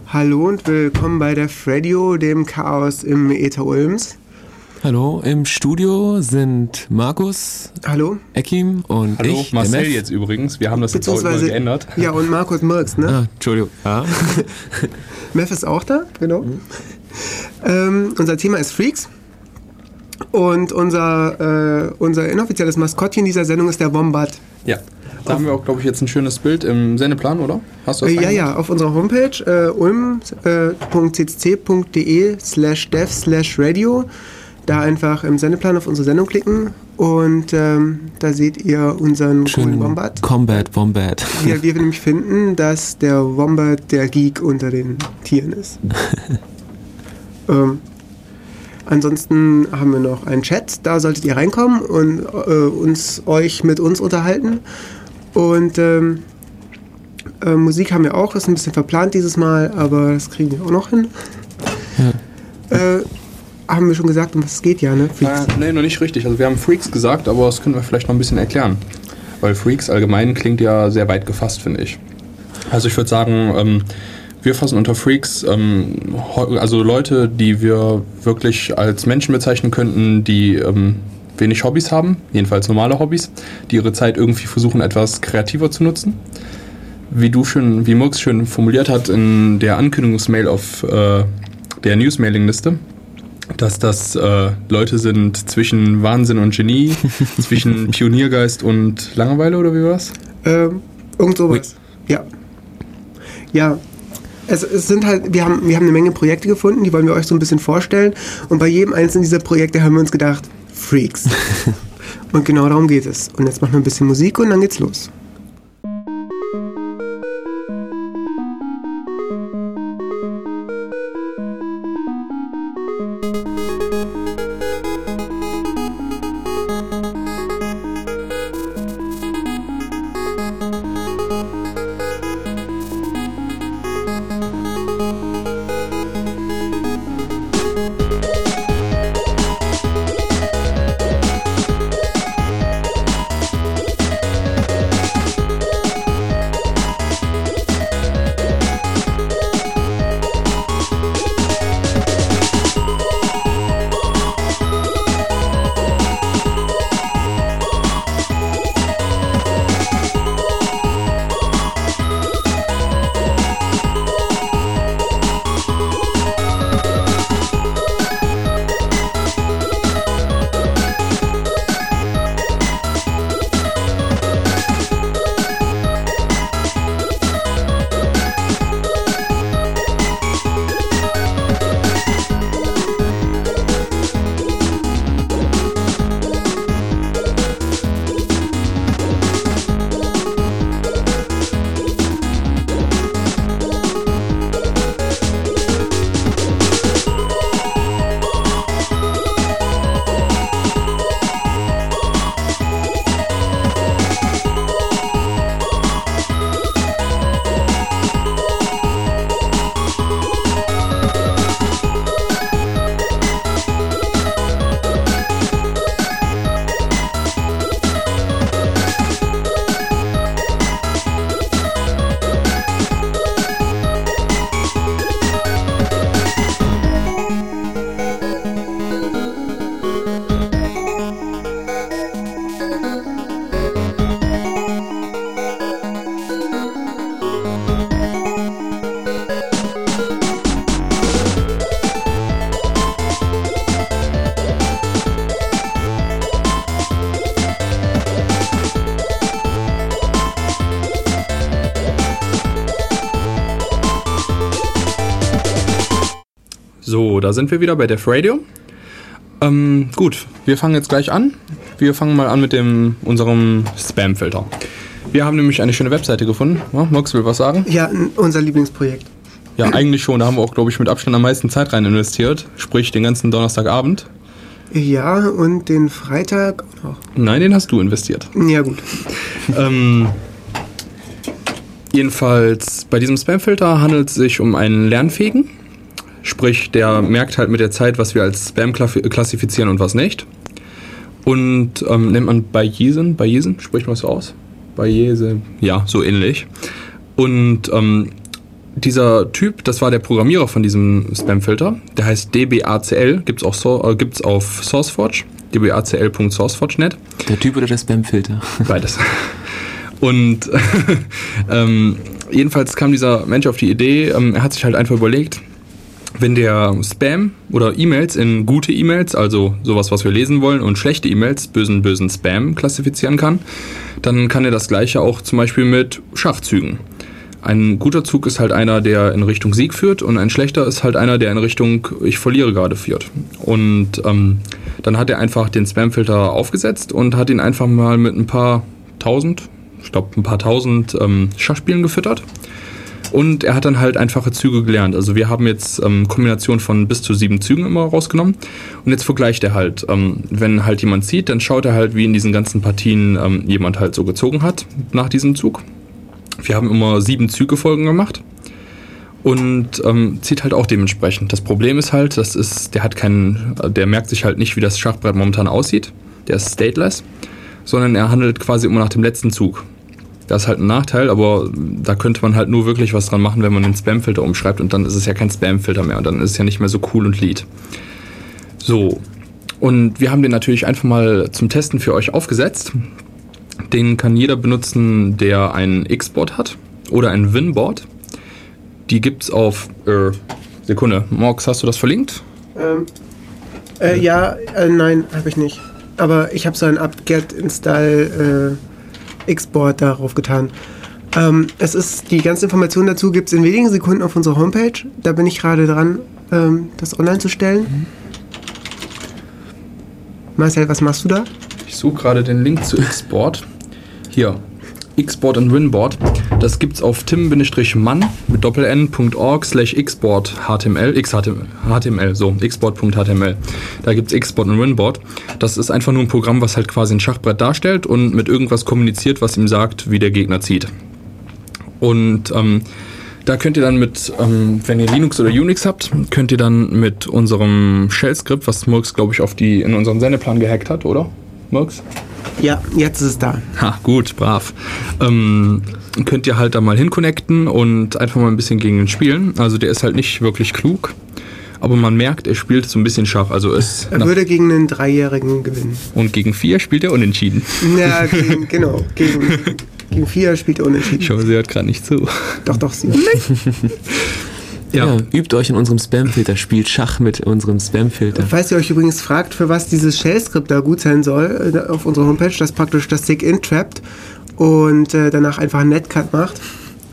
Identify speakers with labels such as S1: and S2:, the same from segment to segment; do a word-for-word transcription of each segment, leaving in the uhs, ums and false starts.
S1: Hallo und willkommen bei der Fredio, dem Chaos im Äther Ulms.
S2: Hallo, im Studio sind Markus,
S1: Hallo,
S2: Ekim und
S3: Hallo,
S2: ich,
S3: Marcel
S2: M F.
S3: jetzt übrigens. Wir haben das jetzt auch immer geändert.
S1: Ja, und Markus Mirks, ne?
S2: Ah, Entschuldigung. Ja.
S1: Mef ist auch da, genau. Mhm. Ähm, unser Thema ist Freaks. Und unser, äh, unser inoffizielles Maskottchen dieser Sendung ist der Wombat.
S3: Ja, da auf haben wir auch, glaube ich, jetzt ein schönes Bild im Sendeplan, oder? Hast du das
S1: äh, Ja, ja, auf unserer Homepage äh, ulm punkt c c c punkt d e slash dev slash radio. Da einfach im Sendeplan auf unsere Sendung klicken und ähm, da seht ihr unseren coolen Wombat.
S2: Combat Wombat.
S1: Ja, wir nämlich finden, dass der Wombat der Geek unter den Tieren ist. ähm, ansonsten haben wir noch einen Chat, da solltet ihr reinkommen und äh, uns euch mit uns unterhalten. Und ähm, äh, Musik haben wir auch, ist ein bisschen verplant dieses Mal, aber das kriegen wir auch noch hin. Ja. Äh, Haben wir schon gesagt, um was es geht, ja, ne?
S3: Freaks. Äh, nee, noch nicht richtig. Also wir haben Freaks gesagt, aber das können wir vielleicht noch ein bisschen erklären. Weil Freaks allgemein klingt ja sehr weit gefasst, finde ich. Also ich würde sagen, ähm, wir fassen unter Freaks ähm, also Leute, die wir wirklich als Menschen bezeichnen könnten, die ähm, wenig Hobbys haben, jedenfalls normale Hobbys, die ihre Zeit irgendwie versuchen, etwas kreativer zu nutzen. Wie du schön, wie Murks schön formuliert hat in der Ankündigungsmail auf äh, der News-Mailing-Liste, dass das äh, Leute sind zwischen Wahnsinn und Genie, zwischen Pioniergeist und Langeweile, oder wie war's?
S1: Ähm, irgend sowas. Oui. Ja. Ja. Es, es sind halt, wir haben, wir haben eine Menge Projekte gefunden, die wollen wir euch so ein bisschen vorstellen. Und bei jedem einzelnen dieser Projekte haben wir uns gedacht, Freaks. Und genau darum geht es. Und jetzt machen wir ein bisschen Musik und dann geht's los.
S3: So, da sind wir wieder bei Def Radio. Ähm, gut, wir fangen jetzt gleich an. Wir fangen mal an mit dem unserem Spam-Filter. Wir haben nämlich eine schöne Webseite gefunden. Ja, Max will was sagen?
S1: Ja, unser Lieblingsprojekt.
S3: Ja, eigentlich schon. Da haben wir auch, glaube ich, mit Abstand am meisten Zeit rein investiert. Sprich, den ganzen Donnerstagabend.
S1: Ja, und den Freitag auch noch.
S3: Nein, den hast du investiert.
S1: Ja, gut.
S3: ähm, jedenfalls, bei diesem Spam-Filter handelt es sich um einen lernfähigen. Sprich, der merkt halt mit der Zeit, was wir als Spam klassifizieren und was nicht. Und ähm, nennt man Bayesen, Bayesen, spricht man das so aus? Bayese, ja, so ähnlich. Und ähm, dieser Typ, das war der Programmierer von diesem Spamfilter, der heißt D B A C L, gibt's auch so, äh, gibt's auf SourceForge, d b a c l punkt sourceforge punkt net.
S2: Der Typ oder der Spamfilter?
S3: Beides. Und ähm, jedenfalls kam dieser Mensch auf die Idee, ähm, er hat sich halt einfach überlegt, wenn der Spam oder E-Mails in gute E-Mails, also sowas, was wir lesen wollen, und schlechte E-Mails, bösen, bösen Spam klassifizieren kann, dann kann er das Gleiche auch zum Beispiel mit Schachzügen. Ein guter Zug ist halt einer, der in Richtung Sieg führt, und ein schlechter ist halt einer, der in Richtung ich verliere gerade führt. Und ähm, dann hat er einfach den Spamfilter aufgesetzt und hat ihn einfach mal mit ein paar tausend, ich glaube ein paar tausend ähm, Schachspielen gefüttert. Und er hat dann halt einfache Züge gelernt. Also wir haben jetzt ähm, Kombination von bis zu sieben Zügen immer rausgenommen. Und jetzt vergleicht er halt, ähm, wenn halt jemand zieht, dann schaut er halt, wie in diesen ganzen Partien ähm, jemand halt so gezogen hat nach diesem Zug. Wir haben immer sieben Züge-Folgen gemacht und ähm, zieht halt auch dementsprechend. Das Problem ist halt, das ist, der hat keinen, der merkt sich halt nicht, wie das Schachbrett momentan aussieht. Der ist stateless, sondern er handelt quasi immer nach dem letzten Zug. Das ist halt ein Nachteil, aber da könnte man halt nur wirklich was dran machen, wenn man den Spamfilter umschreibt, und dann ist es ja kein Spamfilter mehr und dann ist es ja nicht mehr so cool und lead. So, und wir haben den natürlich einfach mal zum Testen für euch aufgesetzt. Den kann jeder benutzen, der ein X-Board hat oder ein Winboard. Die gibt's auf, äh, Sekunde, Morx, hast du das verlinkt?
S1: Ähm, äh, ja, äh, nein, habe ich nicht. Aber ich habe so ein apt-get install äh, X-Board darauf getan. Ähm, es ist, die ganze Information dazu gibt es in wenigen Sekunden auf unserer Homepage. Da bin ich gerade dran, ähm, das online zu stellen. Mhm. Marcel, was machst du da?
S3: Ich suche gerade den Link zu X-Board. Hier, X-Board und Winboard. Das gibt's auf tim-mann mit doppel-n.org slash xboard html, xhtml, so, xboard.html. Da gibt's X-Board und Winboard. Das ist einfach nur ein Programm, was halt quasi ein Schachbrett darstellt und mit irgendwas kommuniziert, was ihm sagt, wie der Gegner zieht. Und ähm, da könnt ihr dann mit, ähm, wenn ihr Linux oder Unix habt, könnt ihr dann mit unserem Shell-Skript, was Murks, glaube ich, auf die in unseren Sendeplan gehackt hat, oder? Murks?
S1: Ja, jetzt ist es da.
S3: Ha, gut, brav. Ähm, könnt ihr halt da mal hinconnecten und einfach mal ein bisschen gegen ihn spielen. Also der ist halt nicht wirklich klug, aber man merkt, er spielt so ein bisschen Schach. Also es
S1: er würde gegen einen Dreijährigen gewinnen.
S3: Und gegen vier spielt er unentschieden.
S1: Ja, gegen, genau. Gegen, gegen vier spielt er unentschieden.
S3: Ich hoffe, sie hört gerade nicht zu.
S1: Doch, doch, sie hört.
S2: Ja. ja, übt euch in unserem Spamfilter, spielt Schach mit unserem Spamfilter.
S1: Falls ihr euch übrigens fragt, für was dieses Shell-Skript da gut sein soll, auf unserer Homepage, das praktisch das Sig-In trappt und äh, danach einfach einen Netcut macht.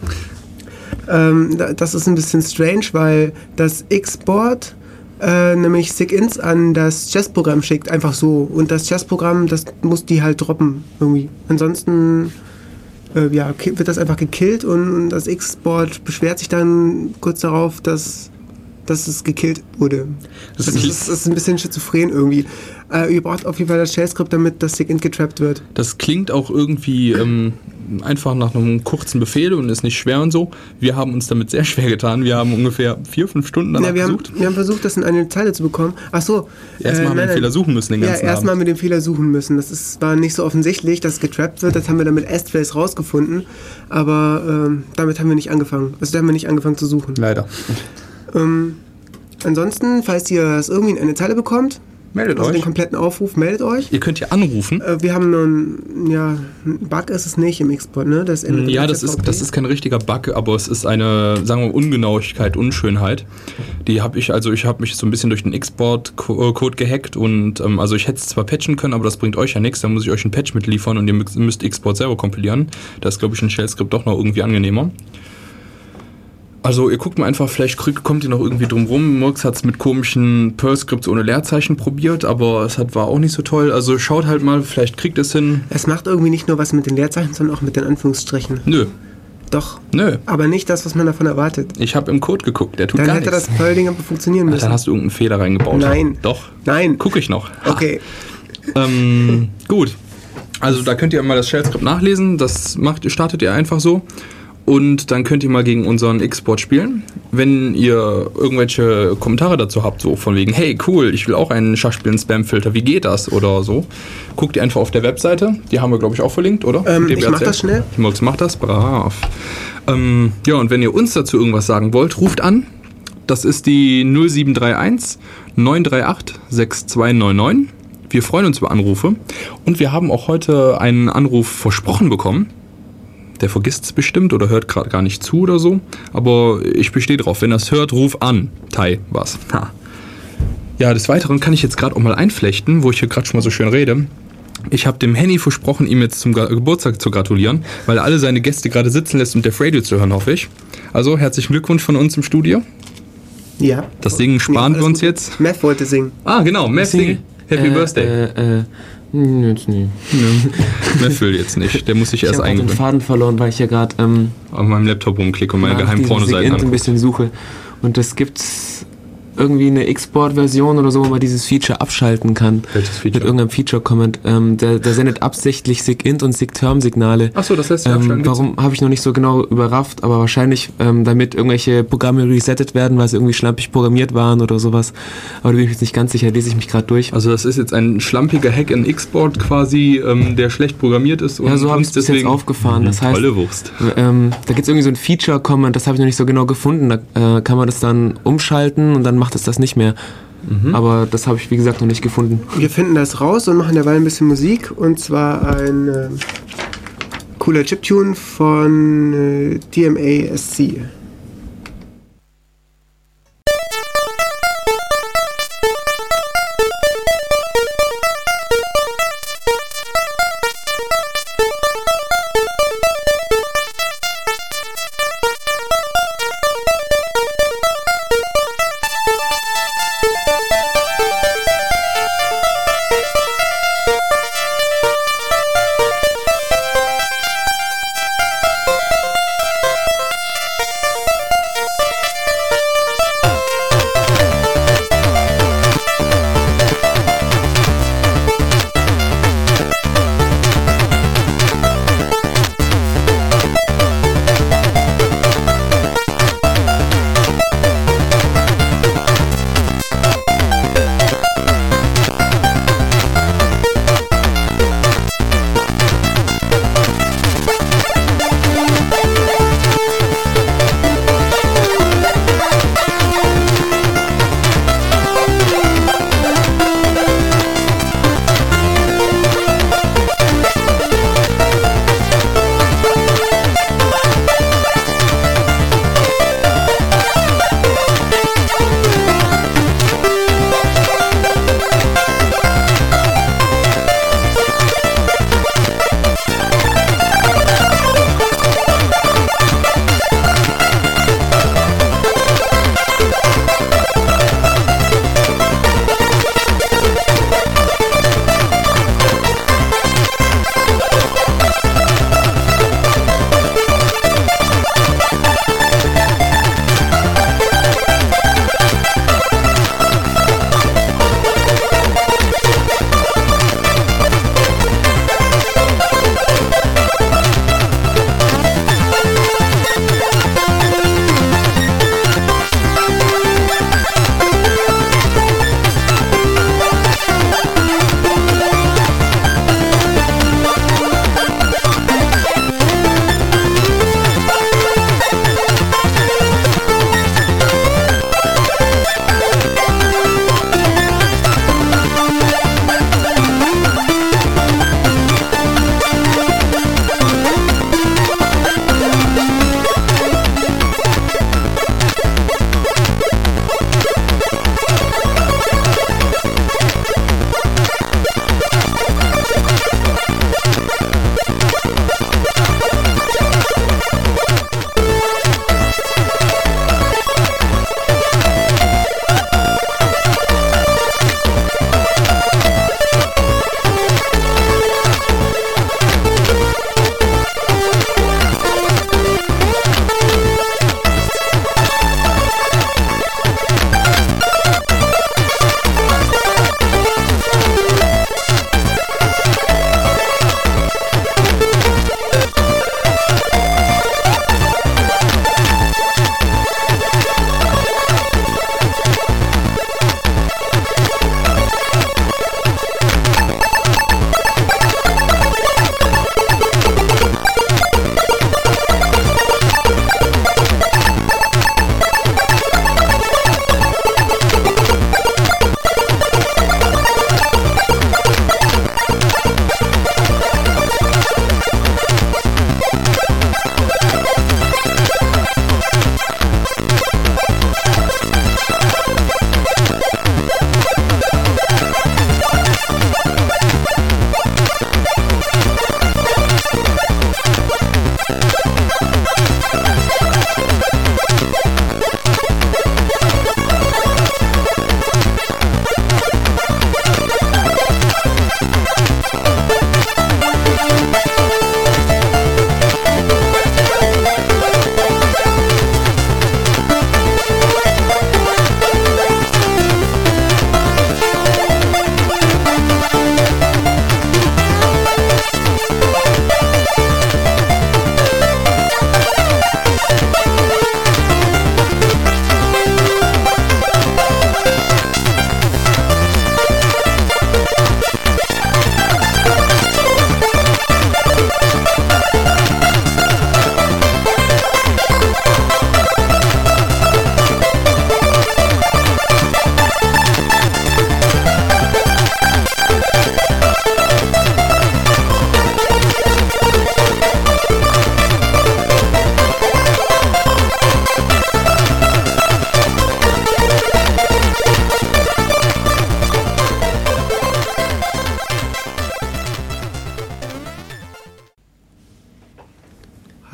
S1: Ähm, das ist ein bisschen strange, weil das X-Board äh, nämlich Sig-Ins an das Chess-Programm schickt, einfach so. Und das Chess-Programm, das muss die halt droppen irgendwie. Ansonsten Äh, ja, wird das einfach gekillt und das X-Board beschwert sich dann kurz darauf, dass, dass es gekillt wurde. Das, das, ist, das ist ein bisschen schizophren irgendwie. Äh, ihr braucht auf jeden Fall das Shell-Skript, damit das Sig-In getrappt wird.
S3: Das klingt auch irgendwie ähm, einfach nach einem kurzen Befehl und ist nicht schwer und so. Wir haben uns damit sehr schwer getan. Wir haben ungefähr vier, fünf Stunden danach
S1: ja, wir
S3: gesucht.
S1: Haben, wir haben versucht, das in eine Zeile zu bekommen. Ach so.
S3: Erstmal äh, haben wir den Fehler suchen müssen den ganzen
S1: Ja, erstmal mit dem Fehler suchen müssen. Das ist, war nicht so offensichtlich, dass es getrappt wird. Das haben wir dann mit S-Trace rausgefunden. Aber ähm, damit haben wir nicht angefangen. Also da haben wir nicht angefangen zu suchen.
S3: Leider.
S1: Ähm, ansonsten, falls ihr das irgendwie in eine Zeile bekommt,
S3: meldet
S1: also
S3: euch.
S1: Den kompletten Aufruf, meldet euch.
S3: Ihr könnt hier anrufen.
S1: Äh, wir haben nur ein, ja, ein Bug ist es nicht im X-Board, ne? Das
S3: ja, das ist, das ist kein richtiger Bug, aber es ist eine, sagen wir mal, Ungenauigkeit, Unschönheit. Die habe ich, also ich habe mich so ein bisschen durch den X-Board-Code gehackt und ähm, also ich hätte es zwar patchen können, aber das bringt euch ja nichts, dann muss ich euch ein Patch mitliefern und ihr müsst X-Board selber kompilieren. Da ist, glaube ich, ein Shell-Skript doch noch irgendwie angenehmer. Also ihr guckt mal einfach, vielleicht kriegt, kommt ihr noch irgendwie drum rum. Murks hat es mit komischen Perl-Skripts ohne Leerzeichen probiert, aber es hat, war auch nicht so toll. Also schaut halt mal, vielleicht kriegt es hin.
S1: Es macht irgendwie nicht nur was mit den Leerzeichen, sondern auch mit den Anführungsstrichen.
S3: Nö.
S1: Doch.
S3: Nö.
S1: Aber nicht das, was man davon erwartet.
S3: Ich habe im Code geguckt, der tut
S1: dann
S3: gar
S1: nichts. Dann hätte
S3: nichts.
S1: das Perl-Ding aber funktionieren müssen.
S3: Ach, dann hast du irgendeinen Fehler reingebaut.
S1: Nein.
S3: Doch.
S1: Nein.
S3: Guck ich noch. Ha.
S1: Okay.
S3: ähm, gut. Also da könnt ihr mal das Shell-Skript nachlesen. Das macht, startet ihr einfach so. Und dann könnt ihr mal gegen unseren X-Board spielen. Wenn ihr irgendwelche Kommentare dazu habt, so von wegen, hey, cool, ich will auch einen Schachspielen-Spam-Filter, wie geht das? Oder so, guckt ihr einfach auf der Webseite. Die haben wir, glaube ich, auch verlinkt, oder?
S1: Ähm, ich mach das schnell.
S3: Murks macht das, brav. Ähm, ja, und wenn ihr uns dazu irgendwas sagen wollt, ruft an. Das ist die null sieben drei eins neun drei acht sechs zwei neun neun. Wir freuen uns über Anrufe. Und wir haben auch heute einen Anruf versprochen bekommen. Der vergisst es bestimmt oder hört gerade gar nicht zu oder so. Aber ich bestehe drauf. Wenn er es hört, ruf an. Tai, was? Ha. Ja, des Weiteren kann ich jetzt gerade auch mal einflechten, wo ich hier gerade schon mal so schön rede. Ich habe dem Henny versprochen, ihm jetzt zum Ge- Geburtstag zu gratulieren, weil er alle seine Gäste gerade sitzen lässt, um Def Radio zu hören, hoffe ich. Also, herzlichen Glückwunsch von uns im Studio.
S1: Ja.
S3: Das Singen sparen
S1: ja,
S3: wir uns
S1: gut.
S3: jetzt.
S1: Meth wollte singen.
S3: Ah, genau, Meth singt. Happy
S2: äh,
S3: Birthday.
S2: Äh, äh, jetzt nie.
S3: Meth will jetzt nicht, der muss sich
S2: Ich
S3: erst
S2: habe den
S3: eingewöhnen.
S2: Faden verloren, weil ich hier gerade ähm,
S3: Auf meinem Laptop rumklicke und meine
S2: nach
S3: geheimen
S2: diesem
S3: Pornoseiten
S2: Sigint ein
S3: angucke.
S2: bisschen suche. Und es gibt irgendwie eine Export-Version oder so, wo man dieses Feature abschalten kann.
S3: Welches
S2: Mit
S3: Feature?
S2: irgendeinem Feature-Comment. Ähm, der, der sendet absichtlich Sigint und Sigterm-Signale.
S3: Achso, das lässt sich
S2: Ähm,
S3: abschalten.
S2: warum habe ich noch nicht so genau überrafft, aber wahrscheinlich ähm, damit irgendwelche Programme resettet werden, weil sie irgendwie schlampig programmiert waren oder sowas. Aber da bin ich jetzt nicht ganz sicher, lese ich mich gerade durch.
S3: Also das ist jetzt ein schlampiger Hack in Export quasi, ähm, der schlecht programmiert ist. Und
S2: Ja, so habe ich
S3: uns
S2: es bis jetzt
S3: deswegen-
S2: aufgefahren. Das heißt,
S3: Tolle Wurst.
S2: ähm, da gibt es irgendwie so ein Feature-Comment, das habe ich noch nicht so genau gefunden. Da äh, kann man das dann umschalten und dann macht es das nicht mehr. Aber das habe ich, wie gesagt, noch nicht gefunden.
S1: Wir finden das raus und machen derweil ein bisschen Musik. Und zwar ein äh, cooler Chiptune von äh, D M A S C.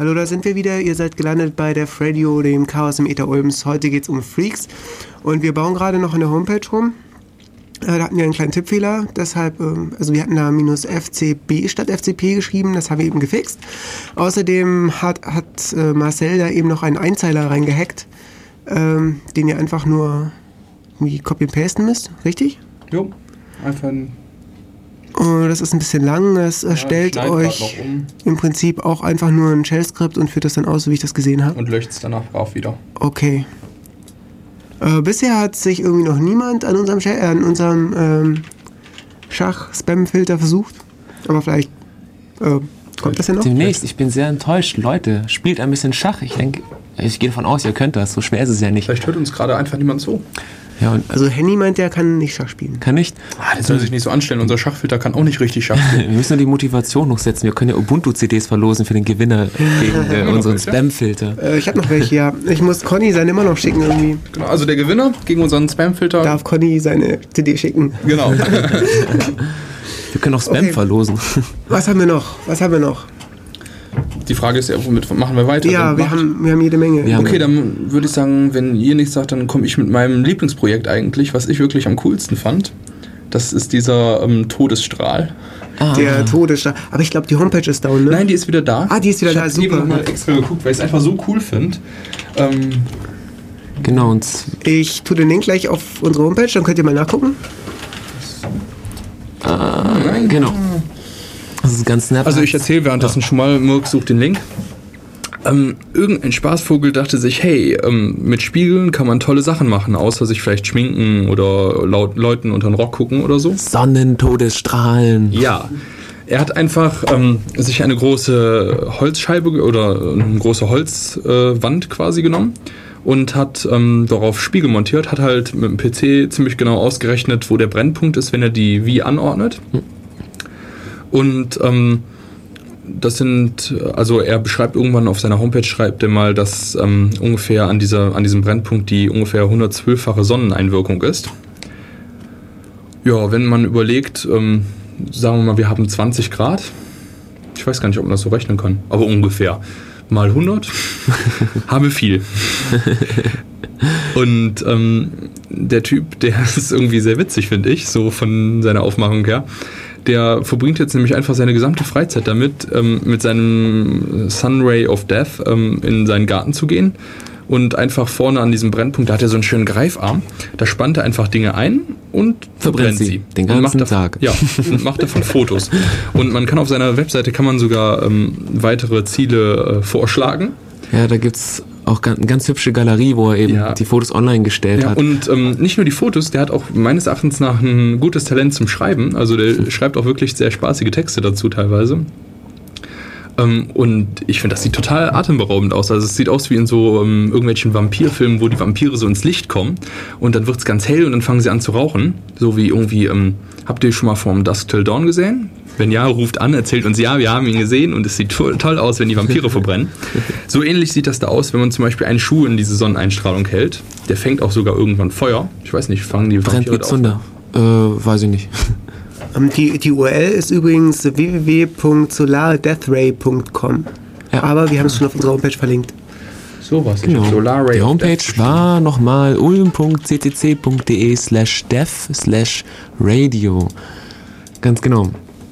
S1: Hallo, da sind wir wieder. Ihr seid gelandet bei Def Radio, dem Chaos im Äther Ulms. Heute geht es um Freaks und wir bauen gerade noch an der Homepage rum. Äh, da hatten wir einen kleinen Tippfehler, deshalb, äh, also wir hatten da minus F C B statt F C P geschrieben, das haben wir eben gefixt. Außerdem hat, hat äh, Marcel da eben noch einen Einzeiler reingehackt, ähm, den ihr einfach nur irgendwie copy-pasten müsst, richtig?
S3: Jo, einfach ein...
S1: Oh, das ist ein bisschen lang, das erstellt
S3: ja,
S1: euch
S3: um.
S1: im Prinzip auch einfach nur ein Shell-Skript und führt das dann aus, so wie ich das gesehen habe.
S3: Und löscht es danach brav wieder.
S1: Okay. Äh, bisher hat sich irgendwie noch niemand an unserem, Shell, äh, an unserem ähm, Schach-Spam-Filter versucht, aber vielleicht äh, kommt das ja noch.
S2: Demnächst, ich bin sehr enttäuscht. Leute, spielt ein bisschen Schach. Ich denke, ich gehe davon aus, ihr könnt das. So schwer ist es ja nicht.
S3: Vielleicht hört uns gerade einfach niemand zu.
S2: Ja, und
S1: also Henny meint, der kann nicht Schach spielen.
S2: Kann nicht?
S3: Ah, der soll sich nicht so anstellen. Unser Schachfilter kann auch nicht richtig Schach spielen.
S2: Wir müssen ja die Motivation hochsetzen. Wir können ja Ubuntu-C Ds verlosen für den Gewinner gegen äh, unseren Spam-Filter.
S1: Äh, ich habe noch welche, ja. Ich muss Conny seine immer noch schicken irgendwie.
S3: Genau, also der Gewinner gegen unseren Spam-Filter.
S1: Darf Conny seine C D schicken.
S3: Genau.
S2: Wir können auch Spam
S1: Okay.
S2: verlosen.
S1: Was haben wir noch? Was haben wir noch?
S3: Die Frage ist ja, womit machen wir weiter?
S1: Ja,
S3: Wenn
S1: wir
S3: macht-
S1: haben, wir haben jede Menge.
S2: Wir haben-
S3: Okay, dann würde ich sagen, wenn ihr nichts sagt, dann komme ich mit meinem Lieblingsprojekt eigentlich, was ich wirklich am coolsten fand. Das ist dieser ähm, Todesstrahl.
S2: Ah,
S1: Der Todesstrahl. Aber ich glaube, die Homepage ist down, ne?
S3: Nein, die ist wieder da.
S1: Ah, die ist wieder
S3: ich
S1: da,
S3: hab's eben
S1: super.
S3: noch mal extra geguckt, weil ich es einfach so cool finde. Ähm,
S2: genau. Und
S1: Ich tue den Link gleich auf unsere Homepage, dann könnt ihr mal nachgucken.
S2: äh, genau. Das ist ganz snap.
S3: also ich erzähle währenddessen schon mal, Mirk sucht den Link. Ähm, irgendein Spaßvogel dachte sich, hey, ähm, mit Spiegeln kann man tolle Sachen machen, außer sich vielleicht schminken oder laut Leuten unter den Rock gucken oder so.
S2: Sonnentodesstrahlen.
S3: Ja, er hat einfach ähm, sich eine große Holzscheibe oder eine große Holzwand äh, quasi genommen und hat ähm, darauf Spiegel montiert, hat halt mit dem P C ziemlich genau ausgerechnet, wo der Brennpunkt ist, wenn er die wie anordnet. Und ähm, das sind, also er beschreibt irgendwann auf seiner Homepage, schreibt er mal, dass ähm, ungefähr an, dieser, an diesem Brennpunkt die ungefähr hundertzwölffache Sonneneinwirkung ist. Ja, wenn man überlegt, ähm, sagen wir mal, wir haben zwanzig Grad. Ich weiß gar nicht, ob man das so rechnen kann, aber ungefähr. Mal hundert, haben wir viel. Und ähm, der Typ, der ist irgendwie sehr witzig, finde ich, so von seiner Aufmachung her. Der verbringt jetzt nämlich einfach seine gesamte Freizeit damit, ähm, mit seinem Sunray of Death ähm, in seinen Garten zu gehen und einfach vorne an diesem Brennpunkt, da hat er so einen schönen Greifarm, da spannt er einfach Dinge ein und verbrennt
S2: sie
S3: sie.
S2: den
S3: Und
S2: ganzen
S3: macht dav-
S2: Tag.
S3: Ja, und macht davon Fotos. Und man kann auf seiner Webseite, kann man sogar ähm, weitere Ziele äh, vorschlagen.
S2: Ja, da gibt's auch ganz, eine ganz hübsche Galerie, wo er eben
S3: Ja.
S2: die Fotos online gestellt
S3: Ja,
S2: hat.
S3: und ähm, nicht nur die Fotos, der hat auch meines Erachtens nach ein gutes Talent zum Schreiben. Also der schreibt auch wirklich sehr spaßige Texte dazu teilweise. Ähm, und ich finde, das sieht total atemberaubend aus. Also es sieht aus wie in so ähm, irgendwelchen Vampirfilmen, wo die Vampire so ins Licht kommen und dann wird es ganz hell und dann fangen sie an zu rauchen. So wie irgendwie, ähm, habt ihr schon mal vom Dusk Till Dawn gesehen? Wenn ja, ruft an, erzählt uns, ja, wir haben ihn gesehen und es sieht to- toll aus, wenn die Vampire verbrennen. So ähnlich sieht das da aus, wenn man zum Beispiel einen Schuh in diese Sonneneinstrahlung hält. Der fängt auch sogar irgendwann Feuer. Ich weiß nicht, fangen die
S2: Brennt
S3: Vampire
S2: wie Zunder. Äh, weiß ich nicht.
S1: Ähm, die, die U R L ist übrigens w w w punkt solar death ray punkt com.
S2: Ja.
S1: Aber wir haben es schon auf unserer Homepage verlinkt.
S3: So was.
S2: Genau.
S3: Solar Ray
S2: Die
S3: of
S2: Homepage
S3: Death.
S2: war nochmal ulm punkt c c c punkt d e slash dev slash radio. Ganz genau.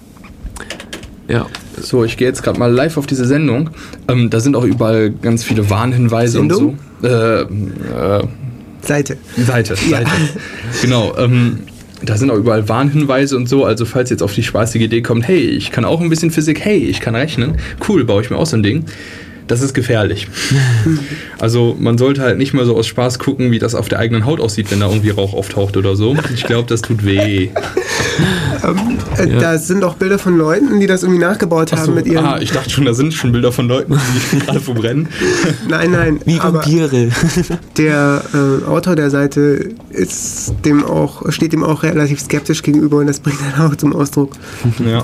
S2: Ja.
S3: So, ich gehe jetzt gerade mal live auf diese Sendung. Ähm, da sind auch überall ganz viele Warnhinweise
S1: Sendung?
S3: und so. Äh, äh,
S1: Seite.
S3: Seite,
S1: Ja.
S3: Seite. Genau. Ähm, da sind auch überall Warnhinweise und so. Also falls ihr jetzt auf die spaßige Idee kommt, hey, ich kann auch ein bisschen Physik, hey, ich kann rechnen. Cool, baue ich mir auch so ein Ding. Das ist gefährlich. Also man sollte halt nicht mal so aus Spaß gucken, wie das auf der eigenen Haut aussieht, wenn da irgendwie Rauch auftaucht oder so. Ich glaube, das tut weh.
S1: Ähm, äh,
S2: Ja.
S1: Da sind auch Bilder von Leuten, die das irgendwie nachgebaut haben
S3: Achso,
S1: mit ihren.
S3: ah, ich dachte schon, da sind schon Bilder von Leuten, die gerade verbrennen.
S1: Nein, nein.
S2: Wie
S1: aber
S2: Vampire.
S1: der äh, Autor der Seite ist dem auch, steht dem auch relativ skeptisch gegenüber und das bringt dann auch zum Ausdruck.
S3: Ja.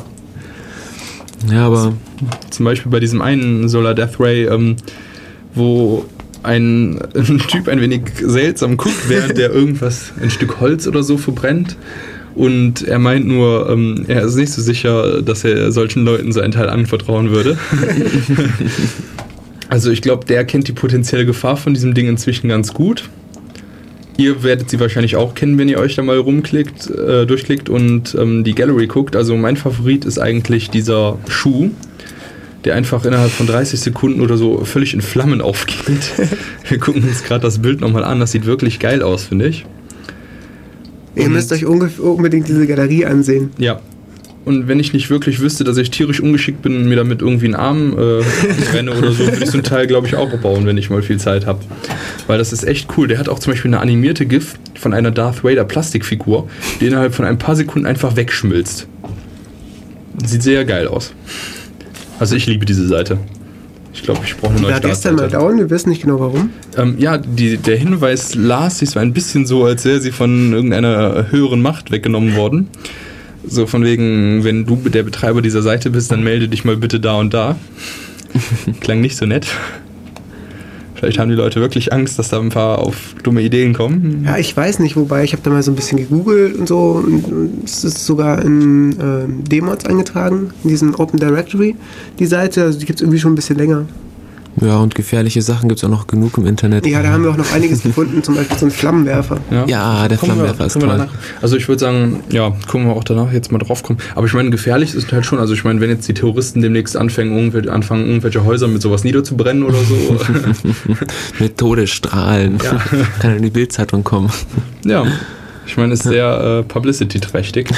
S2: Ja, aber
S3: Zum Beispiel bei diesem einen Solar Death Ray, ähm, wo ein, ein Typ ein wenig seltsam guckt, während der irgendwas, ein Stück Holz oder so verbrennt. Und er meint nur, ähm, er ist nicht so sicher, dass er solchen Leuten so ein Teil anvertrauen würde. Also ich glaube, der kennt die potenzielle Gefahr von diesem Ding inzwischen ganz gut. Ihr werdet sie wahrscheinlich auch kennen, wenn ihr euch da mal rumklickt, äh, durchklickt und ähm, die Gallery guckt. Also mein Favorit ist eigentlich dieser Schuh, der einfach innerhalb von dreißig Sekunden oder so völlig in Flammen aufgeht. Wir gucken uns gerade das Bild nochmal an. Das sieht wirklich geil aus, finde ich.
S1: Ihr
S3: Und
S1: müsst euch unbedingt diese Galerie ansehen.
S3: Ja. Und wenn ich nicht wirklich wüsste, dass ich tierisch ungeschickt bin und mir damit irgendwie einen Arm äh, renne oder so, würde ich so ein Teil, glaube ich, auch bauen, wenn ich mal viel Zeit habe. Weil das ist echt cool. Der hat auch zum Beispiel eine animierte GIF von einer Darth Vader Plastikfigur, die innerhalb von ein paar Sekunden einfach wegschmilzt. Sieht sehr geil aus. Also ich liebe diese Seite. Ich glaube, ich brauche eine neue
S1: Startseite. Gestern mal down, wir wissen nicht genau warum.
S3: Ähm, ja, die, der Hinweis las sich so ein bisschen so, als wäre sie von irgendeiner höheren Macht weggenommen worden. So von wegen, wenn du der Betreiber dieser Seite bist, dann melde dich mal bitte da und da. Klang nicht so nett. Vielleicht haben die Leute wirklich Angst, dass da ein paar auf dumme Ideen kommen.
S1: Ja, ich weiß nicht, wobei ich habe da mal so ein bisschen gegoogelt und so. Und es ist sogar in äh, D-Mods eingetragen, in diesem Open Directory, die Seite. Also die gibt es irgendwie schon ein bisschen länger.
S2: Ja, und gefährliche Sachen gibt es auch noch genug im Internet.
S1: Ja, da haben wir auch noch einiges gefunden, zum Beispiel so einen Flammenwerfer.
S2: Ja, ja der
S3: kommen
S2: Flammenwerfer
S3: wir,
S2: ist toll.
S3: Danach. Also ich würde sagen, ja, gucken wir auch danach jetzt mal drauf kommen. Aber ich meine, gefährlich ist halt schon, also ich meine, wenn jetzt die Terroristen demnächst anfangen, irgendwelche, anfangen, irgendwelche Häuser mit sowas niederzubrennen oder so.
S2: Mit Todesstrahlen. Ja. Kann in die Bildzeitung kommen.
S3: Ja, ich meine, ist sehr äh, publicity-trächtig.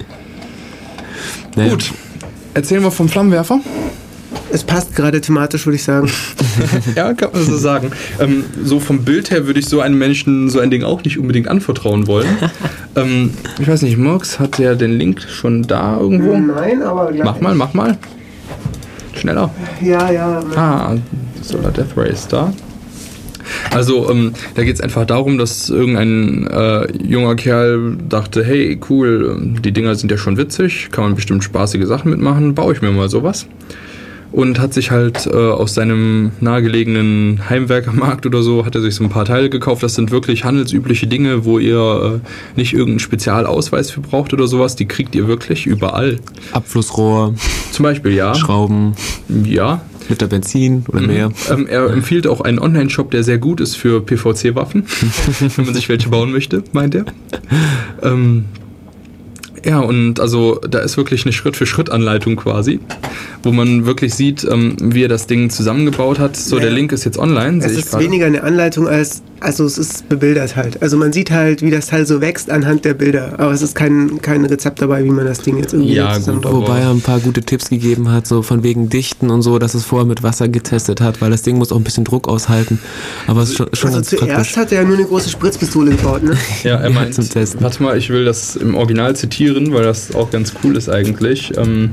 S3: Naja. Gut, erzählen wir vom Flammenwerfer.
S1: Es passt gerade thematisch, würde ich sagen.
S3: Ja, kann man so sagen. Ähm, so vom Bild her würde ich so einem Menschen so ein Ding auch nicht unbedingt anvertrauen wollen. ähm, ich weiß nicht, Murks, hat der den Link schon da irgendwo?
S1: Nein, aber gleich.
S3: Mach mal, mach mal. Schneller.
S1: Ja, ja.
S3: Ah, Solar Death Ray ist da. Also, ähm, da geht es einfach darum, dass irgendein äh, junger Kerl dachte, hey, cool, die Dinger sind ja schon witzig, kann man bestimmt spaßige Sachen mitmachen, baue ich mir mal sowas. Und hat sich halt äh, aus seinem nahegelegenen Heimwerkermarkt oder so, hat er sich so ein paar Teile gekauft. Das sind wirklich handelsübliche Dinge, wo ihr äh, nicht irgendeinen Spezialausweis für braucht oder sowas. Die kriegt ihr wirklich überall.
S2: Abflussrohr.
S3: Zum Beispiel, ja.
S2: Schrauben.
S3: Ja.
S2: Liter Benzin oder
S3: mhm.
S2: mehr.
S3: Ähm, er empfiehlt auch einen Online-Shop, der sehr gut ist für P V C-Waffen, wenn man sich welche bauen möchte, meint er. Ähm, ja, und also da ist wirklich eine Schritt-für-Schritt-Anleitung quasi, wo man wirklich sieht, ähm, wie er das Ding zusammengebaut hat. So, ja, der Link ist jetzt online, sehe ich gerade.
S1: Es ist weniger eine Anleitung als, also es ist bebildert halt. Also man sieht halt, wie das Teil so wächst anhand der Bilder. Aber es ist kein, kein Rezept dabei, wie man das Ding jetzt irgendwie
S3: ja,
S1: zusammenbaut.
S2: Wobei er ein paar gute Tipps gegeben hat, so von wegen Dichten und so, dass es vorher mit Wasser getestet hat, weil das Ding muss auch ein bisschen Druck aushalten. Aber es ist schon, schon
S1: also
S2: ganz
S1: zuerst
S2: praktisch.
S1: hat er ja nur eine große Spritzpistole gebaut, ne?
S3: Ja, er meint,
S2: zum Testen.
S3: Warte mal, ich will das im Original zitieren, weil das auch ganz cool ist eigentlich. Ähm,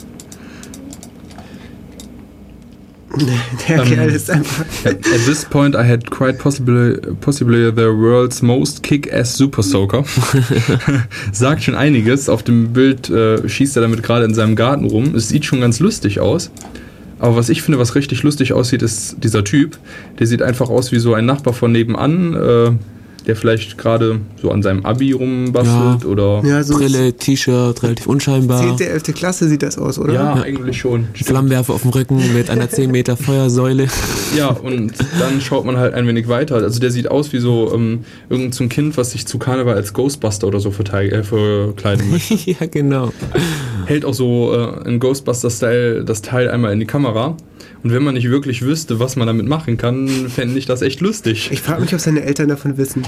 S1: Der
S3: um,
S1: Kerl ist einfach...
S3: At, at this point I had quite possibly, possibly the world's most kick-ass Super Soaker. Sagt schon einiges. Auf dem Bild äh, schießt er damit gerade in seinem Garten rum. Es sieht schon ganz lustig aus. Aber was ich finde, was richtig lustig aussieht, ist dieser Typ. Der sieht einfach aus wie so ein Nachbar von nebenan, äh, der vielleicht gerade so an seinem Abi rumbastelt, ja, oder...
S1: Ja, so
S2: Brille, T-Shirt, relativ unscheinbar.
S1: zehnte, elfte Klasse sieht das aus, oder?
S3: Ja,
S2: Ja.
S3: eigentlich schon.
S2: Flammenwerfer auf dem Rücken mit einer zehn Meter Feuersäule.
S3: Ja, und dann schaut man halt ein wenig weiter. Also der sieht aus wie so ähm, irgend so ein Kind, was sich zu Karneval als Ghostbuster oder so verteil- äh, verkleiden möchte.
S2: Ja, genau.
S3: Hält auch so äh, in Ghostbuster-Style das Teil einmal in die Kamera. Und wenn man nicht wirklich wüsste, was man damit machen kann, fände ich das echt lustig.
S1: Ich frage mich, ob seine Eltern davon wissen.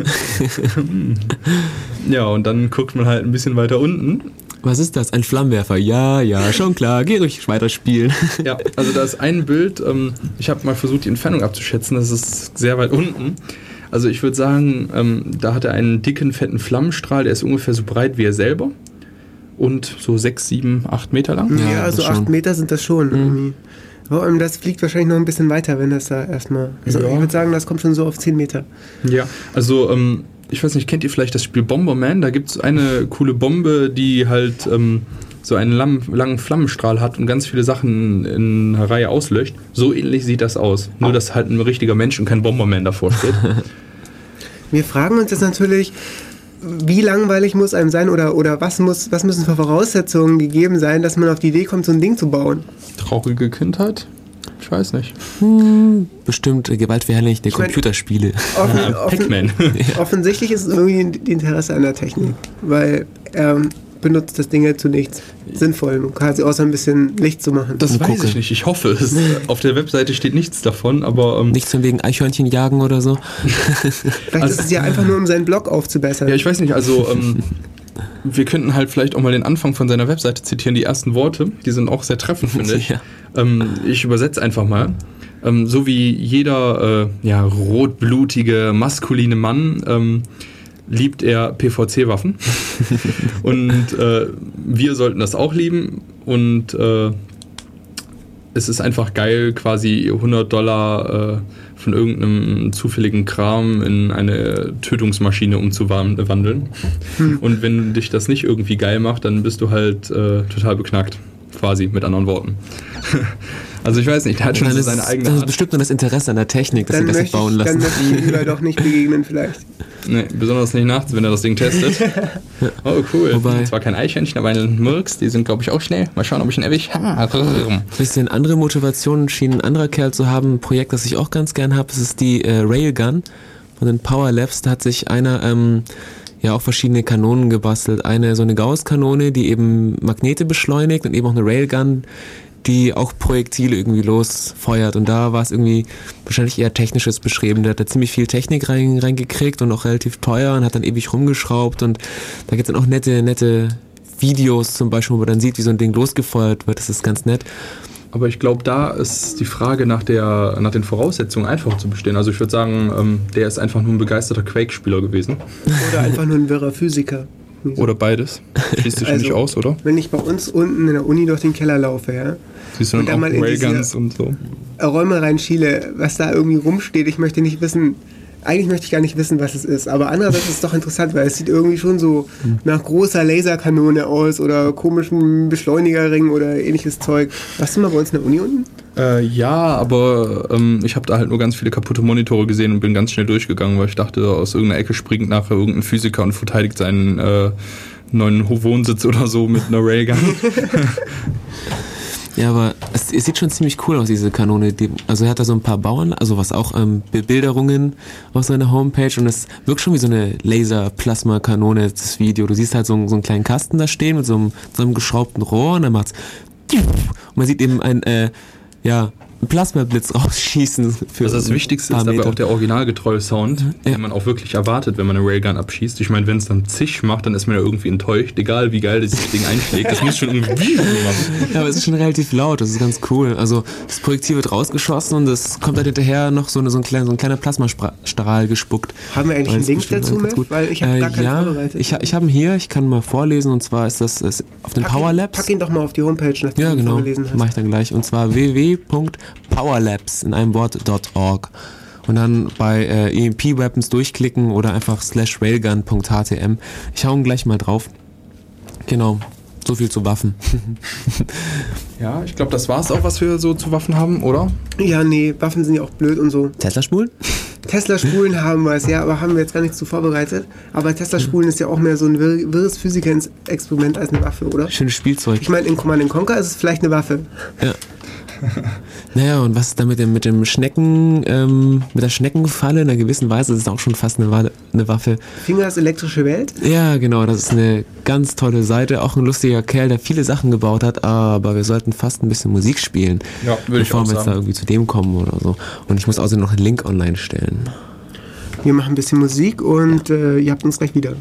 S3: Ja, und dann guckt man halt ein bisschen weiter unten.
S2: Was ist das? Ein Flammenwerfer? Ja, ja, schon klar. Geh ruhig weiterspielen.
S3: Ja, also da ist ein Bild, ähm, ich habe mal versucht, die Entfernung abzuschätzen, das ist sehr weit unten. Also ich würde sagen, ähm, da hat er einen dicken, fetten Flammenstrahl, der ist ungefähr so breit wie er selber. Und so sechs, sieben, acht Meter lang.
S1: Ja,
S2: Ja,
S1: also
S2: das schon.
S1: acht Meter sind das schon. Mhm. Vor allem, das fliegt wahrscheinlich noch ein bisschen weiter, wenn das da erstmal... Also
S3: Ja.
S1: ich würde sagen, das kommt schon so auf zehn Meter.
S3: Ja, also ähm, ich weiß nicht, kennt ihr vielleicht das Spiel Bomberman? Da gibt es eine coole Bombe, die halt ähm, so einen lang, langen Flammenstrahl hat und ganz viele Sachen in einer Reihe auslöscht. So ähnlich sieht das aus. Nur, dass halt ein richtiger Mensch und kein Bomberman davor steht.
S1: Wir fragen uns jetzt natürlich, wie langweilig muss einem sein oder, oder was, muss, was müssen für Voraussetzungen gegeben sein, dass man auf die Idee kommt, so ein Ding zu bauen?
S3: Traurige Kindheit? Ich weiß nicht.
S2: Hm, bestimmt gewaltverherrlichende
S1: Ich mein-
S2: Computerspiele.
S1: Offen,
S3: Ah,
S1: offen,
S3: Pac-Man.
S1: offensichtlich ist es irgendwie die Interesse an der Technik, weil er benutzt das Ding ja zu nichts Sinnvollem, quasi außer ein bisschen Licht zu machen.
S3: Das
S2: Und
S3: weiß
S2: gucke.
S3: ich nicht. Ich hoffe es. Auf der Webseite steht nichts davon, aber ähm,
S2: Nichts von wegen Eichhörnchen jagen oder so.
S1: Vielleicht ist es ja einfach nur, um seinen Blog aufzubessern.
S3: ja, ich weiß nicht. Also ähm, wir könnten halt vielleicht auch mal den Anfang von seiner Webseite zitieren. Die ersten Worte, die sind auch sehr treffend, finde ich.
S2: Ja.
S3: Ähm, ich übersetze einfach mal. Ähm, so wie jeder äh, ja, rotblutige, maskuline Mann ähm, liebt er P V C-Waffen. Und äh, wir sollten das auch lieben. Und äh, es ist einfach geil, quasi hundert Dollar äh, von irgendeinem zufälligen Kram in eine Tötungsmaschine umzuwandeln. Hm. Und wenn dich das nicht irgendwie geil macht, dann bist du halt äh, total beknackt. Quasi, mit anderen Worten. Also ich weiß nicht, der hat schon
S2: Dann
S3: so
S2: ist,
S3: seine eigene
S2: das ist
S3: Art.
S2: bestimmt nur das Interesse an der Technik, dass
S1: dann
S2: sie das nicht
S1: möchte
S2: bauen
S1: ich, dann
S2: lassen.
S1: möchte ich ihm lieber doch nicht begegnen vielleicht.
S3: Nee, besonders nicht nachts, wenn er das Ding testet. Oh, cool.
S2: Wobei-
S3: Zwar kein Eichhörnchen, aber ein Murks, die sind, glaube ich, auch schnell. Mal schauen, ob ich ihn erwische. Ha, rrrm.
S2: Ein bisschen andere Motivation schien ein anderer Kerl zu haben. Ein Projekt, das ich auch ganz gern habe, das ist die äh, Railgun von den Power Labs. Da hat sich einer ähm, ja auch verschiedene Kanonen gebastelt. Eine so eine Gauss-Kanone, die eben Magnete beschleunigt, und eben auch eine Railgun, die auch Projektile irgendwie losfeuert. Und da war es irgendwie wahrscheinlich eher Technisches beschrieben. Der hat da ziemlich viel Technik rein, reingekriegt und auch relativ teuer und hat dann ewig rumgeschraubt. Und da gibt es dann auch nette, nette Videos zum Beispiel, wo man dann sieht, wie so ein Ding losgefeuert wird. Das ist ganz nett.
S3: Aber ich glaube, da ist die Frage nach, der, nach den Voraussetzungen einfach zu bestehen. Also ich würde sagen, ähm, der ist einfach nur ein begeisterter Quake-Spieler gewesen.
S1: Oder einfach nur ein wirrer Physiker.
S3: Oder beides. Schließt sich
S1: Also-
S3: nicht aus, oder?
S1: Wenn ich bei uns unten in der Uni durch den Keller laufe, ja,
S3: Siehst du
S1: Und
S3: dann
S1: dann
S3: auch
S1: mal in diese-
S3: Railguns und so?
S1: Räume reinschiele, was da irgendwie rumsteht, ich möchte nicht wissen, eigentlich möchte ich gar nicht wissen, was es ist, aber andererseits ist es doch interessant, weil es sieht irgendwie schon so nach großer Laserkanone aus oder komischen Beschleunigerring oder ähnliches Zeug. Warst du mal bei uns in der Uni unten?
S3: Äh, ja, aber ähm, ich habe da halt nur ganz viele kaputte Monitore gesehen und bin ganz schnell durchgegangen, weil ich dachte, aus irgendeiner Ecke springt nachher irgendein Physiker und verteidigt seinen äh, neuen Wohnsitz oder so mit einer Railgun.
S2: Ja, aber es, es sieht schon ziemlich cool aus, diese Kanone. Die, also er hat da so ein paar Bauern, also was auch ähm, Bebilderungen auf seiner Homepage, und es wirkt schon wie so eine Laser-Plasma-Kanone, das Video. Du siehst halt so, einen- so einen kleinen Kasten da stehen mit so einem, so einem geschraubten Rohr, und dann macht's und man sieht eben ein, äh, ja, einen Plasmablitz rausschießen. Für
S3: Also das Wichtigste
S2: ein
S3: ist
S2: paar
S3: dabei auch
S2: Meter.
S3: der originalgetreue Sound,
S2: Ja.
S3: den man auch wirklich erwartet, wenn man eine Railgun abschießt. Ich meine, wenn es dann Zisch macht, dann ist man ja irgendwie enttäuscht, egal wie geil dieses Ding einschlägt. Das muss schon irgendwie machen.
S2: Ja, aber es ist schon relativ laut, das ist ganz cool. Also das Projektil wird rausgeschossen und es kommt dann hinterher noch so, eine, so, ein, kleiner, so ein kleiner Plasmastrahl gespuckt.
S1: Haben wir eigentlich
S2: Weil
S1: einen
S2: es
S1: Link
S2: bestimmt
S1: dazu
S2: ganz
S1: mit?
S2: gut-
S1: Weil ich habe
S2: Äh,
S1: gar keinen
S2: ja,
S1: vorbereitet.
S2: ich, ich habe ihn hier, ich kann mal vorlesen, und zwar ist das ist auf den
S1: Pack
S2: Power
S1: ihn,
S2: Labs.
S1: pack ihn doch mal auf die Homepage, nachdem
S2: Ja,
S1: du ihn
S2: genau,
S1: vorgelesen hast.
S2: mache ich dann gleich. Und zwar w w w punkt powerlabs in einem Wort .org. Und dann bei äh, E M P Weapons durchklicken oder einfach slash railgun punkt h t m. Ich hau ihn gleich mal drauf. Genau, so viel zu Waffen.
S3: Ja, ich glaube, das war es auch, was wir so zu Waffen haben, oder?
S1: Ja, nee, Waffen sind ja auch blöd und so.
S2: Tesla-Spulen?
S1: Tesla-Spulen haben wir es, ja, aber haben wir jetzt gar nichts zu vorbereitet. Aber Tesla-Spulen ist ja auch mehr so ein wirr- wirres Physiker-Experiment als eine Waffe, oder?
S2: Schönes Spielzeug.
S1: Ich meine, in Command and Conquer ist es vielleicht eine Waffe.
S2: Ja. Naja, und was ist da mit dem, mit dem Schnecken, ähm, mit der Schneckenfalle in einer gewissen Weise, das ist auch schon fast eine, Wa- eine Waffe.
S1: Fingers elektrische Welt?
S2: Ja, genau, das ist eine ganz tolle Seite, auch ein lustiger Kerl, der viele Sachen gebaut hat, aber wir sollten fast ein bisschen Musik spielen,
S3: Ja, würde ich
S2: bevor
S3: auch
S2: wir jetzt da
S3: sagen.
S2: irgendwie zu dem kommen oder so. Und ich muss außerdem noch einen Link online stellen.
S1: Wir machen ein bisschen Musik und äh, ihr habt uns gleich wieder.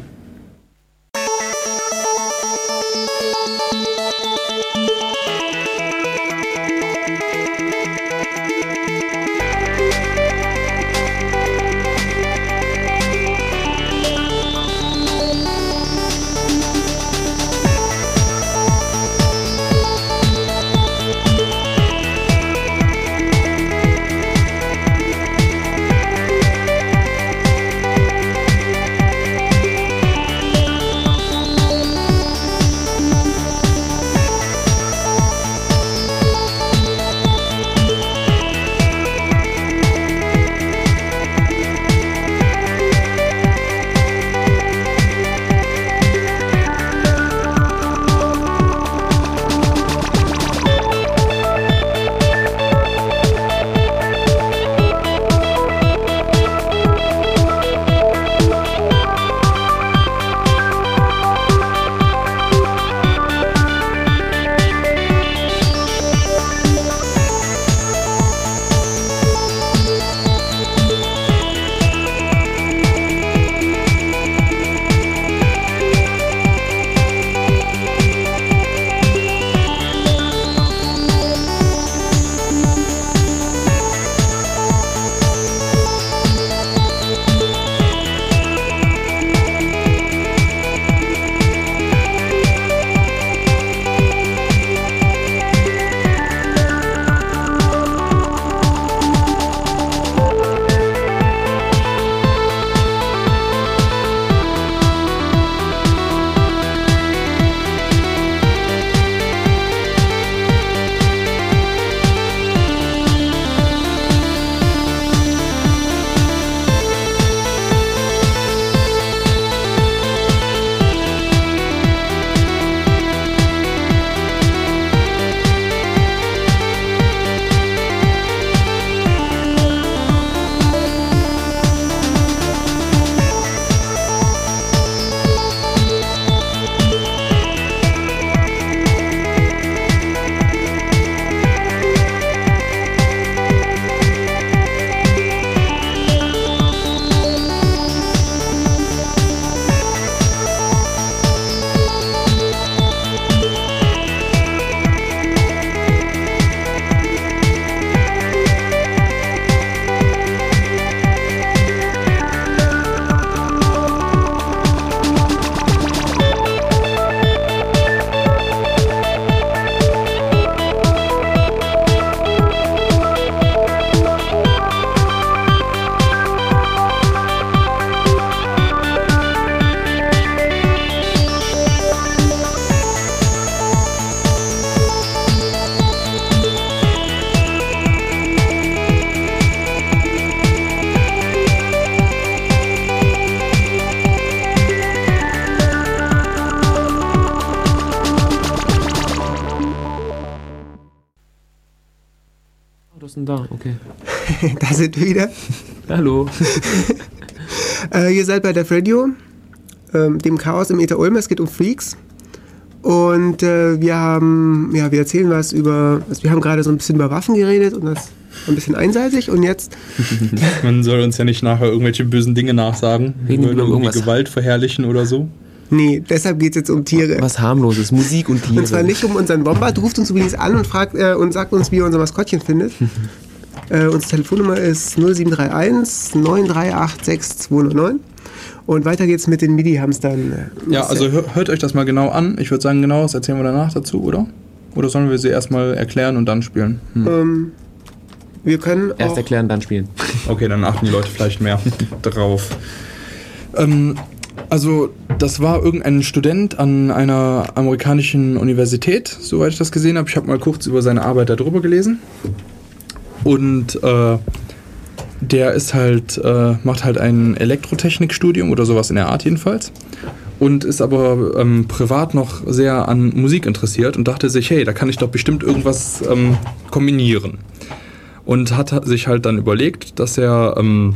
S2: denn da? Okay.
S1: Da sind wir wieder.
S2: Hallo.
S1: äh, ihr seid bei Def Radio, ähm, dem Chaos im Ether Ulm. Es geht um Freaks. Und äh, wir haben, ja, wir erzählen was über, also wir haben gerade so ein bisschen über Waffen geredet und das ein bisschen einseitig und jetzt...
S3: Man soll uns ja nicht nachher irgendwelche bösen Dinge nachsagen,
S2: Reden wir über
S3: irgendwie
S2: irgendwas.
S3: Gewalt verherrlichen oder so.
S1: Nee, deshalb geht es jetzt um Tiere.
S2: Was harmloses, Musik und Tiere.
S1: Und zwar nicht um unseren Wombat, ruft uns übrigens an und fragt äh, und sagt uns, wie ihr unser Maskottchen findet. äh, unsere Telefonnummer ist null sieben drei eins neun drei acht sechs zwei null neun. Und weiter geht's mit den MIDI-Hamstern.
S3: Ja, also hör, hört euch das mal genau an. Ich würde sagen, genau, das erzählen wir danach dazu, oder? Oder sollen wir sie erstmal erklären und dann spielen? Hm.
S1: Ähm, wir können
S2: Erst
S1: auch
S2: erklären, dann spielen.
S3: Okay, dann achten die Leute vielleicht mehr drauf. Ähm, also, das war irgendein Student an einer amerikanischen Universität, soweit ich das gesehen habe. Ich habe mal kurz über seine Arbeit darüber gelesen. Und äh, der ist halt, äh, macht halt ein Elektrotechnikstudium oder sowas in der Art jedenfalls. Und ist aber ähm, privat noch sehr an Musik interessiert und dachte sich, hey, da kann ich doch bestimmt irgendwas ähm, kombinieren. Und hat sich halt dann überlegt, dass er ähm,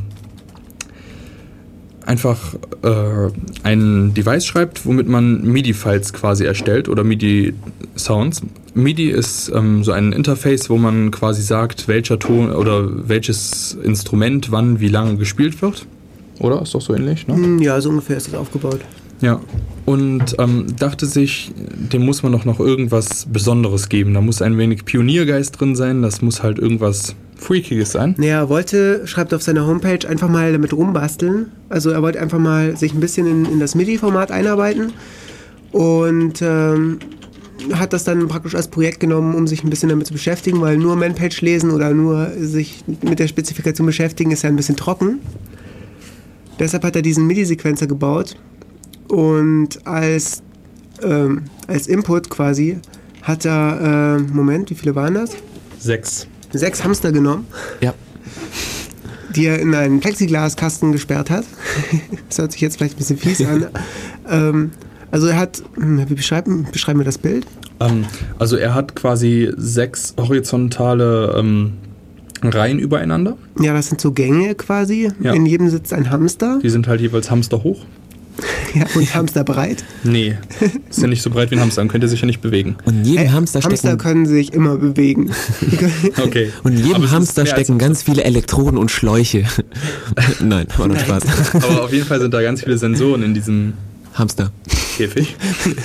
S3: einfach äh, ein Device schreibt, womit man MIDI-Files quasi erstellt oder MIDI-Sounds. MIDI ist ähm, so ein Interface, wo man quasi sagt, welcher Ton oder welches Instrument wann wie lange gespielt wird. Oder? Ist doch so ähnlich, ne?
S1: Ja, so ungefähr ist das aufgebaut.
S3: Ja, und ähm, dachte sich, dem muss man doch noch irgendwas Besonderes geben. Da muss ein wenig Pioniergeist drin sein, das muss halt irgendwas Freakiges sein.
S1: Naja, er wollte, schreibt auf seiner Homepage, einfach mal damit rumbasteln. Also er wollte einfach mal sich ein bisschen in, in das MIDI-Format einarbeiten und ähm, hat das dann praktisch als Projekt genommen, um sich ein bisschen damit zu beschäftigen, weil nur Manpage lesen oder nur sich mit der Spezifikation beschäftigen ist ja ein bisschen trocken. Deshalb hat er diesen MIDI-Sequencer gebaut und als, ähm, als Input quasi hat er, äh, Moment, wie viele waren das?
S3: Sechs.
S1: Sechs Hamster genommen.
S2: Ja.
S1: Die er in einen Plexiglaskasten gesperrt hat. Das hört sich jetzt vielleicht ein bisschen fies an. ähm, also er hat, wie beschreiben, beschreiben wir das Bild?
S3: Ähm, also er hat quasi sechs horizontale ähm, Reihen übereinander.
S1: Ja, das sind so Gänge quasi.
S3: Ja.
S1: In jedem sitzt ein Hamster.
S3: Die sind halt jeweils Hamster hoch.
S1: Ja, und Hamster breit.
S3: Nee, ist ja nicht so breit wie ein Hamster, dann könnt ihr sich ja nicht bewegen.
S2: Und in jedem
S1: Äh,
S2: Hamster stecken...
S1: Hamster können sich immer bewegen.
S3: Okay.
S2: Und in
S3: Aber
S2: jedem
S3: es ist
S2: Hamster
S3: mehr als
S2: stecken ganz viele Elektroden und Schläuche. Nein, war nur Spaß.
S3: Aber auf jeden Fall sind da ganz viele Sensoren in diesem
S2: Hamster.
S3: Käfig.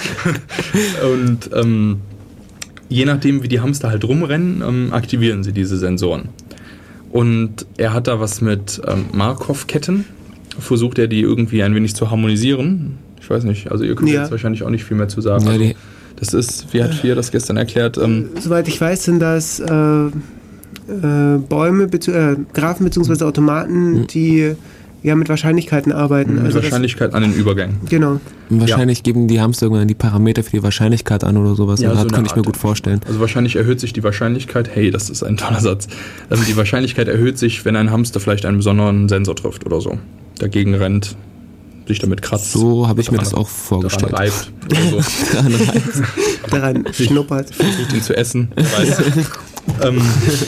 S3: Und ähm, je nachdem, wie die Hamster halt rumrennen, ähm, aktivieren sie diese Sensoren. Und er hat da was mit ähm, Markov-Ketten. Versucht er, die irgendwie ein wenig zu harmonisieren. Ich weiß nicht, also ihr könnt
S1: Ja.
S3: jetzt wahrscheinlich auch nicht viel mehr zu sagen.
S2: Ja,
S3: Also,
S2: die-
S3: das ist, wie hat Fia das gestern erklärt, ähm,
S1: Soweit ich weiß, sind das äh, äh, Bäume, bezieh- äh, Graphen bzw. Automaten, die ja mit Wahrscheinlichkeiten arbeiten.
S3: mit
S1: Also das-
S3: Wahrscheinlichkeit an den Übergängen.
S1: Genau.
S2: Und wahrscheinlich geben die Hamster irgendwann die Parameter für die Wahrscheinlichkeit an oder sowas.
S3: Ja,
S2: Ja,
S3: so
S2: das
S3: eine
S2: könnte ich mir
S3: Art.
S2: gut vorstellen.
S3: Also wahrscheinlich erhöht sich die Wahrscheinlichkeit, hey, das ist ein toller Satz, also die Wahrscheinlichkeit erhöht sich, wenn ein Hamster vielleicht einen besonderen Sensor trifft oder so. Dagegen rennt, sich damit kratzt.
S2: So habe ich mir
S3: daran-
S2: das auch vorgestellt.
S3: Daran reibt oder so.
S1: Daran schnuppert.
S3: Versucht ihn zu essen. wer weiß. ähm,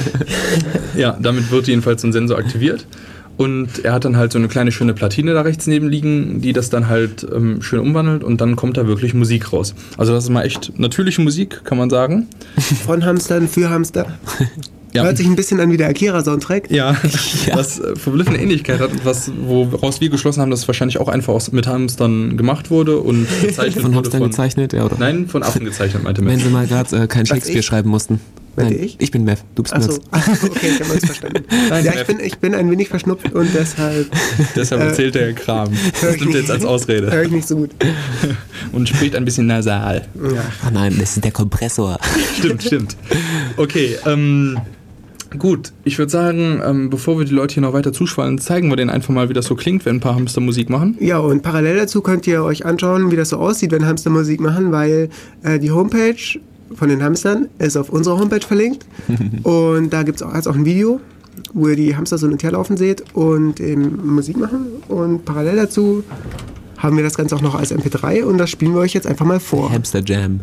S3: ja, damit wird jedenfalls so ein Sensor aktiviert. Und er hat dann halt so eine kleine schöne Platine da rechts neben liegen, die das dann halt ähm, schön umwandelt und dann kommt da wirklich Musik raus. Also das ist mal echt natürliche Musik, kann man sagen.
S1: Von Hamstern für Hamster.
S3: Ja.
S1: Hört sich ein bisschen an wie der Akira-Soundtrack.
S3: Ja, was äh, verblüffende Ähnlichkeit hat und was, woraus wir geschlossen haben, dass es wahrscheinlich auch einfach aus, mit Hamstern gemacht wurde und gezeichnet
S2: Von
S3: wurde.
S2: Hamstern gezeichnet, ja, oder?
S3: Nein, von Affen gezeichnet, meinte
S2: Wenn
S3: Mensch.
S2: sie mal gerade äh, kein Shakespeare
S1: ich?
S2: schreiben mussten.
S1: Meinte
S2: Nein,
S1: ich?
S2: ich bin Mev, du bist
S1: Achso,
S2: Nerds.
S1: okay, ich habe uns verstanden.
S3: Nein,
S1: Ja, ich bin, ich bin ein wenig verschnupft und deshalb
S3: Deshalb
S1: äh,
S3: erzählt der Kram.
S1: hör
S3: Das
S1: ich
S3: nimmt er
S1: nicht-
S3: jetzt als
S1: höre
S3: Ausrede.
S1: ich nicht so gut.
S3: Und spricht ein bisschen nasal.
S1: Ja.
S2: Ah nein, das ist der Kompressor.
S3: Stimmt, stimmt. Okay, ähm, gut. Ich würde sagen, ähm, bevor wir die Leute hier noch weiter zuschwallen, zeigen wir denen einfach mal, wie das so klingt, wenn ein paar Hamster Musik machen.
S1: Ja, und parallel dazu könnt ihr euch anschauen, wie das so aussieht, wenn Hamster Musik machen, weil äh, die Homepage von den Hamstern ist auf unserer Homepage verlinkt. Und da gibt es auch, auch ein Video, wo ihr die Hamster so hin und her laufen seht und eben Musik machen. Und parallel dazu haben wir das Ganze auch noch als M P drei und das spielen wir euch jetzt einfach mal vor.
S2: Hamster Jam.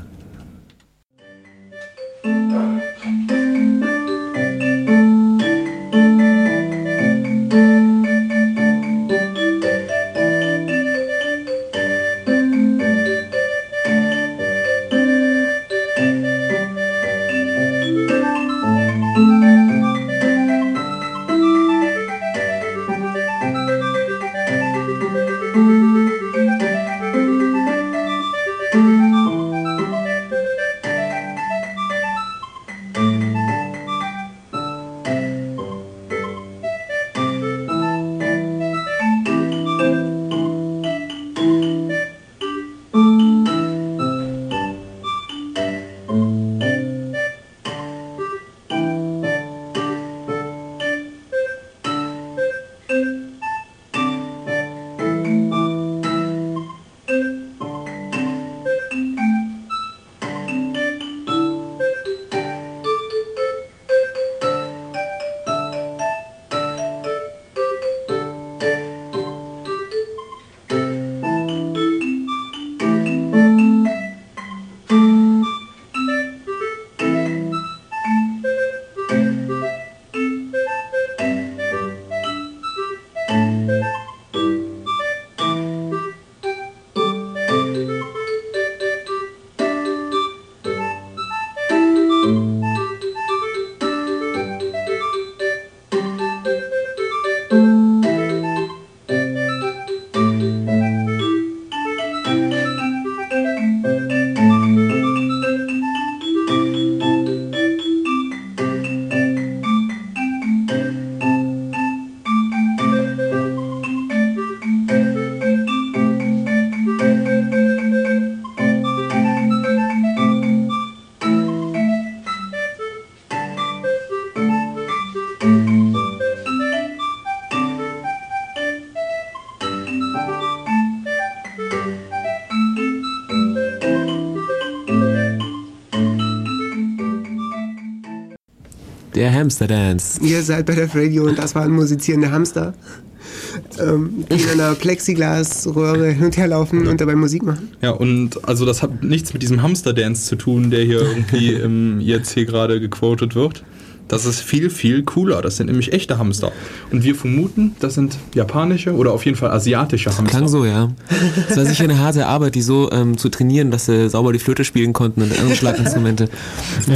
S2: Der Hamster Dance.
S1: Ihr seid bei der Radio und das war ein musizierender Hamster, ähm, die in einer Plexiglasröhre hin und her laufen und dabei Musik machen.
S3: Ja, und also das hat nichts mit diesem Hamster-Dance zu tun, der hier irgendwie ähm, jetzt hier gerade gequotet wird. Das ist viel, viel cooler. Das sind nämlich echte Hamster. Und wir vermuten, das sind japanische oder auf jeden Fall asiatische Hamster.
S2: Klang so, ja. Es war sicher eine harte Arbeit, die so ähm, zu trainieren, dass sie sauber die Flöte spielen konnten und andere Schlaginstrumente. Ja.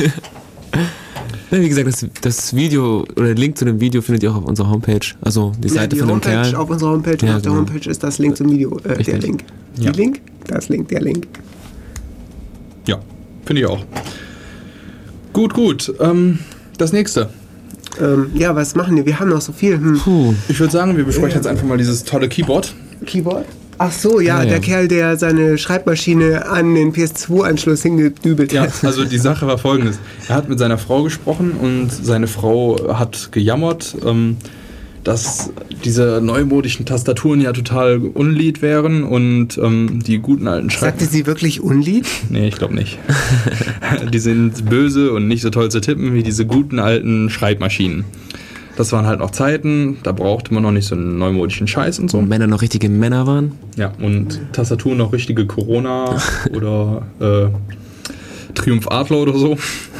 S2: Wie gesagt, das, das Video oder der Link zu dem Video findet ihr auch auf unserer Homepage. Also die Seite
S1: ja, die
S2: von dem
S1: Homepage
S2: Kerl.
S1: Auf unserer Homepage
S2: ja,
S1: und auf der
S2: genau.
S1: Homepage ist das Link zum Video. Äh, der Link. Die
S3: ja.
S1: Link? Das Link, der Link.
S3: Ja, finde ich auch. Gut, gut. Ähm, das nächste.
S1: Ähm, ja, was machen wir? Wir haben noch so viel. Hm.
S3: Puh. Ich würde sagen, wir besprechen jetzt einfach mal dieses tolle Keyboard.
S1: Keyboard? Ach so, ja,
S2: Ah, ja.
S1: der Kerl, der seine Schreibmaschine an den P S zwei Anschluss hingedübelt
S3: Ja,
S1: hat.
S3: also die Sache war folgendes. Er hat mit seiner Frau gesprochen und seine Frau hat gejammert, ähm, dass diese neumodischen Tastaturen ja total unlied wären und ähm, die guten alten
S1: Sagte
S3: Schreibmaschinen...
S1: sie wirklich unlied?
S3: Nee, ich glaube nicht. Die sind böse und nicht so toll zu tippen wie diese guten alten Schreibmaschinen. Das waren halt noch Zeiten, da brauchte man noch nicht so einen neumodischen Scheiß und so.
S2: Und Männer noch richtige Männer waren.
S3: Ja, und Tastaturen noch richtige Corona oder äh, Triumph Adler oder so.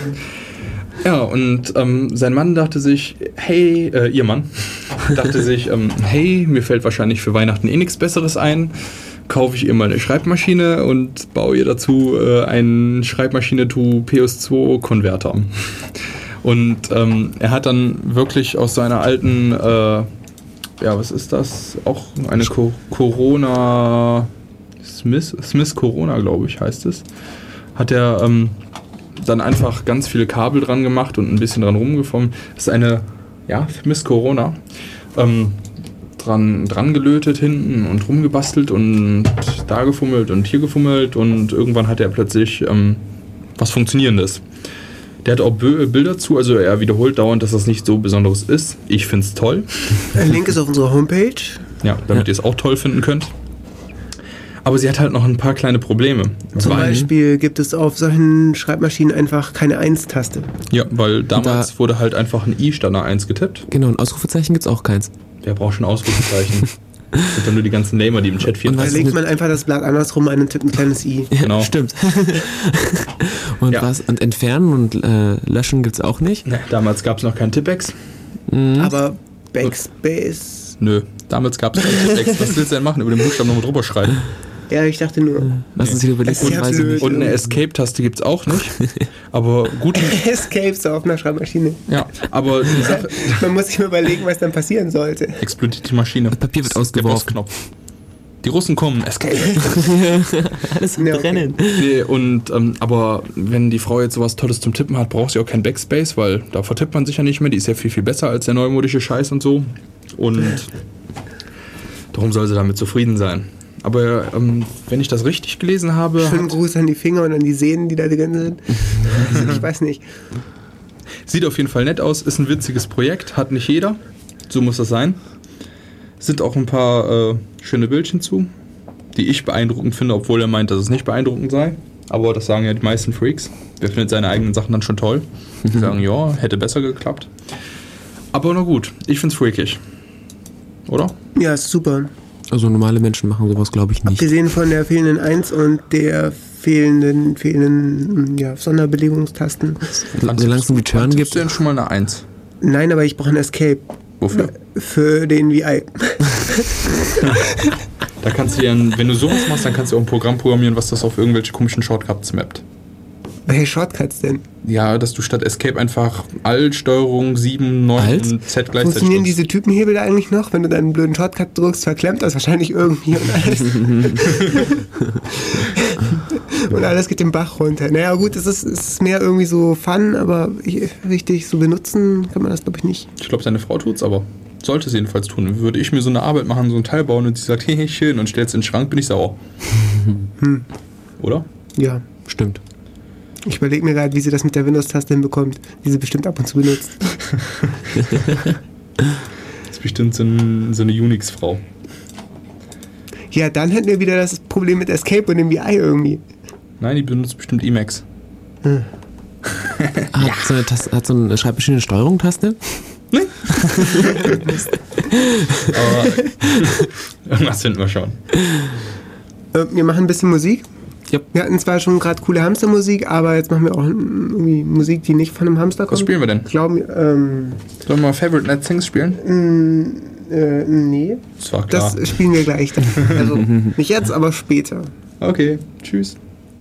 S3: Ja, und ähm, sein Mann dachte sich, hey, äh, ihr Mann, dachte sich, ähm, hey, mir fällt wahrscheinlich für Weihnachten eh nichts Besseres ein. Kaufe ich ihr mal eine Schreibmaschine und baue ihr dazu äh, einen Schreibmaschine to P S zwei Konverter. Und ähm, er hat dann wirklich aus seiner alten, äh, ja, was ist das? Auch eine Co- Corona, Smith, Smith Corona, glaube ich, heißt es. Hat er ähm, dann einfach ganz viele Kabel dran gemacht und ein bisschen dran rumgeformt. Das ist eine, ja, Smith Corona. Ähm, dran, dran gelötet hinten und rumgebastelt und da gefummelt und hier gefummelt und irgendwann hat er plötzlich ähm, was Funktionierendes. Der hat auch Bilder zu, also er wiederholt dauernd, dass das nicht so Besonderes ist. Ich finde es toll.
S1: Der Link ist auf unserer Homepage.
S3: Ja, damit ja. ihr es auch toll finden könnt. Aber sie hat halt noch ein paar kleine Probleme.
S1: Zum
S3: weil,
S1: Beispiel gibt es auf solchen Schreibmaschinen einfach keine eins-Taste.
S3: Ja, weil damals
S2: da
S3: wurde halt einfach ein I statt einer eins getippt.
S2: Genau, ein Ausrufezeichen gibt es auch keins.
S3: Der braucht schon Ausrufezeichen. Das sind dann nur die ganzen Lamer, die im Chat viel.
S1: Da legt man einfach das Blatt andersrum ein und tippt ein kleines I.
S2: Ja,
S3: genau.
S2: Stimmt. und
S3: ja.
S2: was? Und entfernen und äh, löschen gibt es auch nicht?
S3: Ja, damals gab es noch keinen Tippex.
S2: Mhm.
S1: Aber Backspace.
S3: Nö, damals gab es keinen Tippex. Was willst du denn machen? Über den Buchstaben nochmal drüber schreiben?
S1: Ja, ich dachte nur.
S2: Was uns hier überlegt,
S1: Das ist ja
S2: weiß ich
S1: blöd.
S2: nicht.
S3: Und eine Escape-Taste gibt es auch nicht. Aber gut.
S1: Escape so auf einer Schreibmaschine.
S3: Ja, aber die Sache.
S1: Man muss sich mal überlegen, was dann passieren sollte.
S3: Explodiert die Maschine.
S2: Das Papier wird
S3: Das ist der
S2: ausgeworfen.
S3: Bossknopf. Die Russen kommen, Escape.
S2: Alles
S1: Ja, okay.
S2: brennen.
S3: Nee, und, ähm, aber wenn die Frau jetzt sowas Tolles zum Tippen hat, braucht sie auch kein Backspace, weil da vertippt man sich ja nicht mehr. Die ist ja viel, viel besser als der neumodische Scheiß und so. Und darum soll sie damit zufrieden sein. Aber ähm, wenn ich das richtig gelesen habe...
S1: Schönen
S3: hat,
S1: Gruß an die Finger und an die Sehnen, die da drin sind. Ich weiß nicht.
S3: sieht auf jeden Fall nett aus, ist ein witziges Projekt, hat nicht jeder. So muss das sein. Sind auch ein paar äh, schöne Bildchen zu, die ich beeindruckend finde, obwohl er meint, dass es nicht beeindruckend sei. Aber das sagen ja die meisten Freaks. Wer findet seine eigenen Sachen dann schon toll? Die sagen, ja, hätte besser geklappt. Aber na gut, ich find's freakig. Oder?
S1: Ja, ist super.
S2: Also normale Menschen machen sowas, glaube ich, nicht.
S1: Abgesehen von der fehlenden eins und der fehlenden, fehlenden ja, Sonderbelegungstasten.
S2: Solange es einen Return
S3: Tippst
S2: gibt.
S3: du denn schon mal eine eins?
S1: Nein, aber ich brauche ein Escape.
S3: Wofür?
S1: Für den V I.
S3: Da kannst du ja, ein- wenn du sowas machst, dann kannst du auch ein Programm programmieren, was das auf irgendwelche komischen Shortcuts mappt.
S1: Welche Shortcuts denn?
S3: Ja, dass du statt Escape einfach Alt, Steuerung, sieben, neun
S2: Alt?
S3: und Z gleichzeitig
S1: Funktionieren
S3: drückst.
S1: diese Typenhebel da eigentlich noch? Wenn du deinen blöden Shortcut drückst, verklemmt das wahrscheinlich irgendwie und alles. und alles geht den Bach runter. Naja gut, es ist, es ist mehr irgendwie so Fun, aber ich, richtig so benutzen kann man das glaube ich nicht.
S3: Ich glaube, seine Frau tut's, aber sollte sie jedenfalls tun. Würde ich mir so eine Arbeit machen, so ein Teil bauen und sie sagt, hey, schön, und stellst in den Schrank, bin ich sauer.
S1: Hm.
S3: Oder?
S1: Ja.
S2: Stimmt.
S1: Ich überlege mir gerade, wie sie das mit der Windows-Taste hinbekommt, die sie bestimmt ab und zu benutzt.
S3: Das ist bestimmt so, ein, so eine Unix-Frau.
S1: Ja, dann hätten wir wieder das Problem mit Escape und dem V I irgendwie.
S3: Nein, die benutzt bestimmt Emacs.
S1: Hm.
S2: Hat, ja. so eine Taste, hat so eine Schreibmaschine eine Steuerung-Taste?
S3: Nee. Aber irgendwas finden wir schon.
S1: Äh, wir machen ein bisschen Musik.
S2: Yep.
S1: Wir hatten zwar schon gerade coole Hamstermusik, aber jetzt machen wir auch irgendwie Musik, die nicht von einem Hamster kommt.
S3: Was spielen wir denn?
S1: Glauben, ähm,
S3: Sollen wir mal Favorite Night Things spielen?
S1: Mh, äh, nee.
S3: Das war klar.
S1: Das spielen wir gleich dann. Also nicht jetzt, aber später.
S3: Okay, tschüss.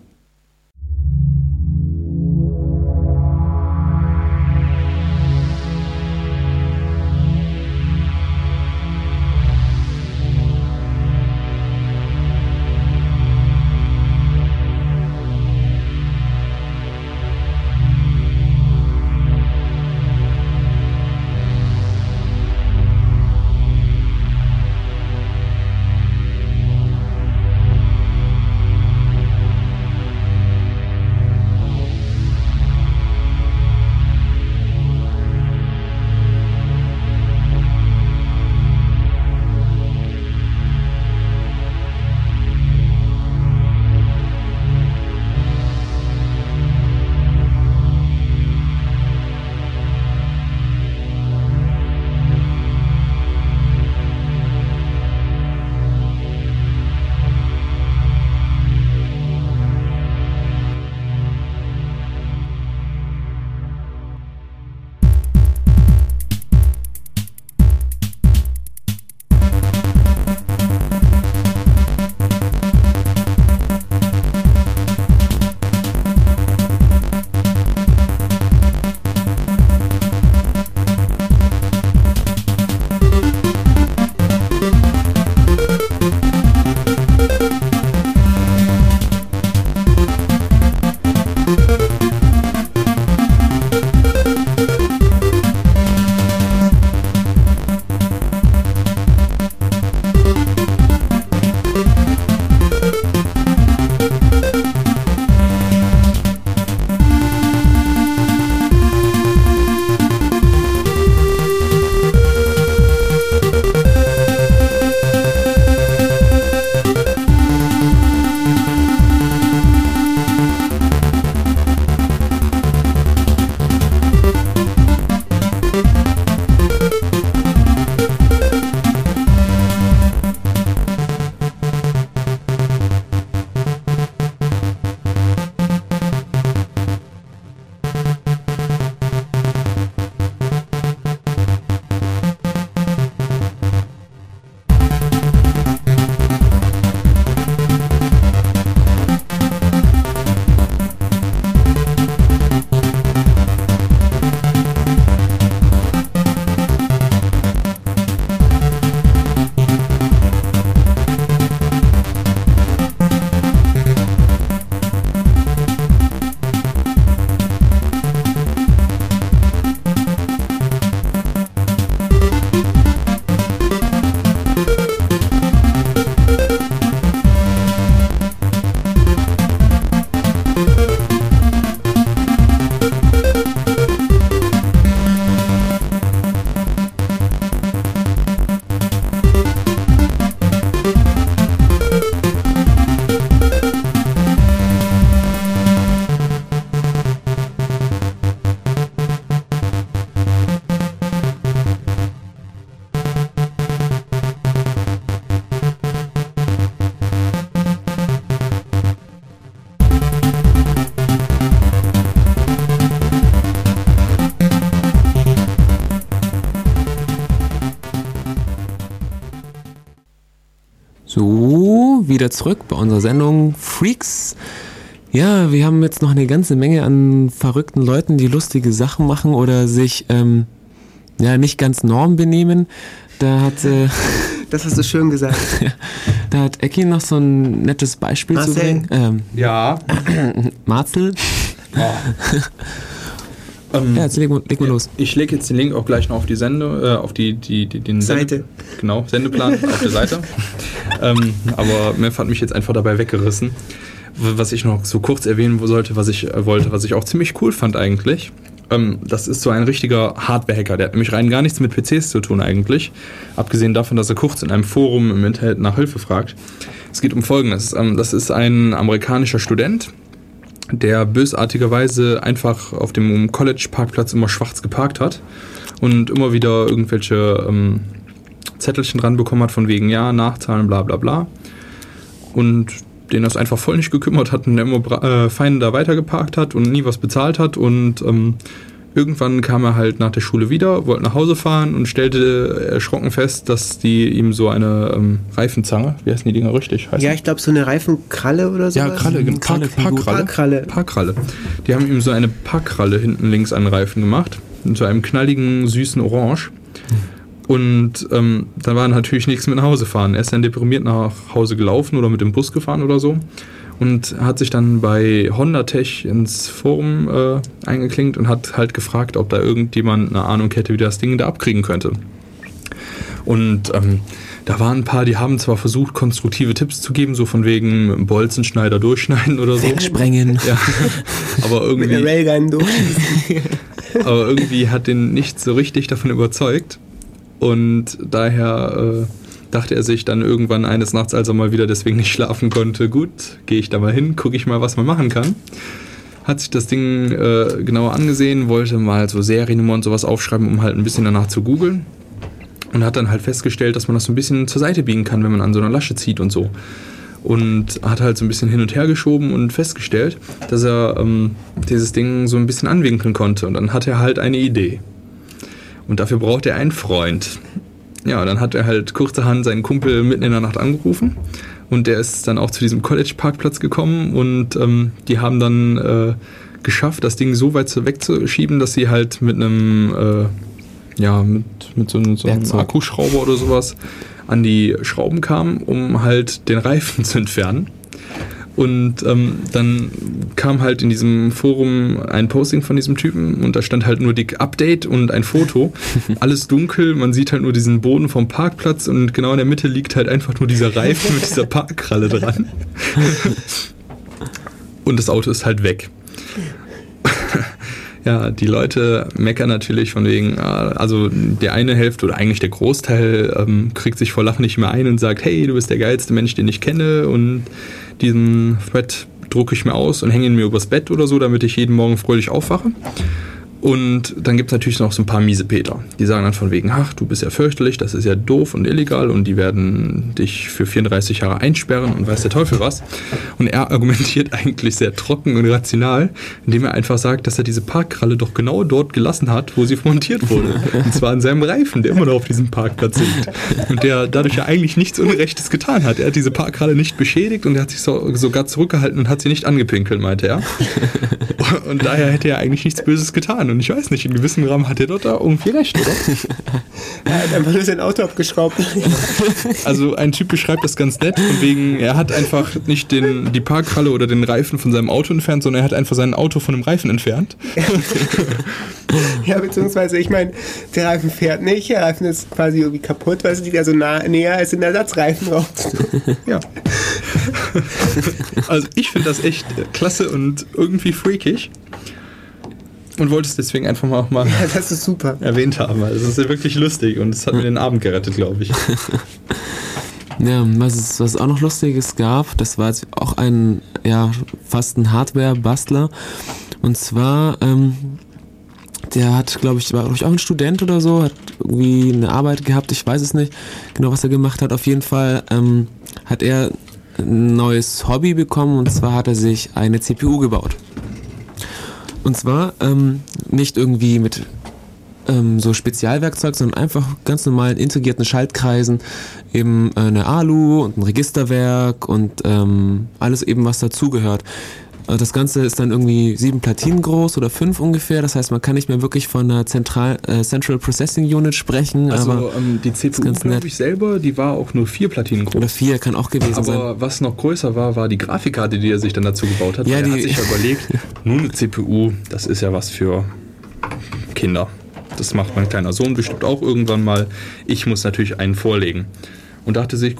S2: So, wieder zurück bei unserer Sendung Freaks. Ja, wir haben jetzt noch eine ganze Menge an verrückten Leuten, die lustige Sachen machen oder sich ähm, ja nicht ganz norm benehmen. Da hat äh,
S1: das hast du schön gesagt.
S2: Da hat Ecki noch so ein nettes Beispiel
S1: Marcel.
S2: zu bringen. Ähm,
S3: Ja.
S2: Marcel.
S3: Oh. ähm,
S2: Ja, jetzt leg, leg mal los.
S3: Ich lege jetzt den Link auch gleich noch auf die Sende, äh, auf die, die, die den
S1: Seite.
S3: Sende, genau, Sendeplan auf der Seite. ähm, aber Mev hat mich jetzt einfach dabei weggerissen. Was ich noch so kurz erwähnen sollte, was ich äh, wollte, was ich auch ziemlich cool fand eigentlich. Ähm, das ist so ein richtiger Hardware-Hacker. Der hat nämlich rein gar nichts mit P Cs zu tun eigentlich. Abgesehen davon, dass er kurz in einem Forum im Internet nach Hilfe fragt. Es geht um Folgendes. Ähm, das ist ein amerikanischer Student. der bösartigerweise einfach auf dem College-Parkplatz immer schwarz geparkt hat und immer wieder irgendwelche ähm, Zettelchen dran bekommen hat von wegen, ja, Nachzahlen, bla bla bla. Und den das einfach voll nicht gekümmert hat und der immer äh, fein da weitergeparkt hat und nie was bezahlt hat. Und ähm, irgendwann kam er halt nach der Schule wieder, wollte nach Hause fahren und stellte erschrocken fest, dass die ihm so eine ähm, Reifenzange, wie heißen die Dinger richtig?
S1: Ja, ich glaube so eine Reifenkralle oder so.
S3: Ja, Kralle, Park,
S2: Kralle,
S3: Parkkralle.
S1: Parkkralle.
S3: Parkkralle. Die haben ihm so eine Parkkralle hinten links an den Reifen gemacht, in so einem knalligen, süßen Orange. Und ähm, da war natürlich nichts mit nach Hause fahren. Er ist dann deprimiert nach Hause gelaufen oder mit dem Bus gefahren oder so und hat sich dann bei Honda Tech ins Forum äh, eingeklinkt und hat halt gefragt, ob da irgendjemand eine Ahnung hätte, wie das Ding da abkriegen könnte. Und ähm, da waren ein paar, die haben zwar versucht, konstruktive Tipps zu geben, so von wegen Bolzenschneider durchschneiden oder so.
S2: Wegsprengen.
S3: Ja, aber irgendwie,
S1: mit der Railgun durch.
S3: aber irgendwie hat den nicht so richtig davon überzeugt. Und daher äh, dachte er sich dann irgendwann eines Nachts, als er mal wieder deswegen nicht schlafen konnte, gut, gehe ich da mal hin, gucke ich mal, was man machen kann. Hat sich das Ding äh, genauer angesehen, wollte mal so Seriennummer und sowas aufschreiben, um halt ein bisschen danach zu googeln. Und hat dann halt festgestellt, dass man das so ein bisschen zur Seite biegen kann, wenn man an so einer Lasche zieht und so. Und hat halt so ein bisschen hin und her geschoben und festgestellt, dass er ähm, dieses Ding so ein bisschen anwinkeln konnte. Und dann hat er halt eine Idee. Und dafür braucht er einen Freund. Ja, dann hat er halt kurzerhand seinen Kumpel mitten in der Nacht angerufen und der ist dann auch zu diesem College-Parkplatz gekommen und ähm, die haben dann äh, geschafft, das Ding so weit wegzuschieben, dass sie halt mit einem äh, ja, mit, mit so, so einem Akkuschrauber oder sowas an die Schrauben kamen, um halt den Reifen zu entfernen. Und ähm, dann kam halt in diesem Forum ein Posting von diesem Typen und da stand halt nur dick Update und ein Foto. Alles dunkel, man sieht halt nur diesen Boden vom Parkplatz und genau in der Mitte liegt halt einfach nur dieser Reifen mit dieser Parkkralle dran. Und das Auto ist halt weg. Ja, die Leute meckern natürlich von wegen, also der eine Hälfte oder eigentlich der Großteil ähm, kriegt sich vor Lachen nicht mehr ein und sagt, hey, du bist der geilste Mensch, den ich kenne und diesen Thread drucke ich mir aus und hänge ihn mir übers Bett oder so, damit ich jeden Morgen fröhlich aufwache. Und dann gibt es natürlich noch so ein paar miese Peter. Die sagen dann von wegen, ach, du bist ja fürchterlich, das ist ja doof und illegal und die werden dich für vierunddreißig Jahre einsperren und weiß der Teufel was. Und er argumentiert eigentlich sehr trocken und rational, indem er einfach sagt, dass er diese Parkkralle doch genau dort gelassen hat, wo sie montiert wurde. Und zwar an seinem Reifen, der immer noch auf diesem Parkplatz liegt. Und der dadurch ja eigentlich nichts Unrechtes getan hat. Er hat diese Parkkralle nicht beschädigt und er hat sich so, sogar zurückgehalten und hat sie nicht angepinkelt, meinte er. Und daher hätte er eigentlich nichts Böses getan. Und ich weiß nicht, in gewissem Rahmen hat er dort da irgendwie recht, oder?
S1: Er hat einfach nur sein Auto abgeschraubt.
S3: Also ein Typ beschreibt das ganz nett, von wegen, er hat einfach nicht den, die Parkkralle oder den Reifen von seinem Auto entfernt, sondern er hat einfach sein Auto von dem Reifen entfernt.
S1: Ja, beziehungsweise, ich meine, der Reifen fährt nicht, der Reifen ist quasi irgendwie kaputt, weil es liegt ja so nah, näher als in der Ersatzreifen drauf.
S3: Ja. Also ich finde das echt klasse und irgendwie freakig. Und wollte es deswegen einfach mal, auch mal
S1: ja, das ist super.
S3: erwähnt haben. Also es ist ja wirklich lustig und es hat mir den Abend gerettet, glaube ich.
S2: Ja, was es was auch noch Lustiges gab, das war jetzt auch ein, ja, fast ein Hardware-Bastler. Und zwar, ähm, der hat, glaube ich, war glaube ich auch ein Student oder so, hat irgendwie eine Arbeit gehabt, ich weiß es nicht genau, was er gemacht hat. Auf jeden Fall ähm, hat er ein neues Hobby bekommen und zwar hat er sich eine C P U gebaut. Und zwar ähm, nicht irgendwie mit ähm, so Spezialwerkzeug, sondern einfach ganz normalen integrierten Schaltkreisen, eben äh, eine Alu und ein Registerwerk und ähm, alles eben, was dazugehört. Äh, das Ganze ist dann irgendwie sieben Platinen groß oder fünf ungefähr, das heißt, man kann nicht mehr wirklich von einer Zentral, äh, Central Processing Unit sprechen.
S3: Also
S2: aber
S3: ähm, die C P U, glaube ich, selber, die war auch nur vier Platinen groß.
S2: Oder vier, kann auch gewesen
S3: aber
S2: sein.
S3: Aber was noch größer war, war die Grafikkarte, die er sich dann dazu gebaut hat.
S2: Ja,
S3: er
S2: die,
S3: hat sich ja überlegt, nur eine C P U, das ist ja was für Kinder. Das macht mein kleiner Sohn bestimmt auch irgendwann mal. Ich muss natürlich einen vorlegen. Und dachte sich, gut,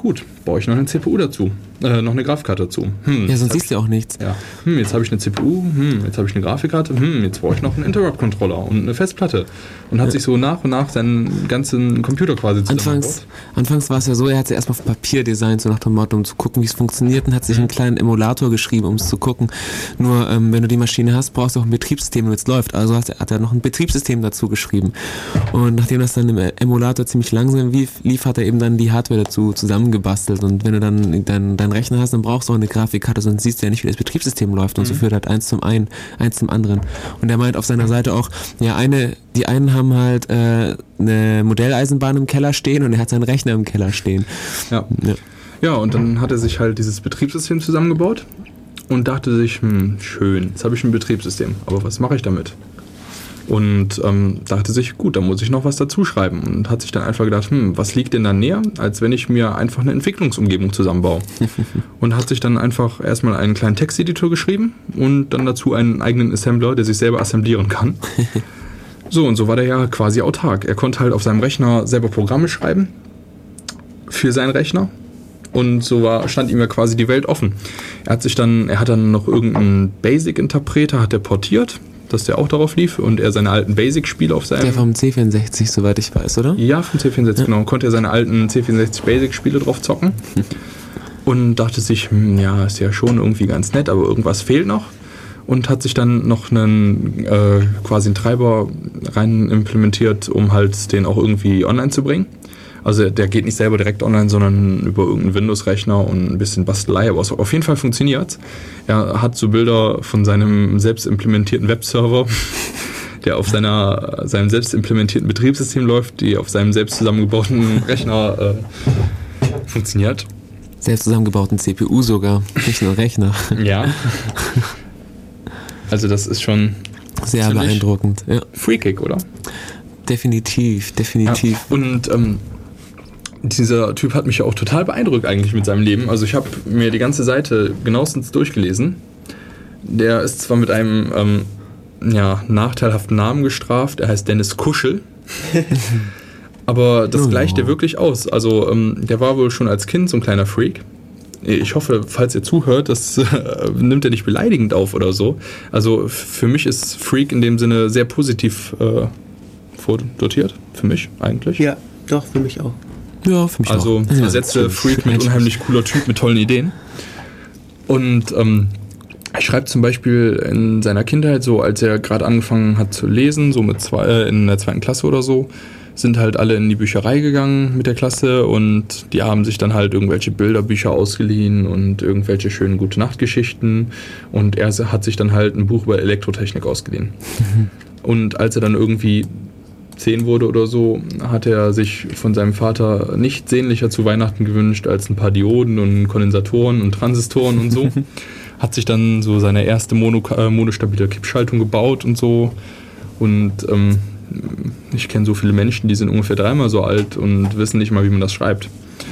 S3: brauche ich noch eine C P U dazu, äh, noch eine Grafikkarte dazu. Hm,
S2: ja, sonst siehst du ja auch nichts.
S3: Ja. Hm, jetzt habe ich eine C P U, hm, jetzt habe ich eine Grafikkarte, hm, jetzt brauche ich noch einen Interrupt-Controller und eine Festplatte. Und hat ja. sich so nach und nach seinen ganzen Computer quasi zusammengebaut.
S2: Anfangs, anfangs war es ja so, er hat sich erstmal auf Papier designt, so nach dem Motto, um zu gucken, wie es funktioniert, und hat sich einen kleinen Emulator geschrieben, um es zu gucken. Nur, ähm, wenn du die Maschine hast, brauchst du auch ein Betriebssystem, damit es läuft. Also hat, hat er noch ein Betriebssystem dazu geschrieben. Und nachdem das dann im Emulator ziemlich langsam lief, lief hat er eben dann die Hardware dazu zusammengebastelt. Und wenn du dann deinen dein Rechner hast, dann brauchst du auch eine Grafikkarte, sonst siehst du ja nicht, wie das Betriebssystem läuft. Und mhm. so führt halt eins zum einen, eins zum anderen. Und er meint auf seiner Seite auch, ja, eine, die einen haben halt äh, eine Modelleisenbahn im Keller stehen und er hat seinen Rechner im Keller stehen.
S3: Ja. Ja. Ja, und dann hat er sich halt dieses Betriebssystem zusammengebaut und dachte sich, hm, schön, jetzt habe ich ein Betriebssystem, aber was mache ich damit? Und ähm, dachte sich, gut, da muss ich noch was dazu schreiben. Und hat sich dann einfach gedacht, hm, was liegt denn da näher, als wenn ich mir einfach eine Entwicklungsumgebung zusammenbaue. Und hat sich dann einfach erstmal einen kleinen Texteditor geschrieben und dann dazu einen eigenen Assembler, der sich selber assemblieren kann. So, und so war der ja quasi autark. Er konnte halt auf seinem Rechner selber Programme schreiben für seinen Rechner. Und so war, stand ihm ja quasi die Welt offen. Er hat sich dann, er hat dann noch irgendeinen Basic-Interpreter, hat er portiert, dass der auch darauf lief und er seine alten Basic-Spiele auf seinem...
S2: Der vom C vierundsechzig, soweit ich weiß, oder?
S3: Ja, vom C vierundsechzig, ja. Genau. Konnte er seine alten C vierundsechzig Basic-Spiele drauf zocken. Und dachte sich, hm, ja, ist ja schon irgendwie ganz nett, aber irgendwas fehlt noch. Und hat sich dann noch einen äh, quasi einen Treiber rein implementiert, um halt den auch irgendwie online zu bringen. Also der geht nicht selber direkt online, sondern über irgendeinen Windows-Rechner und ein bisschen Bastelei, aber auf jeden Fall funktioniert. Er hat so Bilder von seinem selbst implementierten Webserver, der auf seiner, seinem selbst implementierten Betriebssystem läuft, die auf seinem selbst zusammengebauten Rechner äh, funktioniert.
S2: Selbst zusammengebauten C P U sogar, nicht nur Rechner.
S3: Ja. Also das ist schon
S2: sehr beeindruckend. Ja.
S3: Freakig, oder?
S2: Definitiv, definitiv.
S3: Ja. Und ähm, dieser Typ hat mich ja auch total beeindruckt eigentlich mit seinem Leben. Also ich habe mir die ganze Seite genauestens durchgelesen. Der ist zwar mit einem ähm, ja, nachteilhaften Namen gestraft, er heißt Dennis Kuschel. Aber das oh. gleicht er wirklich aus. Also ähm, der war wohl schon als Kind so ein kleiner Freak. Ich hoffe, falls ihr zuhört, das äh, nimmt er nicht beleidigend auf oder so. Also für mich ist Freak in dem Sinne sehr positiv äh, vordotiert. Für mich eigentlich.
S1: Ja, doch, für mich auch.
S2: Ja, für mich
S3: also,
S2: auch. Also
S3: ersetzte Freak mit unheimlich cooler Typ mit tollen Ideen. Und ähm, er schreibt zum Beispiel in seiner Kindheit, so als er gerade angefangen hat zu lesen, so mit zwei, äh, in der zweiten Klasse oder so, sind halt alle in die Bücherei gegangen mit der Klasse und die haben sich dann halt irgendwelche Bilderbücher ausgeliehen und irgendwelche schönen Gute-Nacht-Geschichten und er hat sich dann halt ein Buch über Elektrotechnik ausgeliehen. Mhm. Und als er dann irgendwie zehn wurde oder so, hat er sich von seinem Vater nichts sehnlicher zu Weihnachten gewünscht als ein paar Dioden und Kondensatoren und Transistoren und so. Hat sich dann so seine erste Mono, äh, monostabile Kippschaltung gebaut und so. Und ähm, ich kenne so viele Menschen, die sind ungefähr dreimal so alt und wissen nicht mal, wie man das schreibt.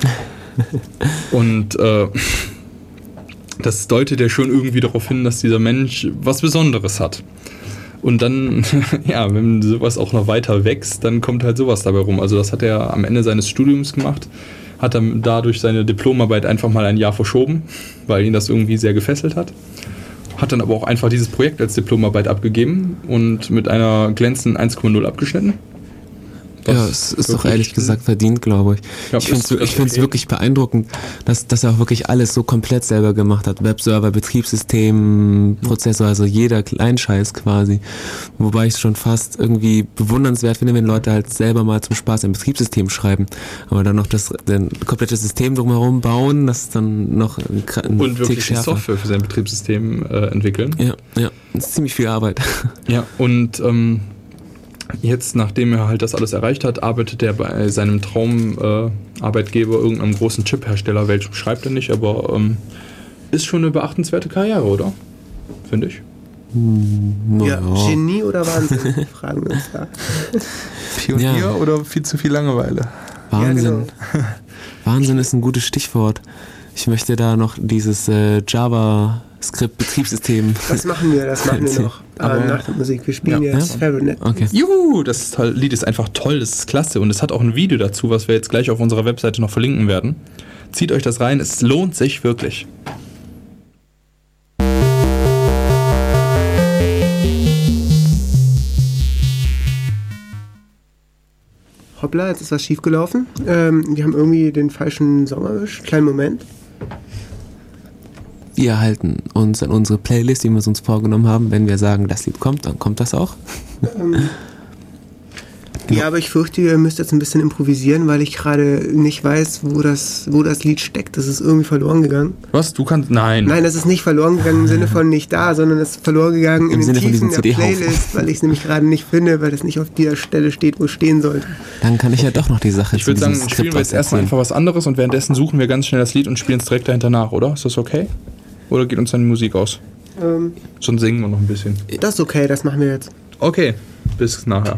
S3: Und äh, das deutet ja schon irgendwie darauf hin, dass dieser Mensch was Besonderes hat. Und dann, ja, wenn sowas auch noch weiter wächst, dann kommt halt sowas dabei rum. Also das hat er am Ende seines Studiums gemacht, hat dann dadurch seine Diplomarbeit einfach mal ein Jahr verschoben, weil ihn das irgendwie sehr gefesselt hat. Hat dann aber auch einfach dieses Projekt als Diplomarbeit abgegeben und mit einer glänzenden eins Komma null abgeschnitten.
S2: Was ja, es ist doch ehrlich gesagt verdient, glaube ich. Ja, ich finde es okay. wirklich beeindruckend, dass, dass er auch wirklich alles so komplett selber gemacht hat. Webserver, Betriebssystem, Prozessor, also jeder Kleinscheiß quasi. Wobei ich es schon fast irgendwie bewundernswert finde, wenn Leute halt selber mal zum Spaß ein Betriebssystem schreiben. Aber dann noch das ein komplettes System drumherum bauen, das dann noch ein, ein
S3: Und wirklich die Software für sein Betriebssystem äh, entwickeln.
S2: Ja, ja, das ist ziemlich viel Arbeit.
S3: Ja, und ähm, jetzt, nachdem er halt das alles erreicht hat, arbeitet er bei seinem Traumarbeitgeber, äh, irgendeinem großen Chip-Hersteller, welchem schreibt er nicht, aber ähm, ist schon eine beachtenswerte Karriere, oder? Finde ich.
S1: Hm, ja, ja, Genie oder Wahnsinn? Fragen wir uns da.
S3: Pionier ja. Oder viel zu viel Langeweile?
S2: Wahnsinn.
S1: Ja, genau.
S2: Wahnsinn ist ein gutes Stichwort. Ich möchte da noch dieses äh, Java Skript-Betriebssystem.
S1: Das machen wir, das machen wir noch. Aber nach der Musik. Wir spielen ja, jetzt Fahrenheit.
S2: Okay.
S3: Juhu, das Lied ist einfach toll, das ist klasse und es hat auch ein Video dazu, was wir jetzt gleich auf unserer Webseite noch verlinken werden. Zieht euch das rein, es lohnt sich wirklich.
S1: Hoppla, jetzt ist was schiefgelaufen. Ähm, wir haben irgendwie den falschen Song erwischt. Kleinen Moment.
S2: Wir halten uns an unsere Playlist, die wir uns vorgenommen haben. Wenn wir sagen, das Lied kommt, dann kommt das auch.
S1: Ähm, ja, aber ich fürchte, ihr müsst jetzt ein bisschen improvisieren, weil ich gerade nicht weiß, wo das, wo das Lied steckt. Das ist irgendwie verloren gegangen.
S3: Was? Du kannst... Nein.
S1: Nein, das ist nicht verloren gegangen im Sinne von nicht da, sondern es ist verloren gegangen
S2: Im
S1: in
S2: Sinne
S1: den
S2: von
S1: Tiefen
S2: diesem
S1: der
S2: C D-Haufen.
S1: Playlist, weil ich es nämlich gerade nicht finde, weil das nicht auf der Stelle steht, wo es stehen sollte.
S2: Dann kann ich ja doch noch die Sache
S3: Ich würde
S2: zu
S3: sagen,
S2: diesem
S3: dann
S2: Skript
S3: spielen wir jetzt erstmal
S2: erzählen.
S3: einfach was anderes und währenddessen suchen wir ganz schnell das Lied und spielen es direkt dahinter nach, oder? Ist das okay? Oder geht uns dann die Musik aus?
S1: Ähm,
S3: Sonst singen wir noch ein bisschen.
S1: das ist okay, das machen wir jetzt.
S3: Okay, bis nachher.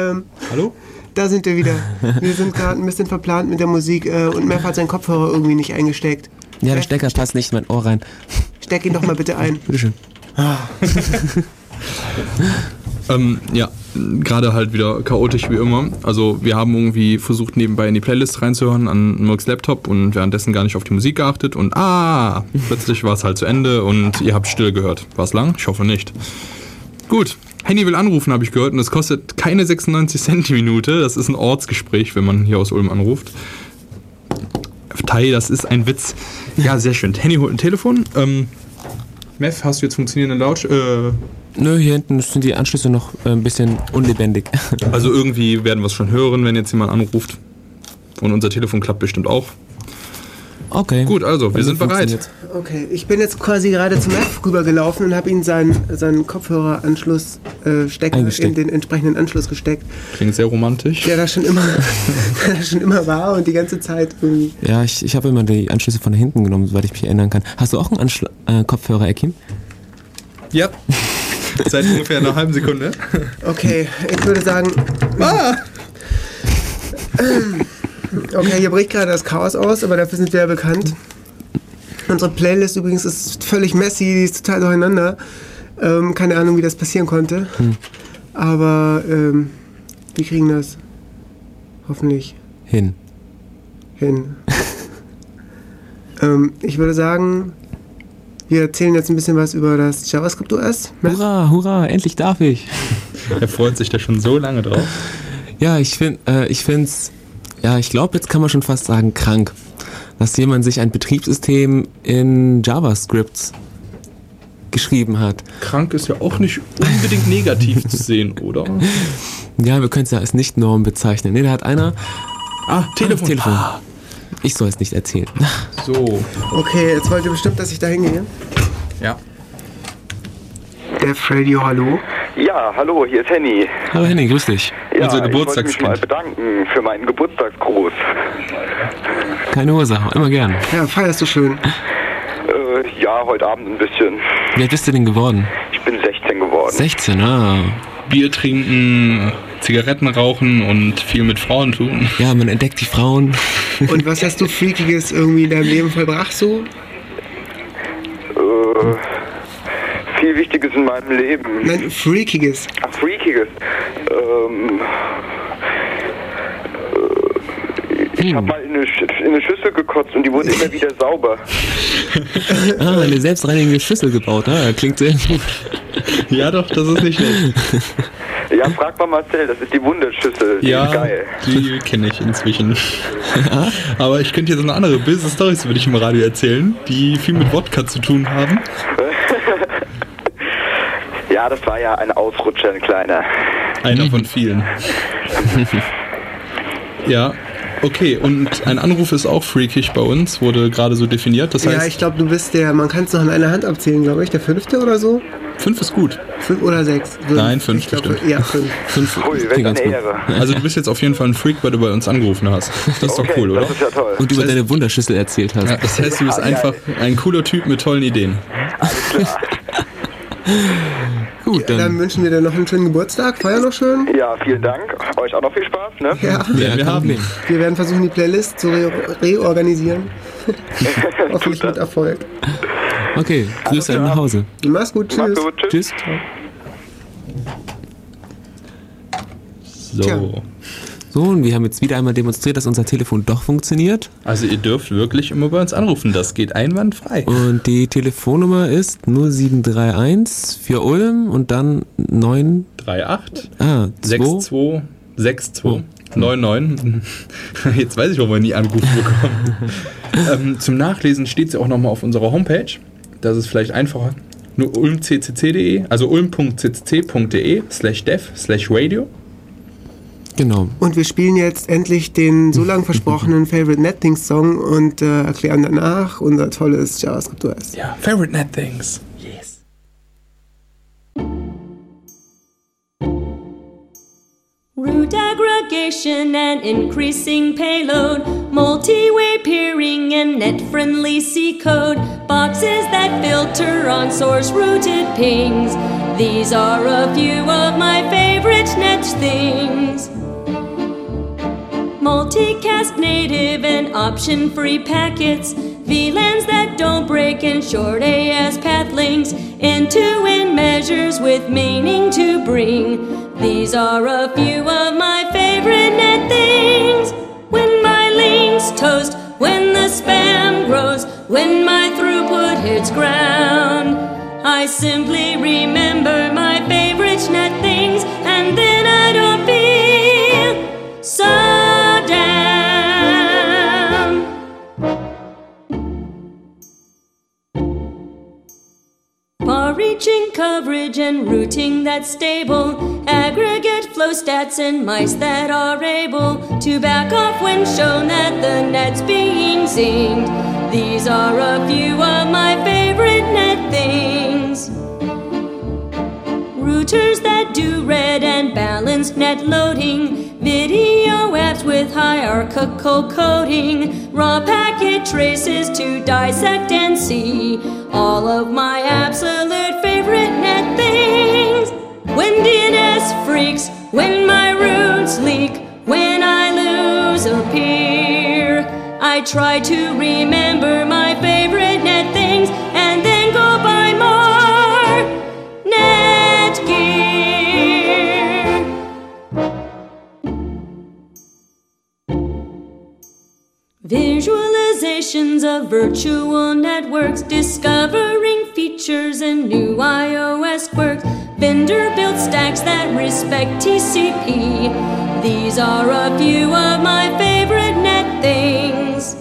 S1: ähm,
S3: Hallo?
S1: da sind wir wieder. Wir sind gerade ein bisschen verplant mit der Musik äh, und Mev hat seinen Kopfhörer irgendwie nicht eingesteckt.
S2: Ja, der
S1: Mev,
S2: Stecker passt nicht in mein Ohr rein.
S1: Steck ihn doch mal bitte ein.
S2: Bitteschön.
S3: Ähm, ja, gerade halt wieder chaotisch wie immer. Also wir haben irgendwie versucht, nebenbei in die Playlist reinzuhören an Mirks Laptop und währenddessen gar nicht auf die Musik geachtet und ah, plötzlich war es halt zu Ende und ihr habt still gehört. War es lang? Ich hoffe nicht. Gut, Henny will anrufen, habe ich gehört, und es kostet keine sechsundneunzig Cent die Minute. Das ist ein Ortsgespräch, wenn man hier aus Ulm anruft. Tai, das ist ein Witz. Ja, sehr schön. Henny holt ein Telefon. Ähm, Mev, hast du jetzt funktionierende Laut... Äh,
S2: Nö, hier hinten sind die Anschlüsse noch äh, ein bisschen unlebendig.
S3: Also irgendwie werden wir es schon hören, wenn jetzt jemand anruft. Und unser Telefon klappt bestimmt auch.
S2: Okay.
S3: Gut, also, wir
S2: Also
S3: sind bereit.
S2: funktioniert's.
S1: Okay, ich bin jetzt quasi gerade zum Mev rübergelaufen und habe ihm seinen, seinen Kopfhöreranschluss-Stecker äh, in den entsprechenden Anschluss gesteckt.
S3: Klingt sehr romantisch.
S1: Der da schon immer, der da schon immer war und die ganze Zeit irgendwie.
S2: Ja, ich, ich habe immer die Anschlüsse von hinten genommen, soweit ich mich erinnern kann. Hast du auch einen Anschl- äh, Kopfhörer, Ekim?
S3: Ja. Seit ungefähr einer halben Sekunde.
S1: Okay, ich würde sagen.
S3: Ah!
S1: Okay, hier bricht gerade das Chaos aus, aber dafür sind wir ja bekannt. Unsere Playlist übrigens ist völlig messy, die ist total durcheinander. Ähm, keine Ahnung, wie das passieren konnte.
S2: Hm.
S1: Aber ähm, wir kriegen das hoffentlich
S2: Hin.
S1: hin. ähm, ich würde sagen, wir erzählen jetzt ein bisschen was über das JavaScript O S.
S2: Hurra, hurra, endlich darf ich.
S3: Er freut sich da schon so lange drauf.
S2: Ja, ich finde, äh, ich finde es, ja, ich glaube, jetzt kann man schon fast sagen, krank, dass jemand sich ein Betriebssystem in JavaScript geschrieben hat.
S3: Krank ist ja auch nicht unbedingt negativ zu sehen, oder?
S2: Ja, wir können es ja als Nicht-Norm bezeichnen. Ne, da hat einer...
S3: Ah, Telefon.
S2: Ah, Telefon. Ich soll es nicht erzählen.
S3: So.
S1: Okay, jetzt wollt ihr bestimmt, dass ich da hingehe.
S3: Ja.
S1: Def Radio, hallo.
S4: Ja, hallo, hier ist Henny.
S2: Hallo Henning, grüß dich.
S4: Ja,
S3: Unser
S4: ich wollte mich
S3: Geburtstagskind.
S4: mal bedanken für meinen Geburtstagsgruß.
S2: Keine Ursache, immer gern.
S1: Ja, feierst du schön.
S4: Äh, ja, heute Abend ein bisschen.
S2: Wie alt bist du denn geworden?
S4: Ich bin sechzehn geworden.
S2: sechzehn, ah.
S3: Bier trinken, Zigaretten rauchen und viel mit Frauen tun.
S2: Ja, man entdeckt die Frauen.
S1: Und was hast du Freakiges irgendwie in deinem Leben vollbracht so?
S4: Äh, viel Wichtiges in meinem Leben.
S1: Nein, Freakiges.
S4: Ach, Freakiges. Ähm, äh, ich habe mal in eine, Sch- in eine Schüssel gekotzt und die wurde immer wieder sauber.
S2: Ah, eine selbstreinigende Schüssel gebaut. Ah, klingt sehr gut.
S3: Ja doch, das ist nicht schlecht.
S4: Ja, frag mal Marcel, das ist die Wunderschüssel. Die
S3: Ja,
S4: ist geil.
S3: die kenne ich inzwischen. Aber ich könnte jetzt noch andere Business Stories würde ich im Radio erzählen, die viel mit Wodka zu tun haben.
S4: Ja, das war ja ein Ausrutscher, ein kleiner.
S3: Einer von vielen. Ja, okay. Und ein Anruf ist auch freakig bei uns, wurde gerade so definiert. Das
S1: Ja,
S3: heißt,
S1: ich glaube, du bist der, man kann es noch an einer Hand abzählen, glaube ich, der fünfte oder so?
S3: fünf ist gut.
S1: Fünf oder sechs? Fünf.
S3: Nein, fünf
S1: Ich glaub,
S3: bestimmt.
S1: ja, fünf.
S2: Fünf.
S4: Ui,
S2: klingt
S4: welch
S2: ganz
S4: eine
S2: gut.
S4: Ehre.
S3: Also du bist jetzt auf jeden Fall ein Freak, weil du bei uns angerufen hast. Das ist doch
S4: Okay,
S3: cool, oder?
S4: das ist ja toll.
S2: Und über deine Wunderschüssel erzählt hast.
S3: Ja, das heißt, du bist
S4: Ja,
S3: einfach ein cooler Typ mit tollen Ideen.
S4: Alles klar.
S2: Gut,
S1: Dann
S2: dann.
S1: wünschen wir dir noch einen schönen Geburtstag, feier noch schön.
S4: Ja, vielen Dank. Euch auch noch viel Spaß, ne?
S1: Ja,
S3: Werden wir
S2: kein
S3: haben.
S2: Problem.
S1: wir werden versuchen, die Playlist zu re reorganisieren. Hoffentlich mit Erfolg.
S2: Okay, Grüße nach Hause.
S1: Mach's gut, tschüss.
S4: Mach's gut, tschüss.
S2: Tschüss.
S3: So.
S1: Tja.
S2: So, und wir haben jetzt wieder einmal demonstriert, dass unser Telefon doch funktioniert.
S3: Also ihr dürft wirklich immer bei uns anrufen. Das geht einwandfrei.
S2: Und die Telefonnummer ist null sieben drei eins für Ulm und dann neun,
S3: drei acht
S2: ah,
S3: sechs
S2: zwei.
S3: zwei sechs zwei neun neun. Jetzt weiß ich, warum wir nie Anrufe bekommen. ähm, zum Nachlesen steht sie auch nochmal auf unserer Homepage. Das ist vielleicht einfacher. Nur ulmccc punkt de, also ulm.ccc punkt de slash dev slash radio.
S2: Genau.
S1: Und wir spielen jetzt endlich den so lang versprochenen Favorite Netthings Song und äh, erklären danach unser tolles JavaScript O S.
S3: Ja, Favorite Net Things. Yes.
S5: Root aggregation and increasing payload, multi-way peering and net-friendly C code, boxes that filter on source-rooted pings. These are a few of my favorite net net things. Multicast native and option-free packets, V LANs that don't break and short A S path links, end-to-end measures with meaning to bring. These are a few of my favorite net things. When my links toast, when the spam grows, when my throughput hits ground, I simply remember my favorite net things, and then I don't feel so down. Far-reaching coverage and routing that's stable, aggregate flow stats and mice that are able to back off when shown that the net's being zinged. These are a few of my favorite net things. Routers that do read and balanced net loading, video apps with hierarchical coding, raw packet traces to dissect and see. All of my absolute favorite net things. When D N S freaks, when my routes leak, when I lose a peer, I try to remember my favorite net things and then go buy more Netgear. Visualizations of virtual networks, discovering features and new iOS quirks, vendor-built stacks that respect T C P. These are a few of my favorite net things.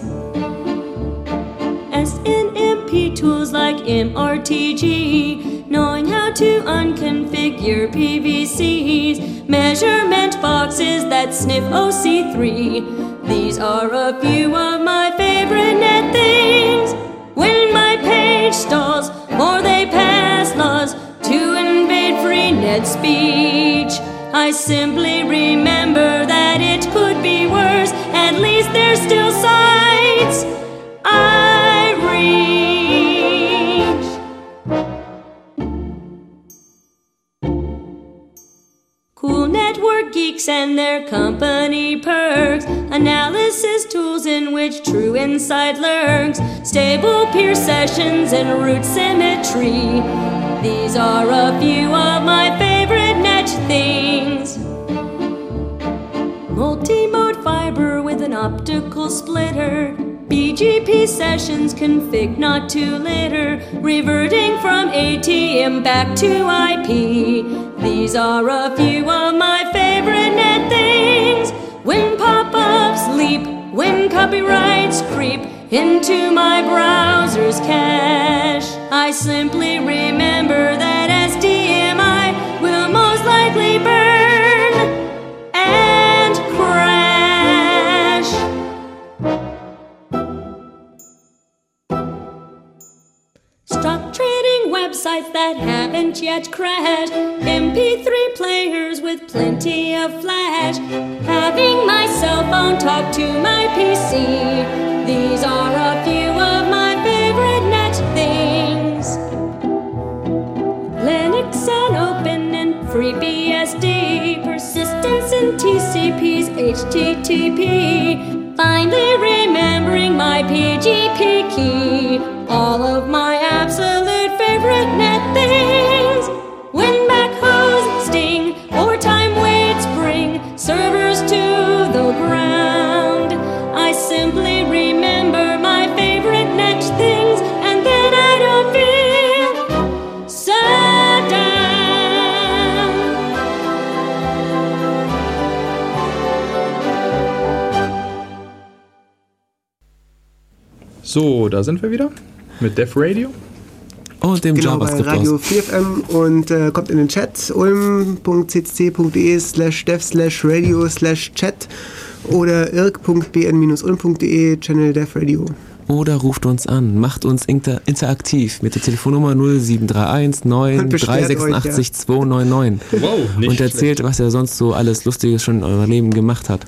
S5: S N M P tools like M R T G, knowing how to unconfigure P V Cs, measurement boxes that sniff O C three. These are a few of my favorite net things. When my page stalls or they pass laws to invade free net speech, I simply remember that it could be worse. At least there's still sites I reach. Cool network geeks and their company perks, analysis tools in which true insight lurks, stable peer sessions and root symmetry. These are a few of my favorite net things. Multi-mode fiber with an optical splitter, B G P sessions config not to litter, reverting from A T M back to I P. These are a few of my favorite net things. When pop-ups leap, when copyrights creep into my browser's cache, I simply remember that S D M I will most likely burn and crash. Stock trading websites that haven't yet crashed, M P three players with plenty of flash, having my cell phone talk to my P C. These are a few of my favorite net things. Linux and Open and FreeBSD, persistence in T C P's H T T P, finally remembering my P G P key. All of my absolute favorite net things. When backhoes sting or time waits bring servers to the ground, I simply remember my favorite net things, and then I don't feel so down.
S3: So, da sind wir wieder mit Def Radio.
S2: Und dem
S1: Genau, bei
S2: JavaScript
S1: Radio
S2: aus.
S1: vier F M und äh, kommt in den Chat ulm.cc.de slash dev slash radio slash chat oder irk.bn-ulm.de Channel Dev Radio.
S2: Oder ruft uns an, macht uns inter interaktiv mit der Telefonnummer null sieben drei eins neun drei sechs acht
S1: euch,
S2: zwei neun neun
S3: Wow, nicht
S2: und erzählt,
S3: schlecht.
S2: was er sonst so alles Lustiges schon in eurem Leben gemacht hat.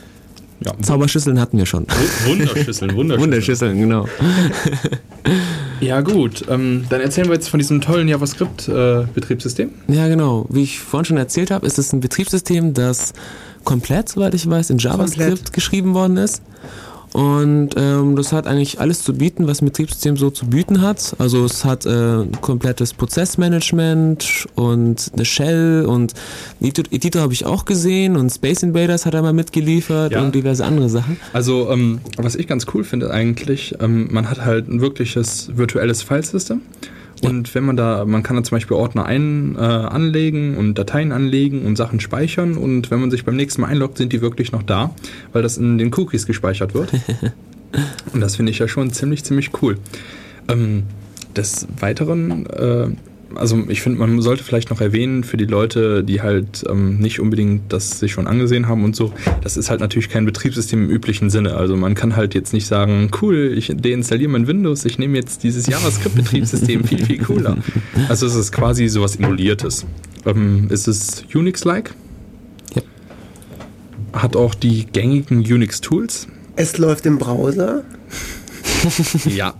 S3: Ja.
S2: Zauberschüsseln hatten wir schon.
S3: Wunderschüsseln, Wunderschüsseln.
S2: Wunderschüsseln, genau.
S3: Ja gut, ähm, dann erzählen wir jetzt von diesem tollen JavaScript-Betriebssystem.
S2: Äh, ja genau, wie ich vorhin schon erzählt habe, ist es ein Betriebssystem, das komplett, soweit ich weiß, in JavaScript komplett geschrieben worden ist. Und ähm, das hat eigentlich alles zu bieten, was ein Betriebssystem so zu bieten hat. Also es hat äh, ein komplettes Prozessmanagement und eine Shell und Editor habe ich auch gesehen und Space Invaders hat er mal mitgeliefert ja. und diverse andere Sachen.
S3: Also ähm, was ich ganz cool finde eigentlich, ähm, man hat halt ein wirkliches virtuelles Filesystem. Und wenn man da, man kann da zum Beispiel Ordner ein, äh, anlegen und Dateien anlegen und Sachen speichern und wenn man sich beim nächsten Mal einloggt, sind die wirklich noch da, weil das in den Cookies gespeichert wird. Und das finde ich ja schon ziemlich, ziemlich cool. Ähm, des Weiteren, äh, also ich finde, man sollte vielleicht noch erwähnen, für die Leute, die halt ähm, nicht unbedingt das sich schon angesehen haben und so, das ist halt natürlich kein Betriebssystem im üblichen Sinne. Also man kann halt jetzt nicht sagen, cool, ich deinstalliere mein Windows, ich nehme jetzt dieses JavaScript-Betriebssystem, viel, viel cooler. Also es ist quasi sowas Emuliertes. Ähm, es ist Unix-like,
S2: ja.
S3: Hat auch die gängigen Unix-Tools.
S1: Es läuft im Browser.
S3: Ja.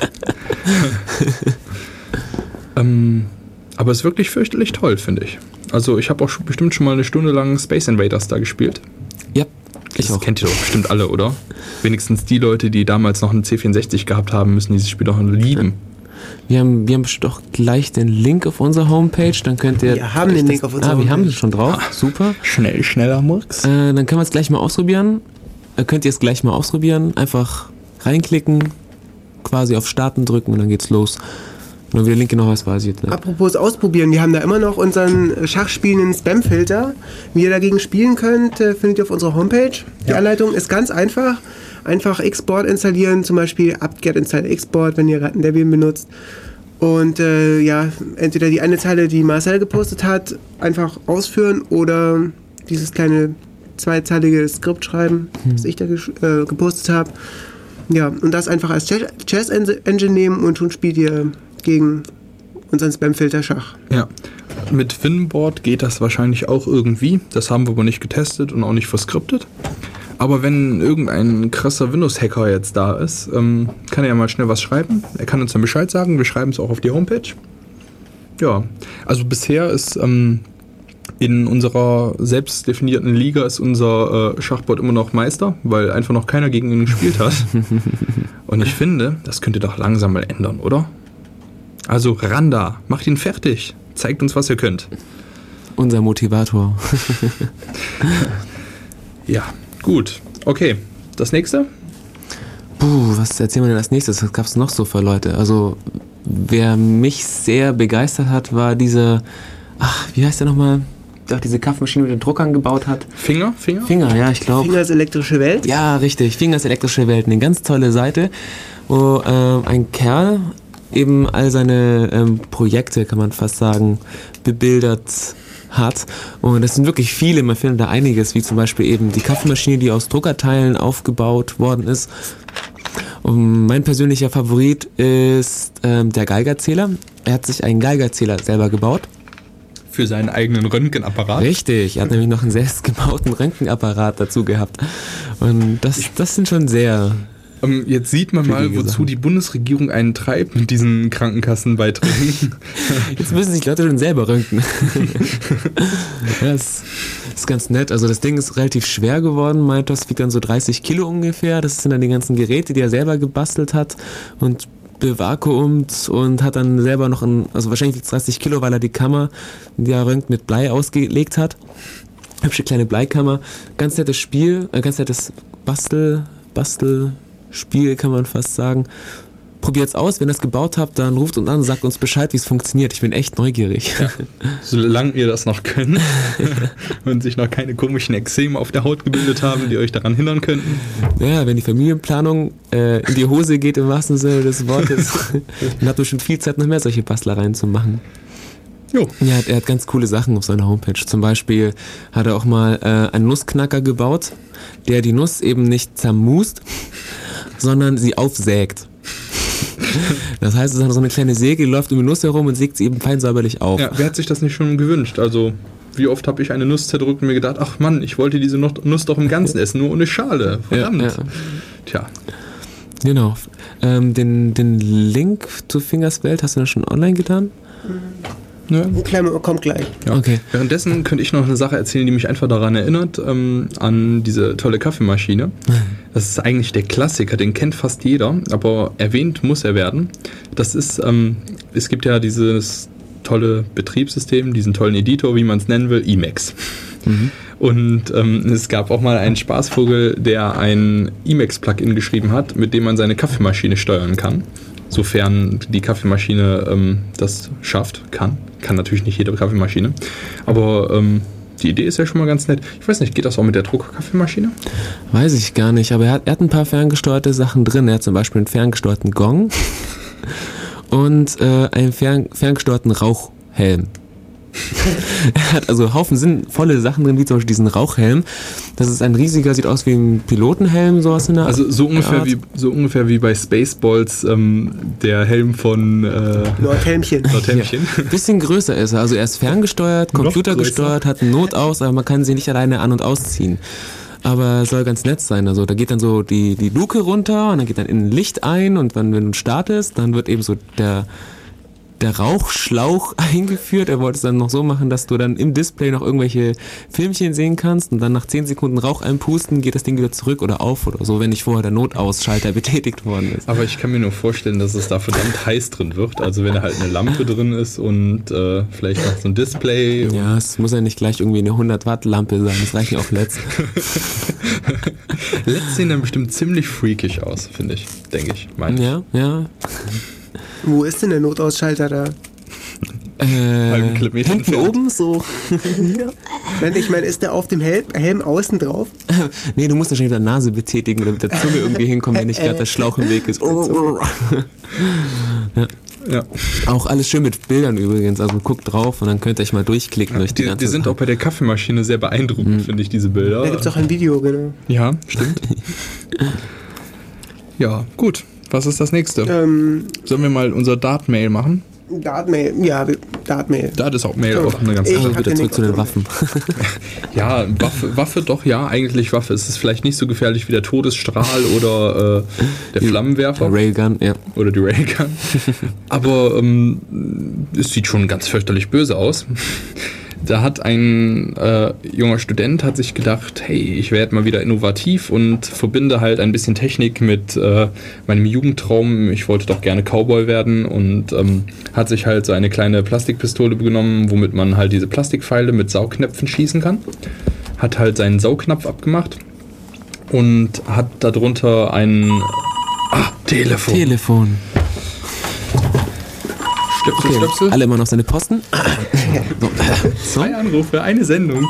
S3: Ähm, aber es ist wirklich fürchterlich toll, finde ich. Also ich habe auch schon, bestimmt schon mal eine Stunde lang Space Invaders da gespielt.
S2: Ja, ich
S3: das
S2: auch.
S3: Kennt ihr doch bestimmt alle, oder? Wenigstens die Leute, die damals noch einen C vierundsechzig gehabt haben, müssen dieses Spiel doch lieben.
S2: Wir haben, wir haben bestimmt auch gleich den Link auf unserer Homepage, dann könnt ihr...
S1: Wir haben den Link
S2: das,
S1: auf unserer
S2: ah,
S1: Homepage.
S2: wir haben es schon drauf, ah, super.
S3: Schnell, schneller Murks.
S2: Äh, dann können wir es gleich mal ausprobieren. Äh, könnt ihr es gleich mal ausprobieren, einfach reinklicken, quasi auf Starten drücken und dann geht's los. Nur wie der Link genau heißt, weiß ich jetzt nicht.
S1: Apropos ausprobieren, wir haben da immer noch unseren schachspielenden Spam-Filter. Wie ihr dagegen spielen könnt, findet ihr auf unserer Homepage. Die ja. Anleitung ist ganz einfach. Einfach Export installieren, zum Beispiel apt-get install export, wenn ihr gerade ein Debian benutzt. Und äh, ja, entweder die eine Zeile, die Marcel gepostet hat, einfach ausführen oder dieses kleine zweizeilige Skript schreiben, hm. das ich da äh, gepostet habe. Ja, und das einfach als Chess-Engine nehmen und schon spielt ihr gegen unseren Spam-Filter Schach.
S3: Ja, mit Winboard geht das wahrscheinlich auch irgendwie. Das haben wir aber nicht getestet und auch nicht verskriptet. Aber wenn irgendein krasser Windows-Hacker jetzt da ist, ähm, kann er ja mal schnell was schreiben. Er kann uns dann Bescheid sagen. Wir schreiben es auch auf die Homepage. Ja, also bisher ist ähm, in unserer selbst definierten Liga ist unser äh, Schachbot immer noch Meister, weil einfach noch keiner gegen ihn gespielt hat. Und ich finde, das könnt ihr doch langsam mal ändern, oder? Also ran da, macht ihn fertig. Zeigt uns, was ihr könnt.
S2: Unser Motivator.
S3: Ja, gut. Okay, das nächste?
S2: Puh, was erzählen wir denn als nächstes? Was gab es noch so für Leute? Also, wer mich sehr begeistert hat, war dieser, ach, wie heißt der nochmal? Der auch diese Kaffeemaschine mit den Druckern gebaut hat.
S3: Finger? Finger?
S2: Finger, ja, ich glaube.
S1: Fingers elektrische Welt?
S2: Ja, richtig. Fingers elektrische Welt. Eine ganz tolle Seite, wo ähm, ein Kerl eben all seine ähm, Projekte, kann man fast sagen, bebildert hat. Und das sind wirklich viele, man findet da einiges, wie zum Beispiel eben die Kaffeemaschine, die aus Druckerteilen aufgebaut worden ist. Und mein persönlicher Favorit ist ähm, der Geigerzähler. Er hat sich einen Geigerzähler selber gebaut.
S3: Für seinen eigenen Röntgenapparat? Richtig,
S2: er hat nämlich noch einen selbstgebauten Röntgenapparat dazu gehabt. Und das, das sind schon sehr...
S3: Jetzt sieht man mal, wozu Sachen. Die Bundesregierung einen treibt mit diesen Krankenkassenbeiträgen.
S2: Jetzt müssen sich Leute schon selber röntgen. Das ist ganz nett. Also das Ding ist relativ schwer geworden, meint das, wiegt dann so dreißig Kilo ungefähr. Das sind dann die ganzen Geräte, die er selber gebastelt hat und bevakuumt und hat dann selber noch, ein, also wahrscheinlich wiegt es dreißig Kilo, weil er die Kammer, die er röntgt, mit Blei ausgelegt hat. Hübsche kleine Bleikammer. Ganz nettes Spiel, äh, ganz nettes Bastel, Bastel, Spiel, kann man fast sagen. Probiert's aus, wenn ihr es gebaut habt, dann ruft uns an und sagt uns Bescheid, wie es funktioniert. Ich bin echt neugierig. Ja.
S3: Solange ihr das noch könnt und sich noch keine komischen Ekzeme auf der Haut gebildet haben, die euch daran hindern könnten.
S2: Ja, wenn die Familienplanung äh, in die Hose geht, im wahrsten Sinne des Wortes, dann habt ihr schon viel Zeit, noch mehr solche Bastlereien zu machen. Jo. Ja, er hat ganz coole Sachen auf seiner Homepage. Zum Beispiel hat er auch mal äh, einen Nussknacker gebaut, der die Nuss eben nicht zermust, sondern sie aufsägt. Das heißt, es ist so eine kleine Säge, die läuft um die Nuss herum und sägt sie eben fein säuberlich auf.
S3: Ja, wer hat sich das nicht schon gewünscht? Also, wie oft habe ich eine Nuss zerdrückt und mir gedacht, ach Mann, ich wollte diese Nuss doch im Ganzen essen, nur ohne Schale. Verdammt. Ja, ja. Tja.
S2: Genau. Ähm, den, den Link zu Fingers Welt hast du dann schon online getan?
S3: Ne?
S1: Kleiner, kommt gleich.
S3: Ja.
S2: Okay.
S3: Währenddessen könnte ich noch eine Sache erzählen, die mich einfach daran erinnert, ähm, an diese tolle Kaffeemaschine. Das ist eigentlich der Klassiker, den kennt fast jeder, aber erwähnt muss er werden. Das ist, ähm, es gibt ja dieses tolle Betriebssystem, diesen tollen Editor, wie man es nennen will, Emacs. Mhm. Und ähm, es gab auch mal einen Spaßvogel, der ein Emacs-Plugin geschrieben hat, mit dem man seine Kaffeemaschine steuern kann. Sofern die Kaffeemaschine ähm, das schafft, kann. Kann natürlich nicht jede Kaffeemaschine. Aber ähm, die Idee ist ja schon mal ganz nett. Ich weiß nicht, geht das auch mit der Druckerkaffeemaschine?
S2: Weiß ich gar nicht, aber er hat, er hat ein paar ferngesteuerte Sachen drin. Er hat zum Beispiel einen ferngesteuerten Gong und äh, einen fern, ferngesteuerten Rauchhelm. Er hat also Haufen sinnvolle Sachen drin, wie zum Beispiel diesen Rauchhelm. Das ist ein riesiger, sieht aus wie ein Pilotenhelm, sowas in der
S3: Also so ungefähr,
S2: Art.
S3: wie, so ungefähr wie bei Spaceballs ähm, der Helm von äh,
S1: Nordhelmchen.
S3: Nordhelmchen.
S2: Ja. Bisschen größer ist er. Also er ist ferngesteuert, computergesteuert, hat einen Not aus, aber man kann sie nicht alleine an- und ausziehen. Aber soll ganz nett sein. Also da geht dann so die, die Luke runter und dann geht dann in Licht ein und wenn, wenn du startest, dann wird eben so der der Rauchschlauch eingeführt. Er wollte es dann noch so machen, dass du dann im Display noch irgendwelche Filmchen sehen kannst und dann nach zehn Sekunden Rauch einpusten, geht das Ding wieder zurück oder auf oder so, wenn nicht vorher der Notausschalter betätigt worden ist.
S3: Aber ich kann mir nur vorstellen, dass es da verdammt heiß drin wird. Also wenn da halt eine Lampe drin ist und äh, vielleicht noch so ein Display.
S2: Ja, es muss ja nicht gleich irgendwie eine hundert Watt Lampe sein, das reichen auch L E Ds.
S3: L E Ds sehen dann bestimmt ziemlich freakig aus, finde ich, denke ich. Mein
S2: Ja, ja.
S1: Wo ist denn der Notausschalter da?
S3: Halben
S2: Äh,
S3: Kilometer
S2: hinten
S3: entfernt.
S2: oben so.
S1: Nein, ich meine, ist der auf dem Helm, Helm außen drauf?
S2: Nee, du musst wahrscheinlich mit der Nase betätigen oder mit der Zunge irgendwie hinkommen, wenn nicht gerade der Schlauch im Weg ist. Ja.
S3: Ja.
S2: Auch alles schön mit Bildern übrigens, also guckt drauf und dann könnt ihr euch mal durchklicken durch die
S3: Die,
S2: ganze
S3: die sind
S2: Sache.
S3: auch bei der Kaffeemaschine sehr beeindruckend, finde ich, diese Bilder.
S1: Da gibt es auch ein Video, genau.
S3: Ja, stimmt. Ja, gut. Was ist das nächste?
S1: Ähm,
S3: Sollen wir mal unser Dart-Mail machen?
S1: Dartmail, ja, Dartmail.
S3: Dart ist auch Mail,
S1: Oh.
S3: auch eine ganz
S1: Ich
S2: Also
S1: hab
S2: wieder
S1: den
S2: zurück
S1: Nick
S2: zu den
S1: auch
S2: Waffen.
S3: Ja, Waffe, Waffe doch, ja, eigentlich Waffe. Es ist vielleicht nicht so gefährlich wie der Todesstrahl oder äh, der Flammenwerfer.
S2: Der Railgun, ja.
S3: Oder die Railgun. Aber ähm, es sieht schon ganz fürchterlich böse aus. Da hat ein äh, junger Student hat sich gedacht, hey, ich werde mal wieder innovativ und verbinde halt ein bisschen Technik mit äh, meinem Jugendtraum. Ich wollte doch gerne Cowboy werden und ähm, hat sich halt so eine kleine Plastikpistole genommen, womit man halt diese Plastikpfeile mit Saugnäpfen schießen kann. Hat halt seinen Saugnapf abgemacht und hat darunter ein ah, Telefon.
S2: Telefon.
S3: Stöpsel,
S2: Okay,
S3: Stöpsel.
S2: alle immer noch seine Posten. So. So.
S3: Zwei Anrufe, eine Sendung.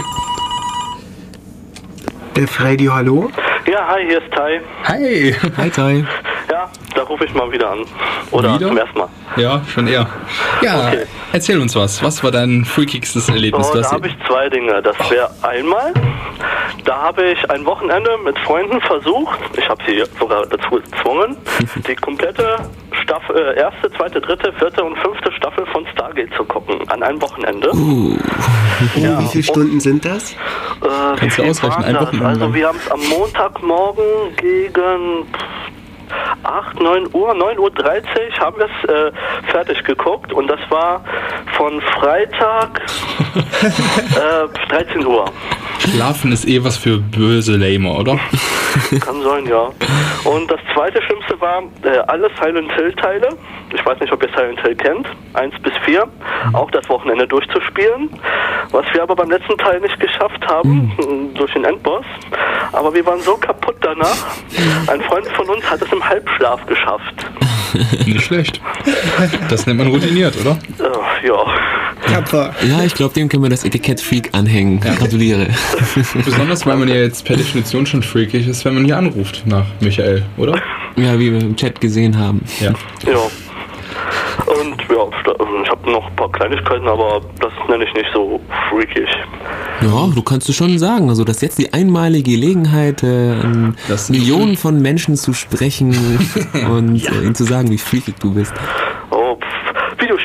S1: Def Radio, hallo?
S6: Ja, hi, hier ist Tai.
S3: Hi.
S2: Hi, Tai.
S6: Ja, da rufe ich mal wieder an. Oder
S3: Wieder?
S6: zum ersten Mal.
S3: Ja, schon eher. Ja,
S6: Okay.
S3: erzähl uns was. Was war dein freakigstes Erlebnis?
S6: Oh,
S3: Du
S6: da
S3: hast
S6: habe ich zwei Dinge. Das wäre einmal, da habe ich ein Wochenende mit Freunden versucht, ich habe sie sogar dazu gezwungen, die komplette Staffel, äh, erste, zweite, dritte, vierte und fünfte Staffel von Stargate zu gucken. An einem Wochenende.
S1: Oh,
S6: Ja,
S1: wie viele Stunden sind das?
S6: Äh,
S3: Kannst
S6: wie
S3: du
S6: viel
S3: ausrechnen,
S6: waren
S3: ein
S6: das?
S3: Wochenende
S6: Also
S3: lang.
S6: wir haben es am Montagmorgen gegen acht, neun Uhr, neun Uhr dreißig haben wir es äh, fertig geguckt und das war von Freitag äh, dreizehn Uhr.
S3: Schlafen ist eh was für böse Lamer, oder?
S6: Kann sein, ja. Und das zweite Schlimmste war, äh, alle Silent Hill Teile, ich weiß nicht, ob ihr Silent Hill kennt, eins bis vier, auch das Wochenende durchzuspielen, was wir aber beim letzten Teil nicht geschafft haben, mhm. durch den Endboss. Aber wir waren so kaputt danach, ein Freund von uns hat es im Halbschlaf geschafft.
S3: Nicht schlecht. Das nennt man routiniert, oder?
S6: Äh, ja.
S1: Tapfer.
S2: Ja, ich glaube, dem können wir das Etikett Freak anhängen. Gratuliere.
S3: Besonders, weil man ja jetzt per Definition schon freakig ist, wenn man hier anruft nach Michael, oder?
S2: Ja, wie wir im Chat gesehen haben.
S3: Ja.
S6: Ja. Und ja, ich habe noch ein paar Kleinigkeiten, aber das nenne ich nicht so freakig.
S2: Ja, du kannst es schon sagen. Also, das ist jetzt die einmalige Gelegenheit, äh, an
S3: Das-
S2: Millionen von Menschen zu sprechen und äh, ihnen zu sagen, wie freakig du bist.
S6: Oh, pff, Videospiele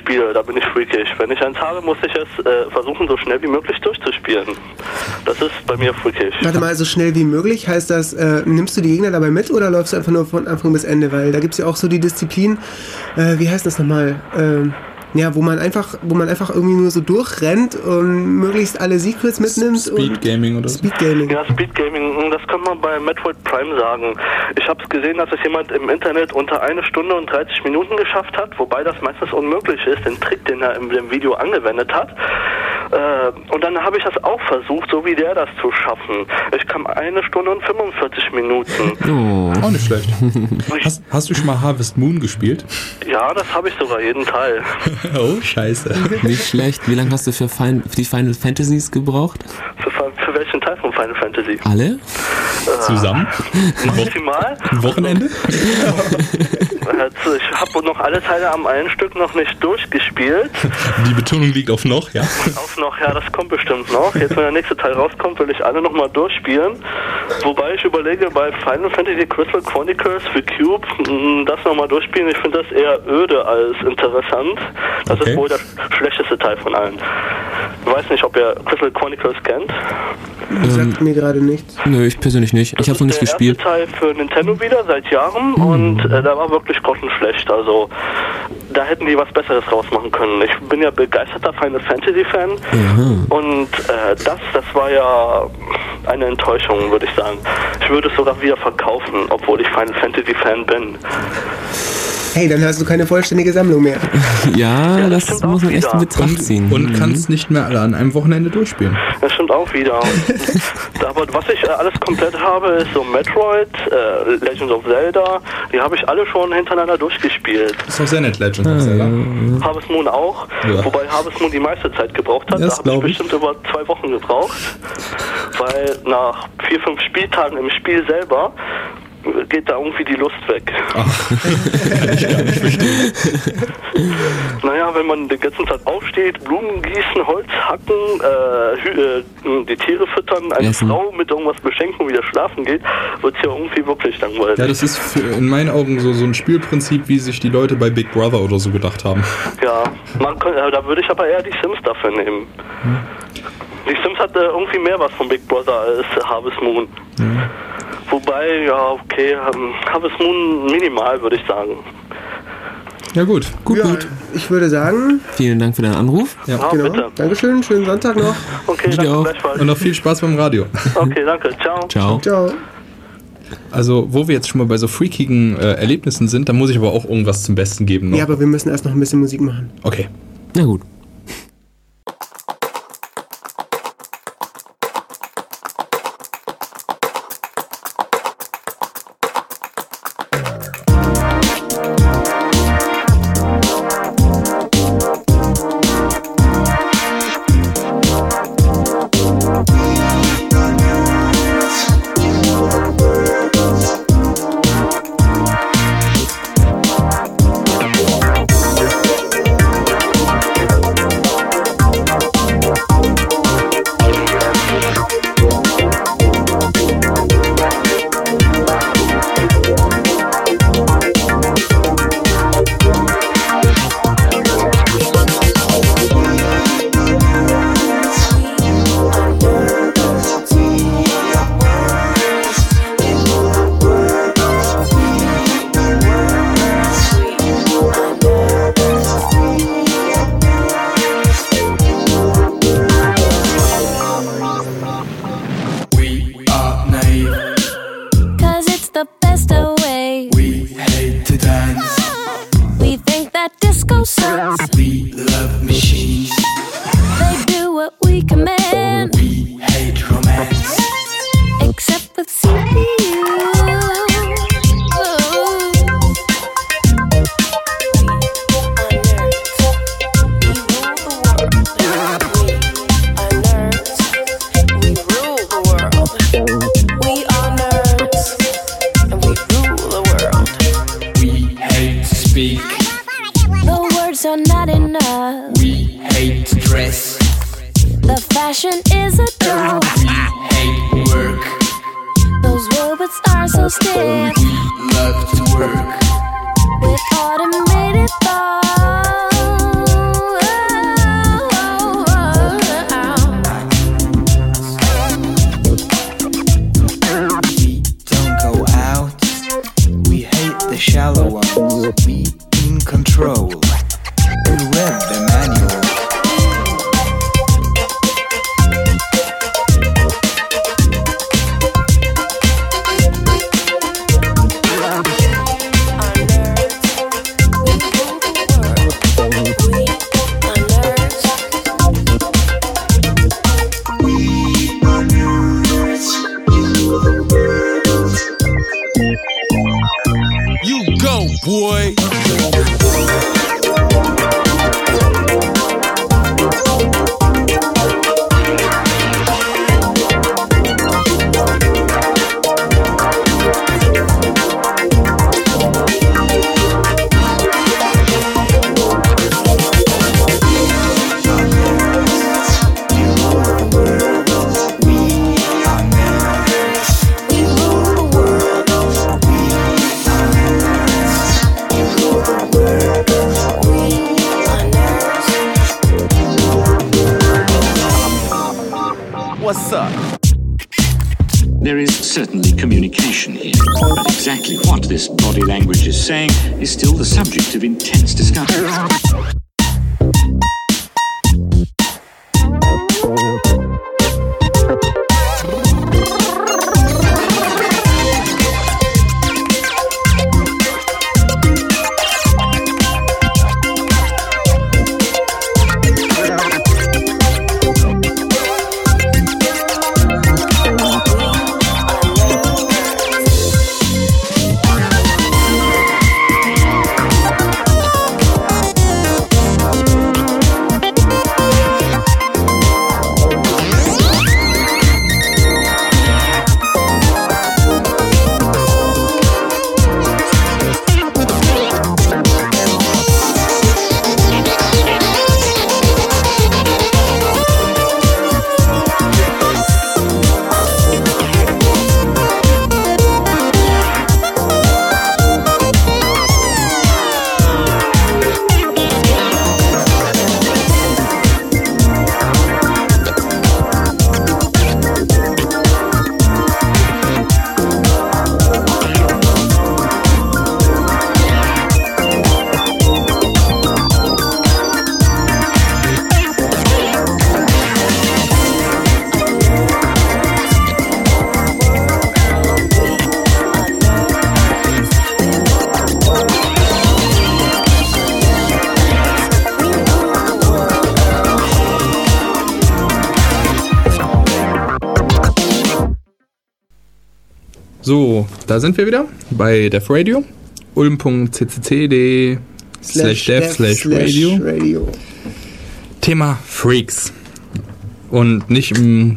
S6: spiele, da bin ich freakig. Wenn ich eins habe, muss ich es äh, versuchen, so schnell wie möglich durchzuspielen. Das ist bei mir freakig.
S1: Warte mal, so schnell wie möglich, heißt das, äh, nimmst du die Gegner dabei mit oder läufst du einfach nur von Anfang bis Ende? Weil da gibt es ja auch so die Disziplin, äh, wie heißt das nochmal? Ähm, ja, wo man einfach, wo man einfach irgendwie nur so durchrennt und möglichst alle Secrets mitnimmt.
S3: Speed Gaming oder so?
S1: Speed Gaming.
S6: Ja, Speed Gaming, das kann man bei Metroid Prime sagen. Ich habe es gesehen, dass es jemand im Internet unter eine Stunde und dreißig Minuten geschafft hat, wobei das meistens unmöglich ist, den Trick, den er in dem Video angewendet hat. Äh, und dann habe ich das auch versucht, so wie der das zu schaffen. Ich kam eine Stunde und fünfundvierzig Minuten.
S3: Oh. Auch nicht schlecht. hast, hast du schon mal Harvest Moon gespielt?
S6: Ja, das habe ich sogar jeden Teil.
S3: Oh, scheiße.
S2: Nicht schlecht. Wie lange hast du für, Fin- für die Final Fantasies gebraucht?
S6: Für, für welchen Teil von Final Fantasy?
S2: Alle?
S6: Äh,
S3: Zusammen?
S6: Maximal?
S3: Ein Wochenende?
S6: Ich habe noch alle Teile am einen Stück noch nicht durchgespielt.
S3: Die Betonung liegt auf noch, ja?
S6: Auf noch, ja, das kommt bestimmt noch. Jetzt, wenn der nächste Teil rauskommt, will ich alle nochmal durchspielen. Wobei ich überlege, bei Final Fantasy Crystal Chronicles für Cube das nochmal durchspielen. Ich finde das eher öde als interessant. Das
S3: Okay.
S6: ist wohl der schlechteste Teil von allen. Ich weiß nicht, ob ihr Crystal Chronicles kennt.
S1: Das sagt mir gerade nichts.
S2: Nö, ich persönlich nicht. Ich habe noch nicht gespielt.
S6: Das ist der erste Teil für Nintendo wieder, seit Jahren.
S2: Hm.
S6: Und äh, der war wirklich grottenschlecht. Also da hätten die was Besseres rausmachen können. Ich bin ja begeisterter Final Fantasy Fan.
S2: Mhm.
S6: Und äh, das, das war ja eine Enttäuschung, würde ich sagen. Ich würde es sogar wieder verkaufen, obwohl ich Final Fantasy Fan bin.
S1: Hey, dann hast du keine vollständige Sammlung mehr.
S2: Ja,
S6: Ja, das
S2: das
S6: stimmt
S2: muss
S6: auch
S2: man echt in
S6: wieder.
S2: Betracht ziehen.
S3: Und
S2: Mhm.
S3: kannst nicht mehr alle an einem Wochenende durchspielen.
S6: Das stimmt auch wieder. Aber was ich äh, alles komplett habe, ist so Metroid, äh, Legend of Zelda. Die habe ich alle schon hintereinander durchgespielt.
S3: Das ist auch sehr nett, Legend of Zelda.
S6: Harvest Moon auch,
S3: Ja.
S6: wobei Harvest Moon die meiste Zeit gebraucht hat.
S3: Das
S6: Da habe ich
S3: glaub ich.
S6: bestimmt über zwei Wochen gebraucht, weil nach vier, fünf Spieltagen im Spiel selber geht da irgendwie die Lust weg.
S3: Ach, kann ich gar nicht verstehen.
S6: Naja, wenn man die ganze Zeit aufsteht, Blumen gießen, Holz hacken, äh, hü- äh, die Tiere füttern, eine
S2: Essen.
S6: Frau mit irgendwas beschenken und wieder schlafen geht, wird es ja irgendwie wirklich langweilig.
S3: Ja, das ist für, in meinen Augen so, so ein Spielprinzip, wie sich die Leute bei Big Brother oder so gedacht haben.
S6: Ja, man kann, äh, da würde ich aber eher die Sims dafür nehmen. Die Sims hat äh, irgendwie mehr was von Big Brother als Harvest Moon. Wobei, ja, okay, ähm, Harvest Moon minimal, würde ich sagen.
S3: Ja gut.
S2: Gut,
S1: ja,
S2: gut.
S1: Ich würde sagen,
S2: Vielen Dank für deinen Anruf.
S3: Ja.
S6: Ah,
S1: genau.
S6: bitte.
S1: Dankeschön, schönen Sonntag noch.
S6: Okay,
S2: Ich
S6: danke
S2: auch.
S6: gleichfalls.
S3: Und noch viel Spaß beim Radio.
S6: Okay, danke, ciao.
S2: Ciao.
S1: Ciao.
S3: Also, wo wir jetzt schon mal bei so freakigen äh, Erlebnissen sind, da muss ich aber auch irgendwas zum Besten geben noch.
S1: Ja, aber wir müssen erst noch ein bisschen Musik machen.
S3: Okay.
S2: Na gut.
S7: Love to work with automated thoughts. boy.
S8: What's up?
S9: There is certainly communication here, but exactly what this body language is saying is still the subject of intense discussion.
S3: So, da sind wir wieder bei Def Radio. ulm punkt c c c punkt d e slash dev slash radio. Thema Freaks. Und nicht im...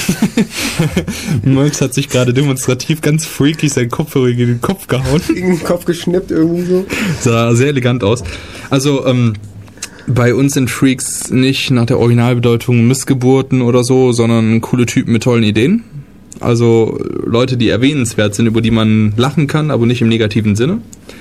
S3: Molz hat sich gerade demonstrativ ganz freaky seinen Kopfhörer in den Kopf gehauen.
S1: In den Kopf geschnippt irgendwie so.
S3: Sah sehr elegant aus. Also, ähm... bei uns sind Freaks nicht nach der Originalbedeutung Missgeburten oder so, sondern coole Typen mit tollen Ideen. Also Leute, die erwähnenswert sind, über die man lachen kann, aber nicht im negativen Sinne.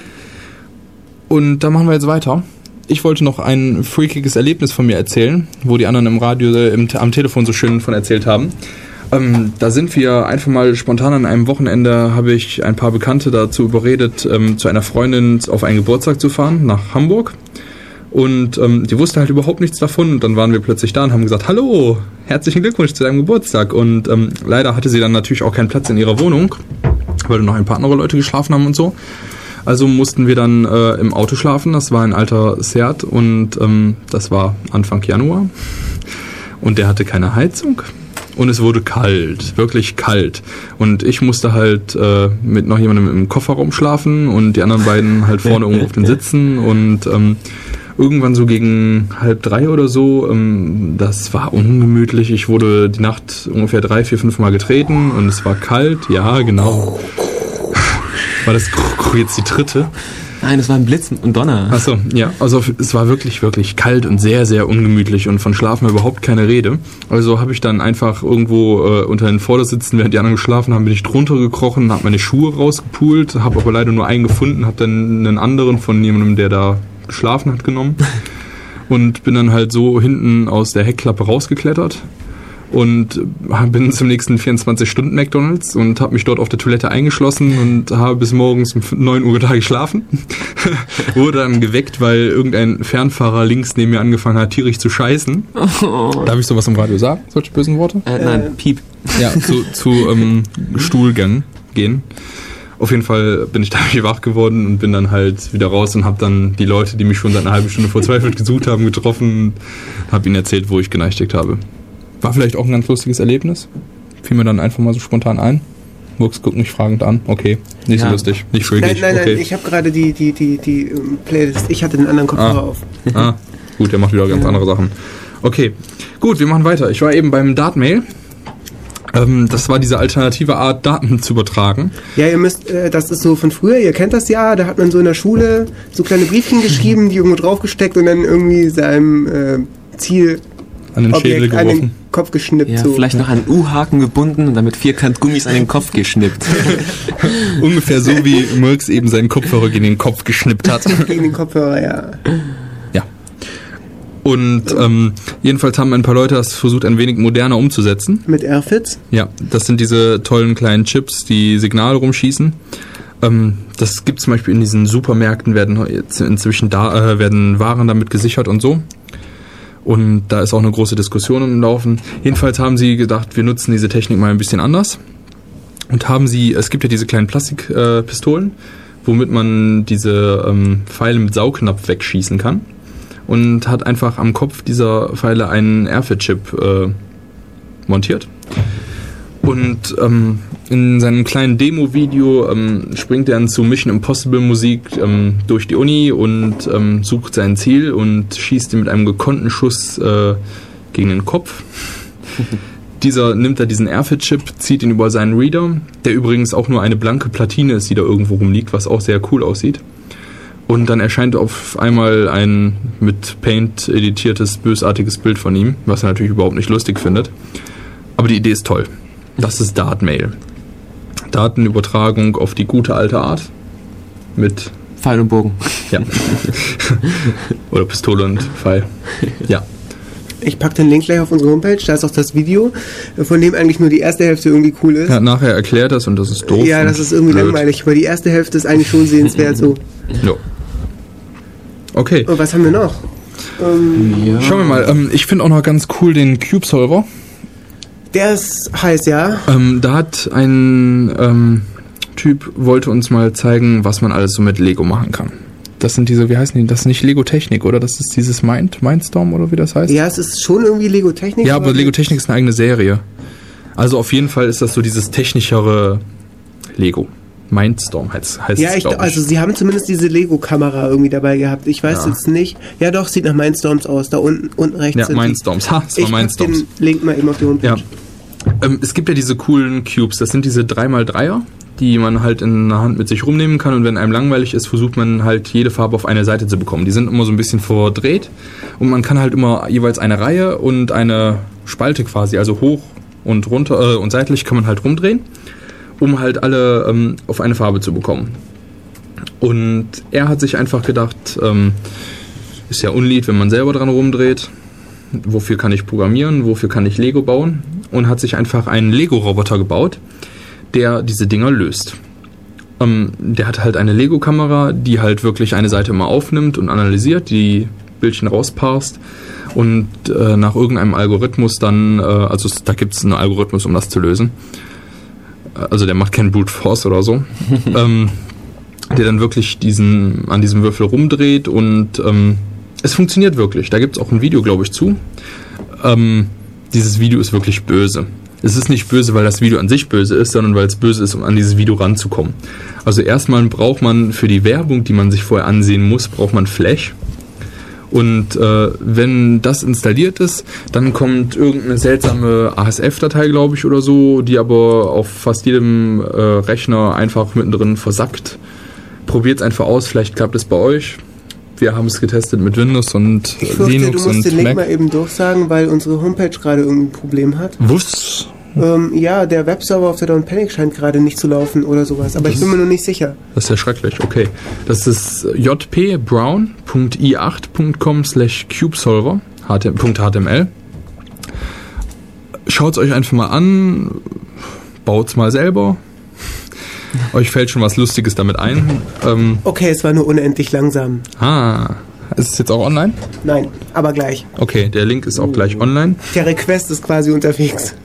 S3: Und da machen wir jetzt weiter. Ich wollte noch ein freakiges Erlebnis von mir erzählen, wo die anderen im Radio, äh, im, am Telefon so schön von erzählt haben. Ähm, da sind wir einfach mal spontan an einem Wochenende, habe ich ein paar Bekannte dazu überredet, ähm, zu einer Freundin auf einen Geburtstag zu fahren, nach Hamburg. Und ähm, die wusste halt überhaupt nichts davon. Und dann waren wir plötzlich da und haben gesagt, hallo, herzlichen Glückwunsch zu deinem Geburtstag. Und ähm, leider hatte sie dann natürlich auch keinen Platz in ihrer Wohnung, weil noch ein paar andere Leute geschlafen haben und so. Also mussten wir dann äh, im Auto schlafen. Das war ein alter Seat und ähm, das war Anfang Januar. Und der hatte keine Heizung. Und es wurde kalt, wirklich kalt. Und ich musste halt äh, mit noch jemandem im Kofferraum schlafen und die anderen beiden halt vorne irgendwo auf den Sitzen. Und ähm, irgendwann so gegen halb drei oder so, ähm, das war ungemütlich. Ich wurde die Nacht ungefähr drei, vier, fünf Mal getreten und es war kalt. Ja, genau. War das jetzt die dritte?
S2: Nein, es war ein Blitz und Donner.
S3: Achso, ja. Also es war wirklich, wirklich kalt und sehr, sehr ungemütlich und von Schlafen überhaupt keine Rede. Also habe ich dann einfach irgendwo äh, unter den Vordersitzen, während die anderen geschlafen haben, bin ich drunter gekrochen, habe meine Schuhe rausgepult, habe aber leider nur einen gefunden, habe dann einen anderen von jemandem, der da geschlafen hat, genommen und bin dann halt so hinten aus der Heckklappe rausgeklettert und bin zum nächsten vierundzwanzig-Stunden-McDonald's und habe mich dort auf der Toilette eingeschlossen und habe bis morgens um neun Uhr da geschlafen. Wurde dann geweckt, weil irgendein Fernfahrer links neben mir angefangen hat, tierisch zu scheißen. Oh. Darf ich sowas im Radio sagen? Solche bösen Worte?
S2: Äh, nein, Piep.
S3: Ja, zu, zu ähm, Stuhlgang gehen. Auf jeden Fall bin ich da wach geworden und bin dann halt wieder raus und habe dann die Leute, die mich schon seit einer halben Stunde verzweifelt gesucht haben, getroffen und habe ihnen erzählt, wo ich geneichtigt habe. War vielleicht auch ein ganz lustiges Erlebnis. Fiel mir dann einfach mal so spontan ein. Wux guckt mich fragend an. Okay, nicht
S2: Ja.
S3: so lustig, nicht freakig.
S1: Nein, nein, nein,
S3: okay.
S1: ich habe gerade die, die, die, die ähm, Playlist. Ich hatte den anderen Kopfhörer
S3: Ah.
S1: auf.
S3: Ah, gut, der macht wieder ganz andere Sachen. Okay, gut, wir machen weiter. Ich war eben beim Dartmail. Ähm, das war diese alternative Art, Daten zu übertragen.
S1: Ja, ihr müsst, äh, das ist so von früher, ihr kennt das ja, da hat man so in der Schule so kleine Briefchen geschrieben, die irgendwo draufgesteckt und dann irgendwie seinem äh, Ziel
S3: An den Schädel
S1: Objekt an
S3: geworfen.
S1: den Kopf geschnippt.
S2: Ja,
S1: so.
S2: vielleicht noch an U-Haken gebunden und dann mit Vierkant-Gummis an den Kopf geschnippt.
S3: Ungefähr so, wie Murks eben seinen Kopfhörer gegen den Kopf geschnippt hat.
S1: Gegen den Kopfhörer, ja.
S3: Ja. Und ähm, jedenfalls haben ein paar Leute das versucht, ein wenig moderner umzusetzen.
S1: Mit Airfits.
S3: Ja, das sind diese tollen kleinen Chips, die Signale rumschießen. Ähm, das gibt zum Beispiel in diesen Supermärkten, werden jetzt inzwischen da, äh, werden Waren damit gesichert und so. Und da ist auch eine große Diskussion im Laufen. Jedenfalls haben sie gedacht, wir nutzen diese Technik mal ein bisschen anders. Und haben sie, es gibt ja diese kleinen Plastikpistolen, äh, Pistolen, womit man diese ähm, Pfeile mit Saugnapf wegschießen kann. Und hat einfach am Kopf dieser Pfeile einen Airfit-Chip äh, montiert. Und ähm, in seinem kleinen Demo-Video ähm, springt er dann zu Mission Impossible Musik ähm, durch die Uni und ähm, sucht sein Ziel und schießt ihn mit einem gekonnten Schuss äh, gegen den Kopf. Dieser nimmt da diesen Airfit-Chip, zieht ihn über seinen Reader, der übrigens auch nur eine blanke Platine ist, die da irgendwo rumliegt, was auch sehr cool aussieht. Und dann erscheint auf einmal ein mit Paint editiertes, bösartiges Bild von ihm, was er natürlich überhaupt nicht lustig findet. Aber die Idee ist toll. Das ist Dartmail. Datenübertragung auf die gute alte Art. Mit
S2: Pfeil und Bogen.
S3: Ja. Oder Pistole und Pfeil. Ja.
S1: Ich packe den Link gleich auf unsere Homepage, da ist auch das Video, von dem eigentlich nur die erste Hälfte irgendwie cool ist.
S3: Er hat nachher erklärt das und das ist doof.
S1: Ja, das ist irgendwie
S3: blöd.
S1: langweilig, aber die erste Hälfte ist eigentlich schon sehenswert so.
S3: Ja. Okay.
S1: Und was haben wir noch? Ähm,
S2: Ja.
S3: Schauen wir mal. Ähm, ich finde auch noch ganz cool den Cube-Solver.
S1: Der ist heiß, ja.
S3: Ähm, da hat ein ähm, Typ, wollte uns mal zeigen, was man alles so mit Lego machen kann. Das sind diese, wie heißen die? Das ist nicht Lego Technik, oder? Das ist dieses Mind, Mindstorm, oder wie das heißt?
S1: Ja, es ist schon irgendwie Lego Technik.
S3: Ja, aber Lego Technik ist eine eigene Serie. Also auf jeden Fall ist das so dieses technischere Lego. Mindstorm heißt, heißt
S1: Ja,
S3: es,
S1: ich,
S3: glaube ich.
S1: also sie haben zumindest diese Lego-Kamera irgendwie dabei gehabt. Ich weiß
S3: Ja.
S1: jetzt nicht. Ja doch, sieht nach Mindstorms aus. Da unten, unten rechts
S3: Ja,
S1: sind die.
S3: Mindstorms. Ha, es war
S1: Ich pack
S3: Mindstorms.
S1: den Link mal eben auf die Homepage.
S3: Ja. Ähm, es gibt ja diese coolen Cubes. Das sind diese drei mal dreier, die man halt in der Hand mit sich rumnehmen kann. Und wenn einem langweilig ist, versucht man halt jede Farbe auf eine Seite zu bekommen. Die sind immer so ein bisschen verdreht. Und man kann halt immer jeweils eine Reihe und eine Spalte quasi, also hoch und runter äh, und seitlich kann man halt rumdrehen, um halt alle ähm, auf eine Farbe zu bekommen. Und er hat sich einfach gedacht, ähm, ist ja unlieb, wenn man selber dran rumdreht. Wofür kann ich programmieren? Wofür kann ich Lego bauen? Und hat sich einfach einen Lego-Roboter gebaut, der diese Dinger löst. Ähm, der hat halt eine Lego-Kamera, die halt wirklich eine Seite immer aufnimmt und analysiert, die Bildchen rausparst und äh, nach irgendeinem Algorithmus dann, äh, also da gibt es einen Algorithmus, um das zu lösen. Also der macht keinen Brute Force oder so. ähm, der dann wirklich diesen an diesem Würfel rumdreht und ähm, es funktioniert wirklich. Da gibt es auch ein Video, glaube ich, zu. Ähm, dieses Video ist wirklich böse. Es ist nicht böse, weil das Video an sich böse ist, sondern weil es böse ist, um an dieses Video ranzukommen. Also erstmal braucht man für die Werbung, die man sich vorher ansehen muss, braucht man Flash. Und äh, wenn das installiert ist, dann kommt irgendeine seltsame A S F-Datei, glaube ich, oder so, die aber auf fast jedem äh, Rechner einfach mittendrin versackt. Probiert es einfach aus, vielleicht klappt es bei euch. Wir haben es getestet mit Windows und
S1: Ich fürchte,
S3: Linux
S1: du musst
S3: und
S1: den Link
S3: Mac.
S1: mal eben durchsagen, weil unsere Homepage gerade irgendein Problem hat.
S3: Wuss.
S1: Ähm, ja, der Webserver auf der Down Panic scheint gerade nicht zu laufen oder sowas, aber ich bin mir noch nicht sicher.
S3: Das ist ja schrecklich, okay. Das ist jpbrown punkt i acht punkt com slash cubesolver punkt h t m l. Schaut es euch einfach mal an, baut es mal selber. Euch fällt schon was Lustiges damit ein. Ähm,
S1: Okay, es war nur unendlich langsam.
S3: ah, ist es jetzt auch online?
S1: Nein, aber gleich.
S3: Okay, der Link ist auch gleich online.
S1: Der Request ist quasi unterwegs.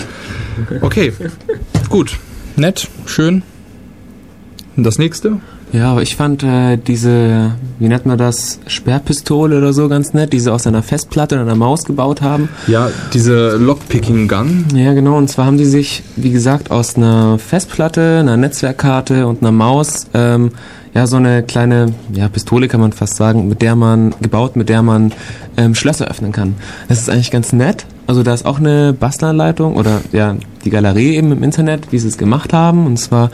S3: Okay, gut, nett, schön. Und das nächste?
S2: Ja, aber ich fand äh, diese, wie nennt man das, Sperrpistole oder so ganz nett, die sie aus einer Festplatte und einer Maus gebaut haben.
S3: Ja, diese Lockpicking-Gun.
S2: Ja, genau, und zwar haben die sich, wie gesagt, aus einer Festplatte, einer Netzwerkkarte und einer Maus, ähm, ja, so eine kleine, ja, Pistole kann man fast sagen, mit der man, gebaut, mit der man ähm, Schlösser öffnen kann. Das ist eigentlich ganz nett. Also da ist auch eine Bastelanleitung oder ja, die Galerie eben im Internet, wie sie es gemacht haben, und zwar,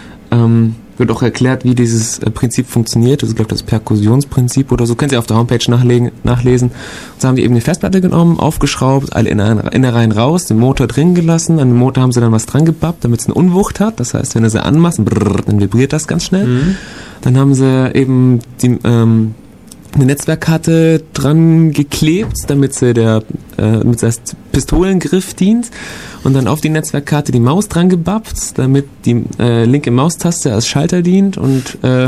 S2: ähm, wird auch erklärt, wie dieses äh, Prinzip funktioniert. Also ich glaube, das Perkussionsprinzip oder so. Können Sie auf der Homepage nachlegen, nachlesen. Und so haben die eben die Festplatte genommen, aufgeschraubt, alle Innereien raus, den Motor drin gelassen. An dem Motor haben sie dann was dran gebappt, damit es eine Unwucht hat. Das heißt, wenn er sie anmacht, brrr, dann vibriert das ganz schnell. Mhm. Dann haben sie eben die, ähm, eine Netzwerkkarte dran geklebt, damit sie der äh, mit als Pistolengriff dient, und dann auf die Netzwerkkarte die Maus dran gebappt, damit die äh, linke Maustaste als Schalter dient, und äh,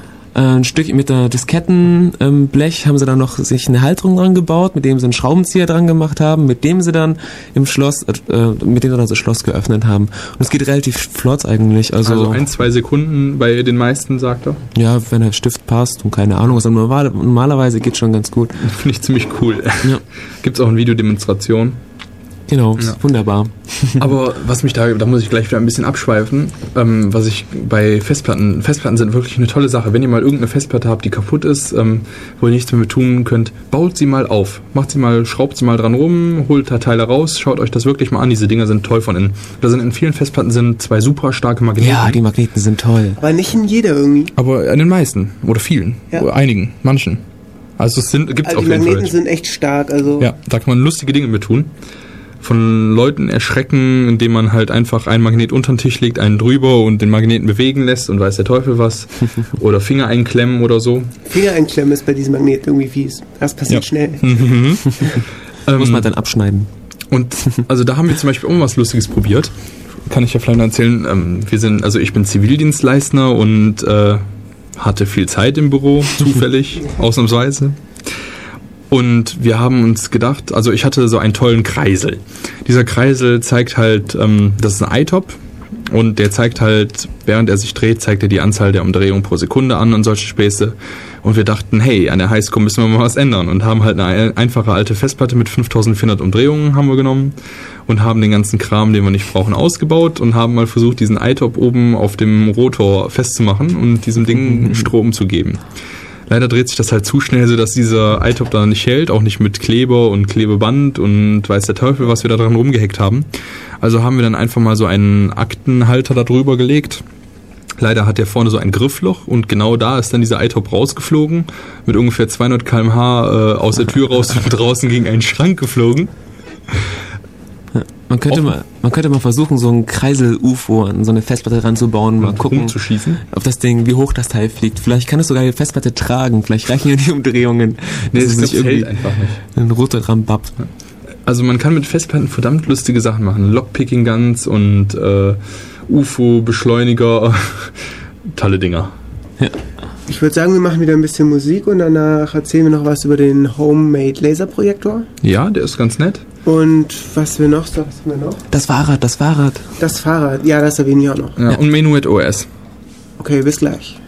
S2: ein Stück mit der Diskettenblech ähm, haben sie dann noch sich eine Halterung dran gebaut, mit dem sie einen Schraubenzieher dran gemacht haben, mit dem sie dann im Schloss, äh, mit dem sie dann das Schloss geöffnet haben. Und es geht relativ flott eigentlich. Also,
S3: also ein, zwei Sekunden bei den meisten, sagt er?
S2: Ja, wenn der Stift passt und keine Ahnung. Also normal, normalerweise geht schon ganz gut.
S3: Finde ich ziemlich cool. Ja. Gibt es auch eine Videodemonstration?
S2: Genau, ja. Wunderbar.
S3: Aber was mich da, da muss ich gleich wieder ein bisschen abschweifen, ähm, was ich bei Festplatten, Festplatten sind wirklich eine tolle Sache. Wenn ihr mal irgendeine Festplatte habt, die kaputt ist, ähm, wo ihr nichts mehr mit tun könnt, baut sie mal auf. Macht sie mal, schraubt sie mal dran rum, holt da Teile raus, schaut euch das wirklich mal an. Diese Dinger sind toll von innen. Da sind in vielen Festplatten sind zwei super starke Magneten.
S2: Ja, die Magneten sind toll.
S1: Aber nicht in jeder irgendwie.
S3: Aber in den meisten oder vielen, ja. Oder einigen, manchen. Also es sind, gibt's
S1: also
S3: auf jeden Fall.
S1: Die Magneten sind echt stark. Also
S3: ja, da kann man lustige Dinge mit tun. Von Leuten erschrecken, indem man halt einfach einen Magnet unter den Tisch legt, einen drüber und den Magneten bewegen lässt und weiß der Teufel was. Oder Finger einklemmen oder so.
S1: Finger einklemmen ist bei diesem Magnet irgendwie fies. Das passiert ja. schnell.
S2: Muss man dann abschneiden.
S3: Und also da haben wir zum Beispiel auch mal was Lustiges probiert. Kann ich ja vielleicht erzählen. Wir sind, also ich bin Zivildienstleister und äh, hatte viel Zeit im Büro, zufällig, ausnahmsweise. Und wir haben uns gedacht, also ich hatte so einen tollen Kreisel. Dieser Kreisel zeigt halt, ähm, das ist ein iTop, und der zeigt halt, während er sich dreht, zeigt er die Anzahl der Umdrehungen pro Sekunde an und solche Späße. Und wir dachten, hey, an der Highschool müssen wir mal was ändern, und haben halt eine einfache alte Festplatte mit fünftausendvierhundert Umdrehungen haben wir genommen und haben den ganzen Kram, den wir nicht brauchen, ausgebaut und haben mal versucht, diesen iTop oben auf dem Rotor festzumachen und diesem Ding Strom zu geben. Leider dreht sich das halt zu schnell, sodass dieser iTop da nicht hält, auch nicht mit Kleber und Klebeband und weiß der Teufel, was wir da dran rumgehackt haben. Also haben wir dann einfach mal so einen Aktenhalter da drüber gelegt. Leider hat der vorne so ein Griffloch, und genau da ist dann dieser iTop rausgeflogen, mit ungefähr zweihundert Kilometer pro Stunde äh, aus der Tür raus und draußen gegen einen Schrank geflogen.
S2: Man könnte, mal, man könnte mal versuchen, so ein Kreisel-U F O an so eine Festplatte ranzubauen, mal gucken,
S3: rumzuschießen,
S2: ob das Ding, wie hoch das Teil fliegt. Vielleicht kann es sogar die Festplatte tragen, vielleicht reichen ja die Umdrehungen.
S3: Nee, das, das hält einfach nicht.
S2: Ein Rotor dran bappt.
S3: Also man kann mit Festplatten verdammt lustige Sachen machen. Lockpicking-Guns und äh, U F O-Beschleuniger. Tolle Dinger. Ja.
S1: Ich würde sagen, wir machen wieder ein bisschen Musik und danach erzählen wir noch was über den Homemade Laserprojektor.
S3: Ja, der ist ganz nett.
S1: Und was wir noch, was haben wir noch?
S2: Das Fahrrad, das Fahrrad.
S1: Das Fahrrad, ja, das erwähne ich auch noch.
S3: Ja, ja. Und Menuet O S.
S1: Okay, bis gleich.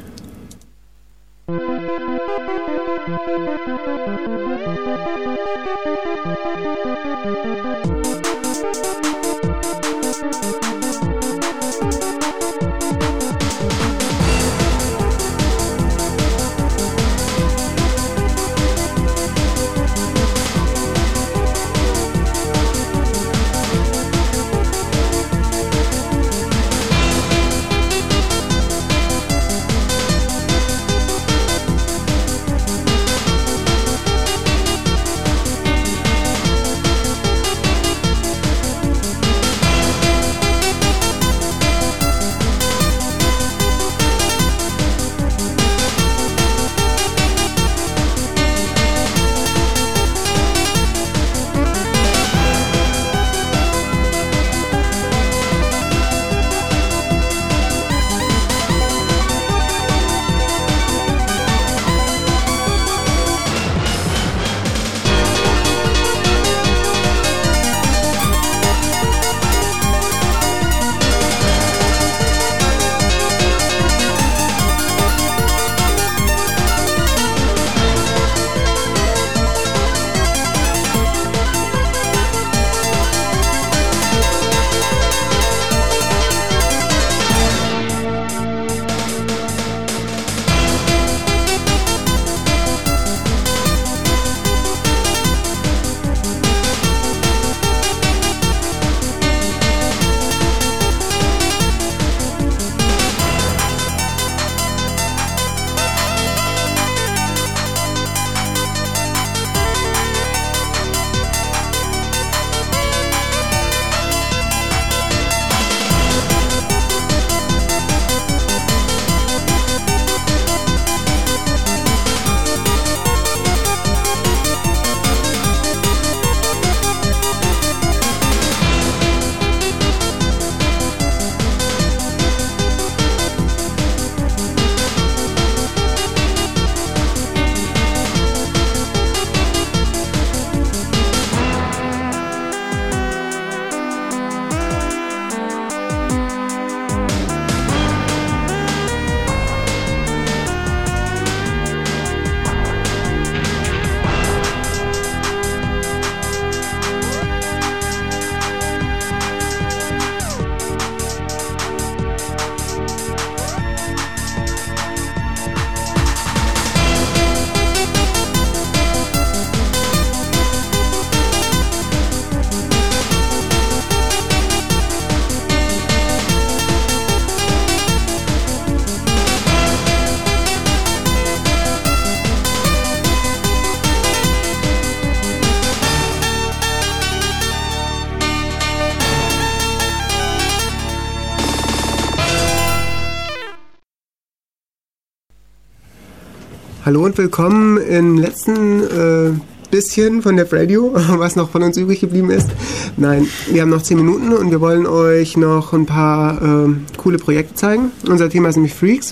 S1: Hallo und willkommen im letzten äh, bisschen von Def Radio, was noch von uns übrig geblieben ist. Nein, wir haben noch zehn Minuten und wir wollen euch noch ein paar äh, coole Projekte zeigen. Unser Thema ist nämlich Freaks.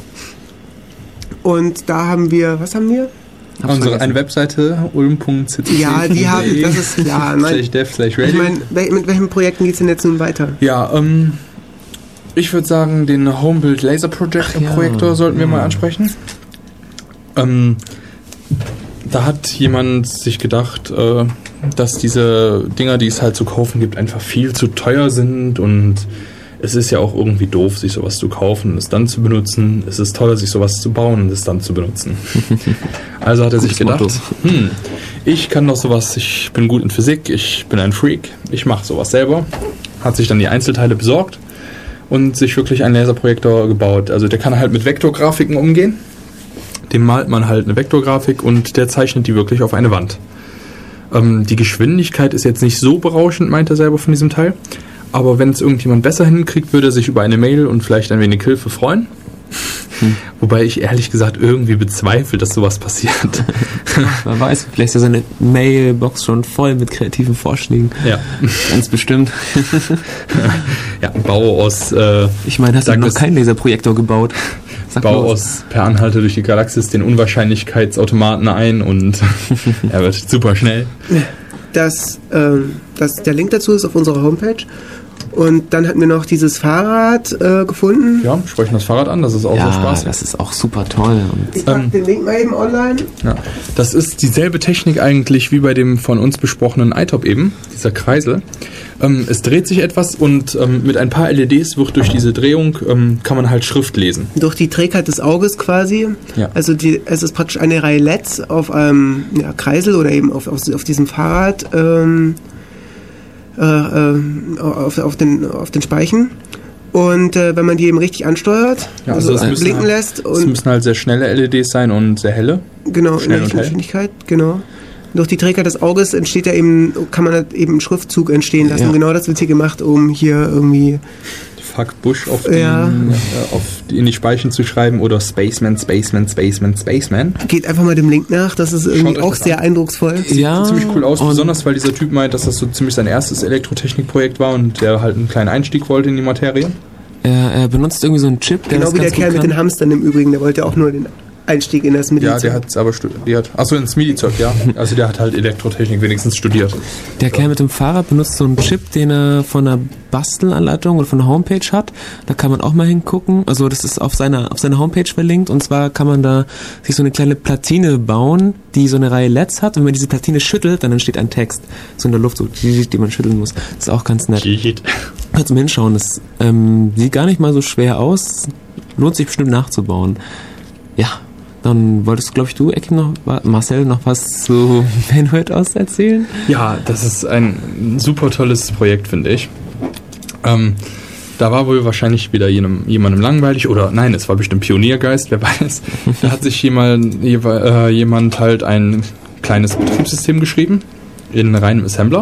S1: Und da haben wir, was haben wir?
S3: Unsere eine Webseite ulm punkt c c c.
S1: Ja, die haben, das ist klar. Nein,
S3: slash dev slash radio.
S1: Ich meine, wel- mit welchen Projekten geht es denn jetzt nun weiter?
S3: Ja, ähm, ich würde sagen, den Homebuild Laser Projector
S2: ja.
S3: Projektor sollten wir mal ansprechen. Ähm, da hat jemand sich gedacht, äh, dass diese Dinger, die es halt zu kaufen gibt, einfach viel zu teuer sind und es ist ja auch irgendwie doof, sich sowas zu kaufen und es dann zu benutzen. Es ist toller, sich sowas zu bauen und es dann zu benutzen. Also hat er sich gedacht, hm, ich kann doch sowas, ich bin gut in Physik, ich bin ein Freak, ich mache sowas selber. Hat sich dann die Einzelteile besorgt und sich wirklich einen Laserprojektor gebaut. Also der kann halt mit Vektorgrafiken umgehen. Dem malt man halt eine Vektorgrafik und der zeichnet die wirklich auf eine Wand. Ähm, die Geschwindigkeit ist jetzt nicht so berauschend, meint er selber von diesem Teil. Aber wenn es irgendjemand besser hinkriegt, würde er sich über eine Mail und vielleicht ein wenig Hilfe freuen. Hm. Wobei ich ehrlich gesagt irgendwie bezweifle, dass sowas passiert.
S2: Man weiß, vielleicht ist ja seine Mailbox schon voll mit kreativen Vorschlägen.
S3: Ja.
S2: Ganz bestimmt.
S3: Ja, Bau aus... Äh,
S2: ich meine, hast du noch keinen Laserprojektor gebaut? Sag
S3: Bau
S2: los.
S3: aus Per Anhalter durch die Galaxis den Unwahrscheinlichkeitsautomaten ein und er wird super schnell.
S1: Das, ähm, das, der Link dazu ist auf unserer Homepage. Und dann hatten wir noch dieses Fahrrad äh, gefunden.
S3: Ja, sprechen das Fahrrad an, das ist auch
S2: ja,
S3: so Spaß.
S2: Das ist auch super toll. Und
S1: ich pack
S3: ähm,
S1: den Link mal eben online.
S3: Ja, das ist dieselbe Technik eigentlich wie bei dem von uns besprochenen iTop eben, dieser Kreisel. Ähm, es dreht sich etwas und ähm, mit ein paar L E Ds wird durch diese Drehung, ähm, kann man halt Schrift lesen.
S1: Durch die Trägheit des Auges quasi.
S3: Ja.
S1: Also die, es ist praktisch eine Reihe L E Ds auf einem ja, Kreisel oder eben auf, auf, auf diesem Fahrrad. Ähm, äh, auf, auf, den, auf den Speichen. Und äh, wenn man die eben richtig ansteuert,
S3: ja,
S1: also,
S3: also
S1: das blinken
S3: halt,
S1: lässt.
S3: Es müssen halt sehr schnelle L E Ds sein und sehr helle.
S1: Genau, in der
S3: und hell.
S1: Geschwindigkeit, genau. Durch die Trägheit des Auges entsteht ja eben, kann man halt eben einen Schriftzug entstehen lassen.
S2: Ja.
S1: Genau das wird hier gemacht, um hier irgendwie
S3: Fuck Bush auf, den,
S1: Ja.
S3: äh, auf die, in die Speichen zu schreiben oder Spaceman, Spaceman, Spaceman, Spaceman.
S1: geht einfach mal dem Link nach, das ist irgendwie
S3: Schaut euch
S1: auch
S3: das
S1: sehr
S3: an.
S1: eindrucksvoll.
S2: ja,
S3: Sieht ziemlich cool aus,
S2: und
S3: besonders weil dieser Typ meint, dass das so ziemlich sein erstes Elektrotechnikprojekt war und der halt einen kleinen Einstieg wollte in die Materie.
S2: er, er benutzt irgendwie so einen Chip, der
S1: Genau
S2: das
S1: wie der
S2: ganz
S1: Kerl
S2: gut
S1: mit
S2: kann.
S1: den Hamstern im Übrigen, der wollte auch nur den Einstieg in das
S3: Ja,
S1: Medizin.
S3: der hat es aber studiert. Achso, ins Midi-Zeug, ja. Also der hat halt Elektrotechnik wenigstens studiert.
S2: Der Kerl mit dem Fahrrad benutzt so einen Chip, den er von einer Bastelanleitung oder von einer Homepage hat. Da kann man auch mal hingucken. Also das ist auf seiner auf seiner Homepage verlinkt. Und zwar kann man da sich so eine kleine Platine bauen, die so eine Reihe L E Ds hat. Und wenn man diese Platine schüttelt, dann entsteht ein Text. So in der Luft, so, die man schütteln muss. Das ist auch ganz nett. Kannst du mal hinschauen. Das ähm, sieht gar nicht mal so schwer aus. Lohnt sich bestimmt nachzubauen. Ja. Dann wolltest, glaube ich, du, Ecki, noch, Marcel, noch was zu Penwood aus erzählen?
S3: Ja, das ist ein super tolles Projekt, finde ich. Ähm, da war wohl wahrscheinlich wieder jenem, jemandem langweilig oder nein, es war bestimmt Pioniergeist, wer weiß. Da hat sich jemand, äh, jemand halt ein kleines Betriebssystem geschrieben in reinem Assembler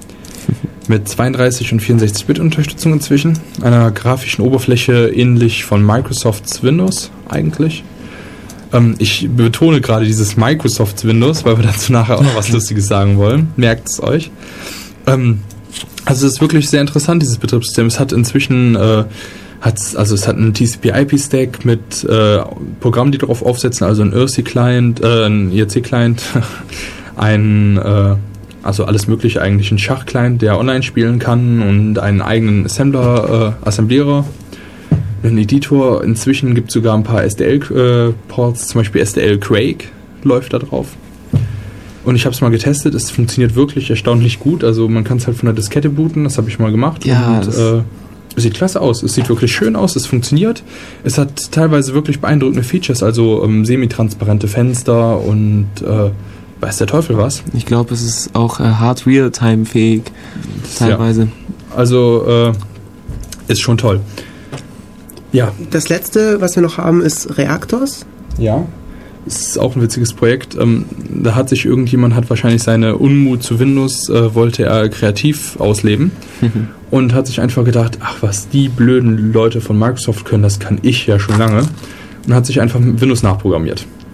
S3: mit zweiunddreißig und vierundsechzig Bit Unterstützung inzwischen, einer grafischen Oberfläche ähnlich von Microsofts Windows eigentlich. Ähm, ich betone gerade dieses Microsoft Windows, weil wir dazu nachher auch noch was Lustiges sagen wollen. Merkt es euch. Ähm, also es ist wirklich sehr interessant, dieses Betriebssystem. Es hat inzwischen, äh, hat's, also es hat einen T C P I P-Stack mit äh, Programmen, die darauf aufsetzen, also ein I R C-Client, äh, ein I R C-Client, ein, äh, also alles mögliche eigentlich, ein Schach-Client, der online spielen kann und einen eigenen Assembler, äh, Assemblierer. Ein Editor, inzwischen gibt es sogar ein paar S D L-Ports, äh, zum Beispiel S D L Quake läuft da drauf. Und ich habe es mal getestet, es funktioniert wirklich erstaunlich gut. Also man kann es halt von der Diskette booten, das habe ich mal gemacht.
S2: Ja,
S3: und äh, es sieht klasse aus, es sieht wirklich schön aus, es funktioniert. Es hat teilweise wirklich beeindruckende Features, also ähm, semi-transparente Fenster und äh, weiß der Teufel was.
S2: Ich glaube, es ist auch äh, hard real-time fähig, teilweise.
S3: Ja. Also äh, ist schon toll. Ja.
S1: Das letzte, was wir noch haben, ist Reactors.
S3: Ja. Das ist auch ein witziges Projekt. Ähm, da hat sich irgendjemand, hat wahrscheinlich seine Unmut zu Windows, äh, wollte er kreativ ausleben und hat sich einfach gedacht, ach, was die blöden Leute von Microsoft können, das kann ich ja schon lange. Und hat sich einfach mit Windows nachprogrammiert.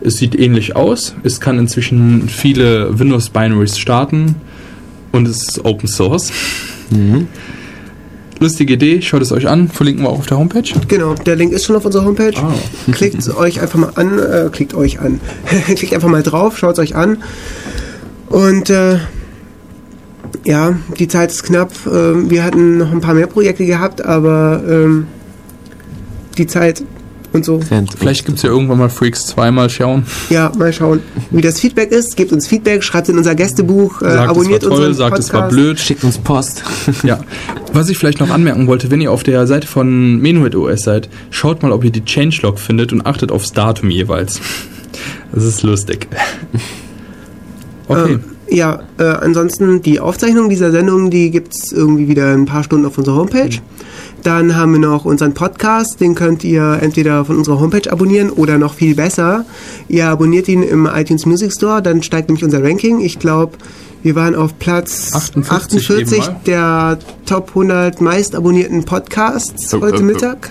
S3: Es sieht ähnlich aus. Es kann inzwischen viele Windows-Binaries starten und es ist Open Source. Mhm. Lustige Idee, schaut es euch an, verlinken wir auch auf der Homepage.
S1: Genau, der Link ist schon auf unserer Homepage. Ah. Klickt es euch einfach mal an, äh, klickt euch an. Klickt einfach mal drauf, schaut es euch an. Und äh, ja, die Zeit ist knapp. Äh, wir hatten noch ein paar mehr Projekte gehabt, aber ähm, die Zeit und so.
S3: Vielleicht gibt es ja irgendwann mal Freaks zwei, mal schauen.
S1: Ja, mal schauen, wie das Feedback ist. Gebt uns Feedback, schreibt in unser Gästebuch, äh,
S3: sagt,
S1: abonniert
S3: es war toll,
S1: unseren
S3: sagt,
S1: Podcast.
S3: es war blöd.
S2: Schickt uns Post.
S3: Ja. Was ich vielleicht noch anmerken wollte, wenn ihr auf der Seite von Menuet O S seid, schaut mal, ob ihr die Changelog findet und achtet aufs Datum jeweils. Das ist lustig. Okay.
S1: Ähm, ja, äh, ansonsten die Aufzeichnung dieser Sendung, die gibt es irgendwie wieder ein paar Stunden auf unserer Homepage. Mhm. Dann haben wir noch unseren Podcast, den könnt ihr entweder von unserer Homepage abonnieren oder noch viel besser. Ihr abonniert ihn im iTunes Music Store, dann steigt nämlich unser Ranking. Ich glaube, wir waren auf Platz achtundvierzig, achtundvierzig der Top hundert meist abonnierten Podcasts heute oh, oh, Mittag.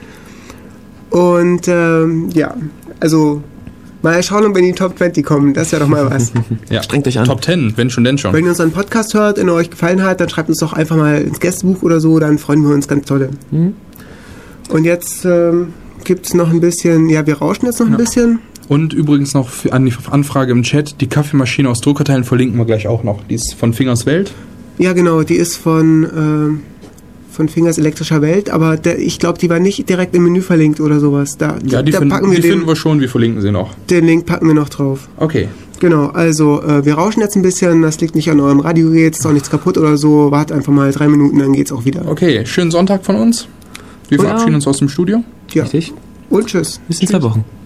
S1: Und ähm, ja, also mal schauen, ob wir in die Top zwanzig kommen. Das wäre doch mal was.
S3: Ja, strengt euch an. Top zehn, wenn schon, denn schon.
S1: Wenn ihr unseren Podcast hört und er euch gefallen hat, dann schreibt uns doch einfach mal ins Gästebuch oder so, dann freuen wir uns ganz toll. Mhm. Und jetzt ähm, gibt es noch ein bisschen, ja, wir rauschen jetzt noch ein ja. bisschen.
S3: Und übrigens noch für an die Anfrage im Chat, die Kaffeemaschine aus Druckerteilen verlinken wir gleich auch noch. Die ist von Fingers Welt.
S1: Ja, genau, die ist von... Ähm, von Fingers elektrischer Welt, aber der, ich glaube, die war nicht direkt im Menü verlinkt oder sowas. Da,
S3: ja, die,
S1: da
S3: find,
S1: packen wir
S3: die
S1: den,
S3: finden wir schon, wir verlinken sie noch.
S1: Den Link packen wir noch drauf.
S3: Okay.
S1: Genau, also äh, wir rauschen jetzt ein bisschen, das liegt nicht an eurem Radiogerät, ist auch nichts kaputt oder so, wartet einfach mal drei Minuten, dann geht's auch wieder.
S3: Okay, schönen Sonntag von uns. Wir
S1: Und
S3: verabschieden ja. uns aus dem Studio.
S1: Ja. Richtig. Und tschüss.
S2: Bis in zwei Wochen.